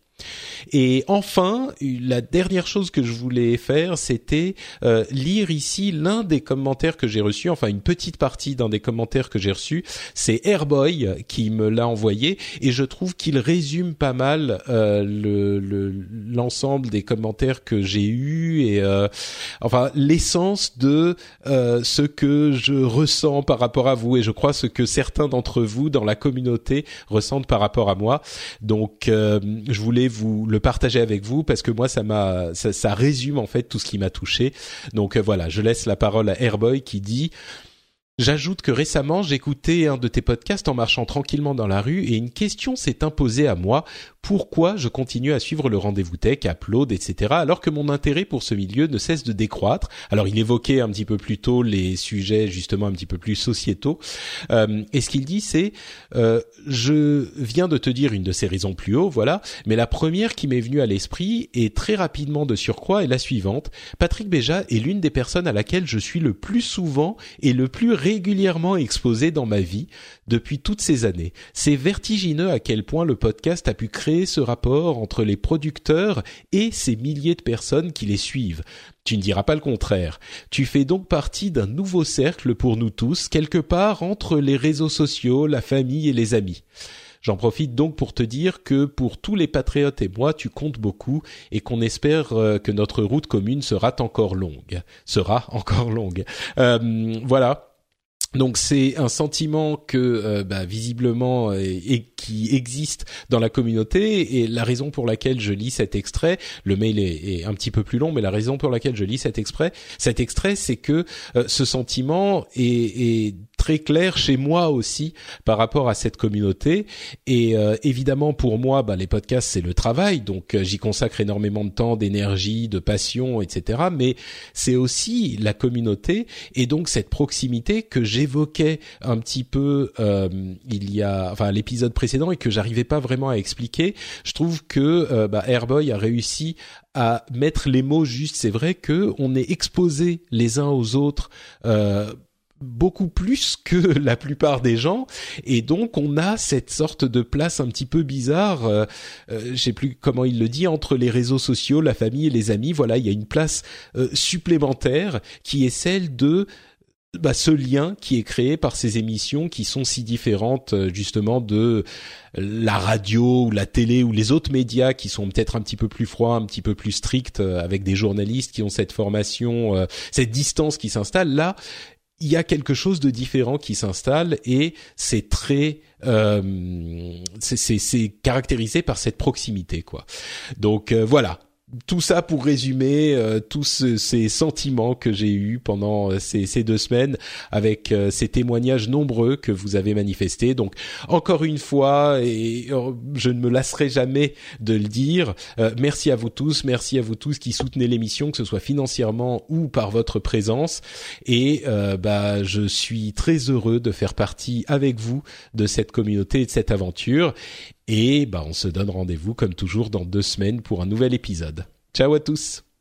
S2: Et enfin, la dernière chose que je voulais faire, c'était euh, lire ici l'un des commentaires que j'ai reçus, enfin une petite partie d'un des commentaires que j'ai reçus. C'est Airboy qui me l'a envoyé et je trouve qu'il résume pas mal euh, le, le, l'ensemble des commentaires que j'ai eus et euh, enfin l'essence de euh, ce que je ressens par rapport à vous et je crois ce que certains d'entre vous dans la communauté ressentent par rapport à moi. Donc, euh, je voulais vous le partager avec vous parce que moi ça m'a ça, ça résume en fait tout ce qui m'a touché. Donc euh, voilà, je laisse la parole à Airboy qui dit: j'ajoute que récemment, j'écoutais un de tes podcasts en marchant tranquillement dans la rue et une question s'est imposée à moi. Pourquoi je continue à suivre le Rendez-vous Tech, Upload, et cetera, alors que mon intérêt pour ce milieu ne cesse de décroître? Alors, il évoquait un petit peu plus tôt les sujets justement un petit peu plus sociétaux. Euh, et ce qu'il dit, c'est euh, je viens de te dire une de ces raisons plus haut, voilà. Mais la première qui m'est venue à l'esprit et très rapidement de surcroît est la suivante. Patrick Béja est l'une des personnes à laquelle je suis le plus souvent et le plus régulièrement exposé dans ma vie depuis toutes ces années. C'est vertigineux à quel point le podcast a pu créer ce rapport entre les producteurs et ces milliers de personnes qui les suivent. Tu ne diras pas le contraire. Tu fais donc partie d'un nouveau cercle pour nous tous, quelque part entre les réseaux sociaux, la famille et les amis. J'en profite donc pour te dire que pour tous les patriotes et moi, tu comptes beaucoup et qu'on espère euh, que notre route commune sera encore longue. Sera encore longue. Euh, voilà. Donc c'est un sentiment que euh, bah, visiblement et, et qui existe dans la communauté et la raison pour laquelle je lis cet extrait, le mail est, est un petit peu plus long, mais la raison pour laquelle je lis cet extrait, cet extrait, c'est que euh, ce sentiment est, est très clair chez moi aussi par rapport à cette communauté et euh, évidemment pour moi, bah, les podcasts c'est le travail, donc euh, j'y consacre énormément de temps, d'énergie, de passion, et cetera. Mais c'est aussi la communauté et donc cette proximité que j'ai évoquais un petit peu euh, il y a enfin l'épisode précédent et que j'arrivais pas vraiment à expliquer. Je trouve que euh, bah, Airboy a réussi à mettre les mots justes. C'est vrai que on est exposés les uns aux autres euh, beaucoup plus que la plupart des gens et donc on a cette sorte de place un petit peu bizarre euh, euh, je sais plus comment il le dit, entre les réseaux sociaux, la famille et les amis. Voilà, il y a une place euh, supplémentaire qui est celle de bah, ce lien qui est créé par ces émissions qui sont si différentes justement de la radio ou la télé ou les autres médias qui sont peut-être un petit peu plus froids, un petit peu plus stricts, avec des journalistes qui ont cette formation, euh, cette distance qui s'installe. Là, il y a quelque chose de différent qui s'installe et c'est très euh, c'est, c'est, c'est caractérisé par cette proximité, quoi. Donc euh, voilà. tout ça pour résumer euh, tous ce, ces sentiments que j'ai eus pendant euh, ces, ces deux semaines avec euh, ces témoignages nombreux que vous avez manifestés. Donc encore une fois, et euh, je ne me lasserai jamais de le dire, euh, merci à vous tous, merci à vous tous qui soutenez l'émission, que ce soit financièrement ou par votre présence. Et euh, bah je suis très heureux de faire partie avec vous de cette communauté et de cette aventure. Et bah, on se donne rendez-vous comme toujours dans deux semaines pour un nouvel épisode. Ciao à tous!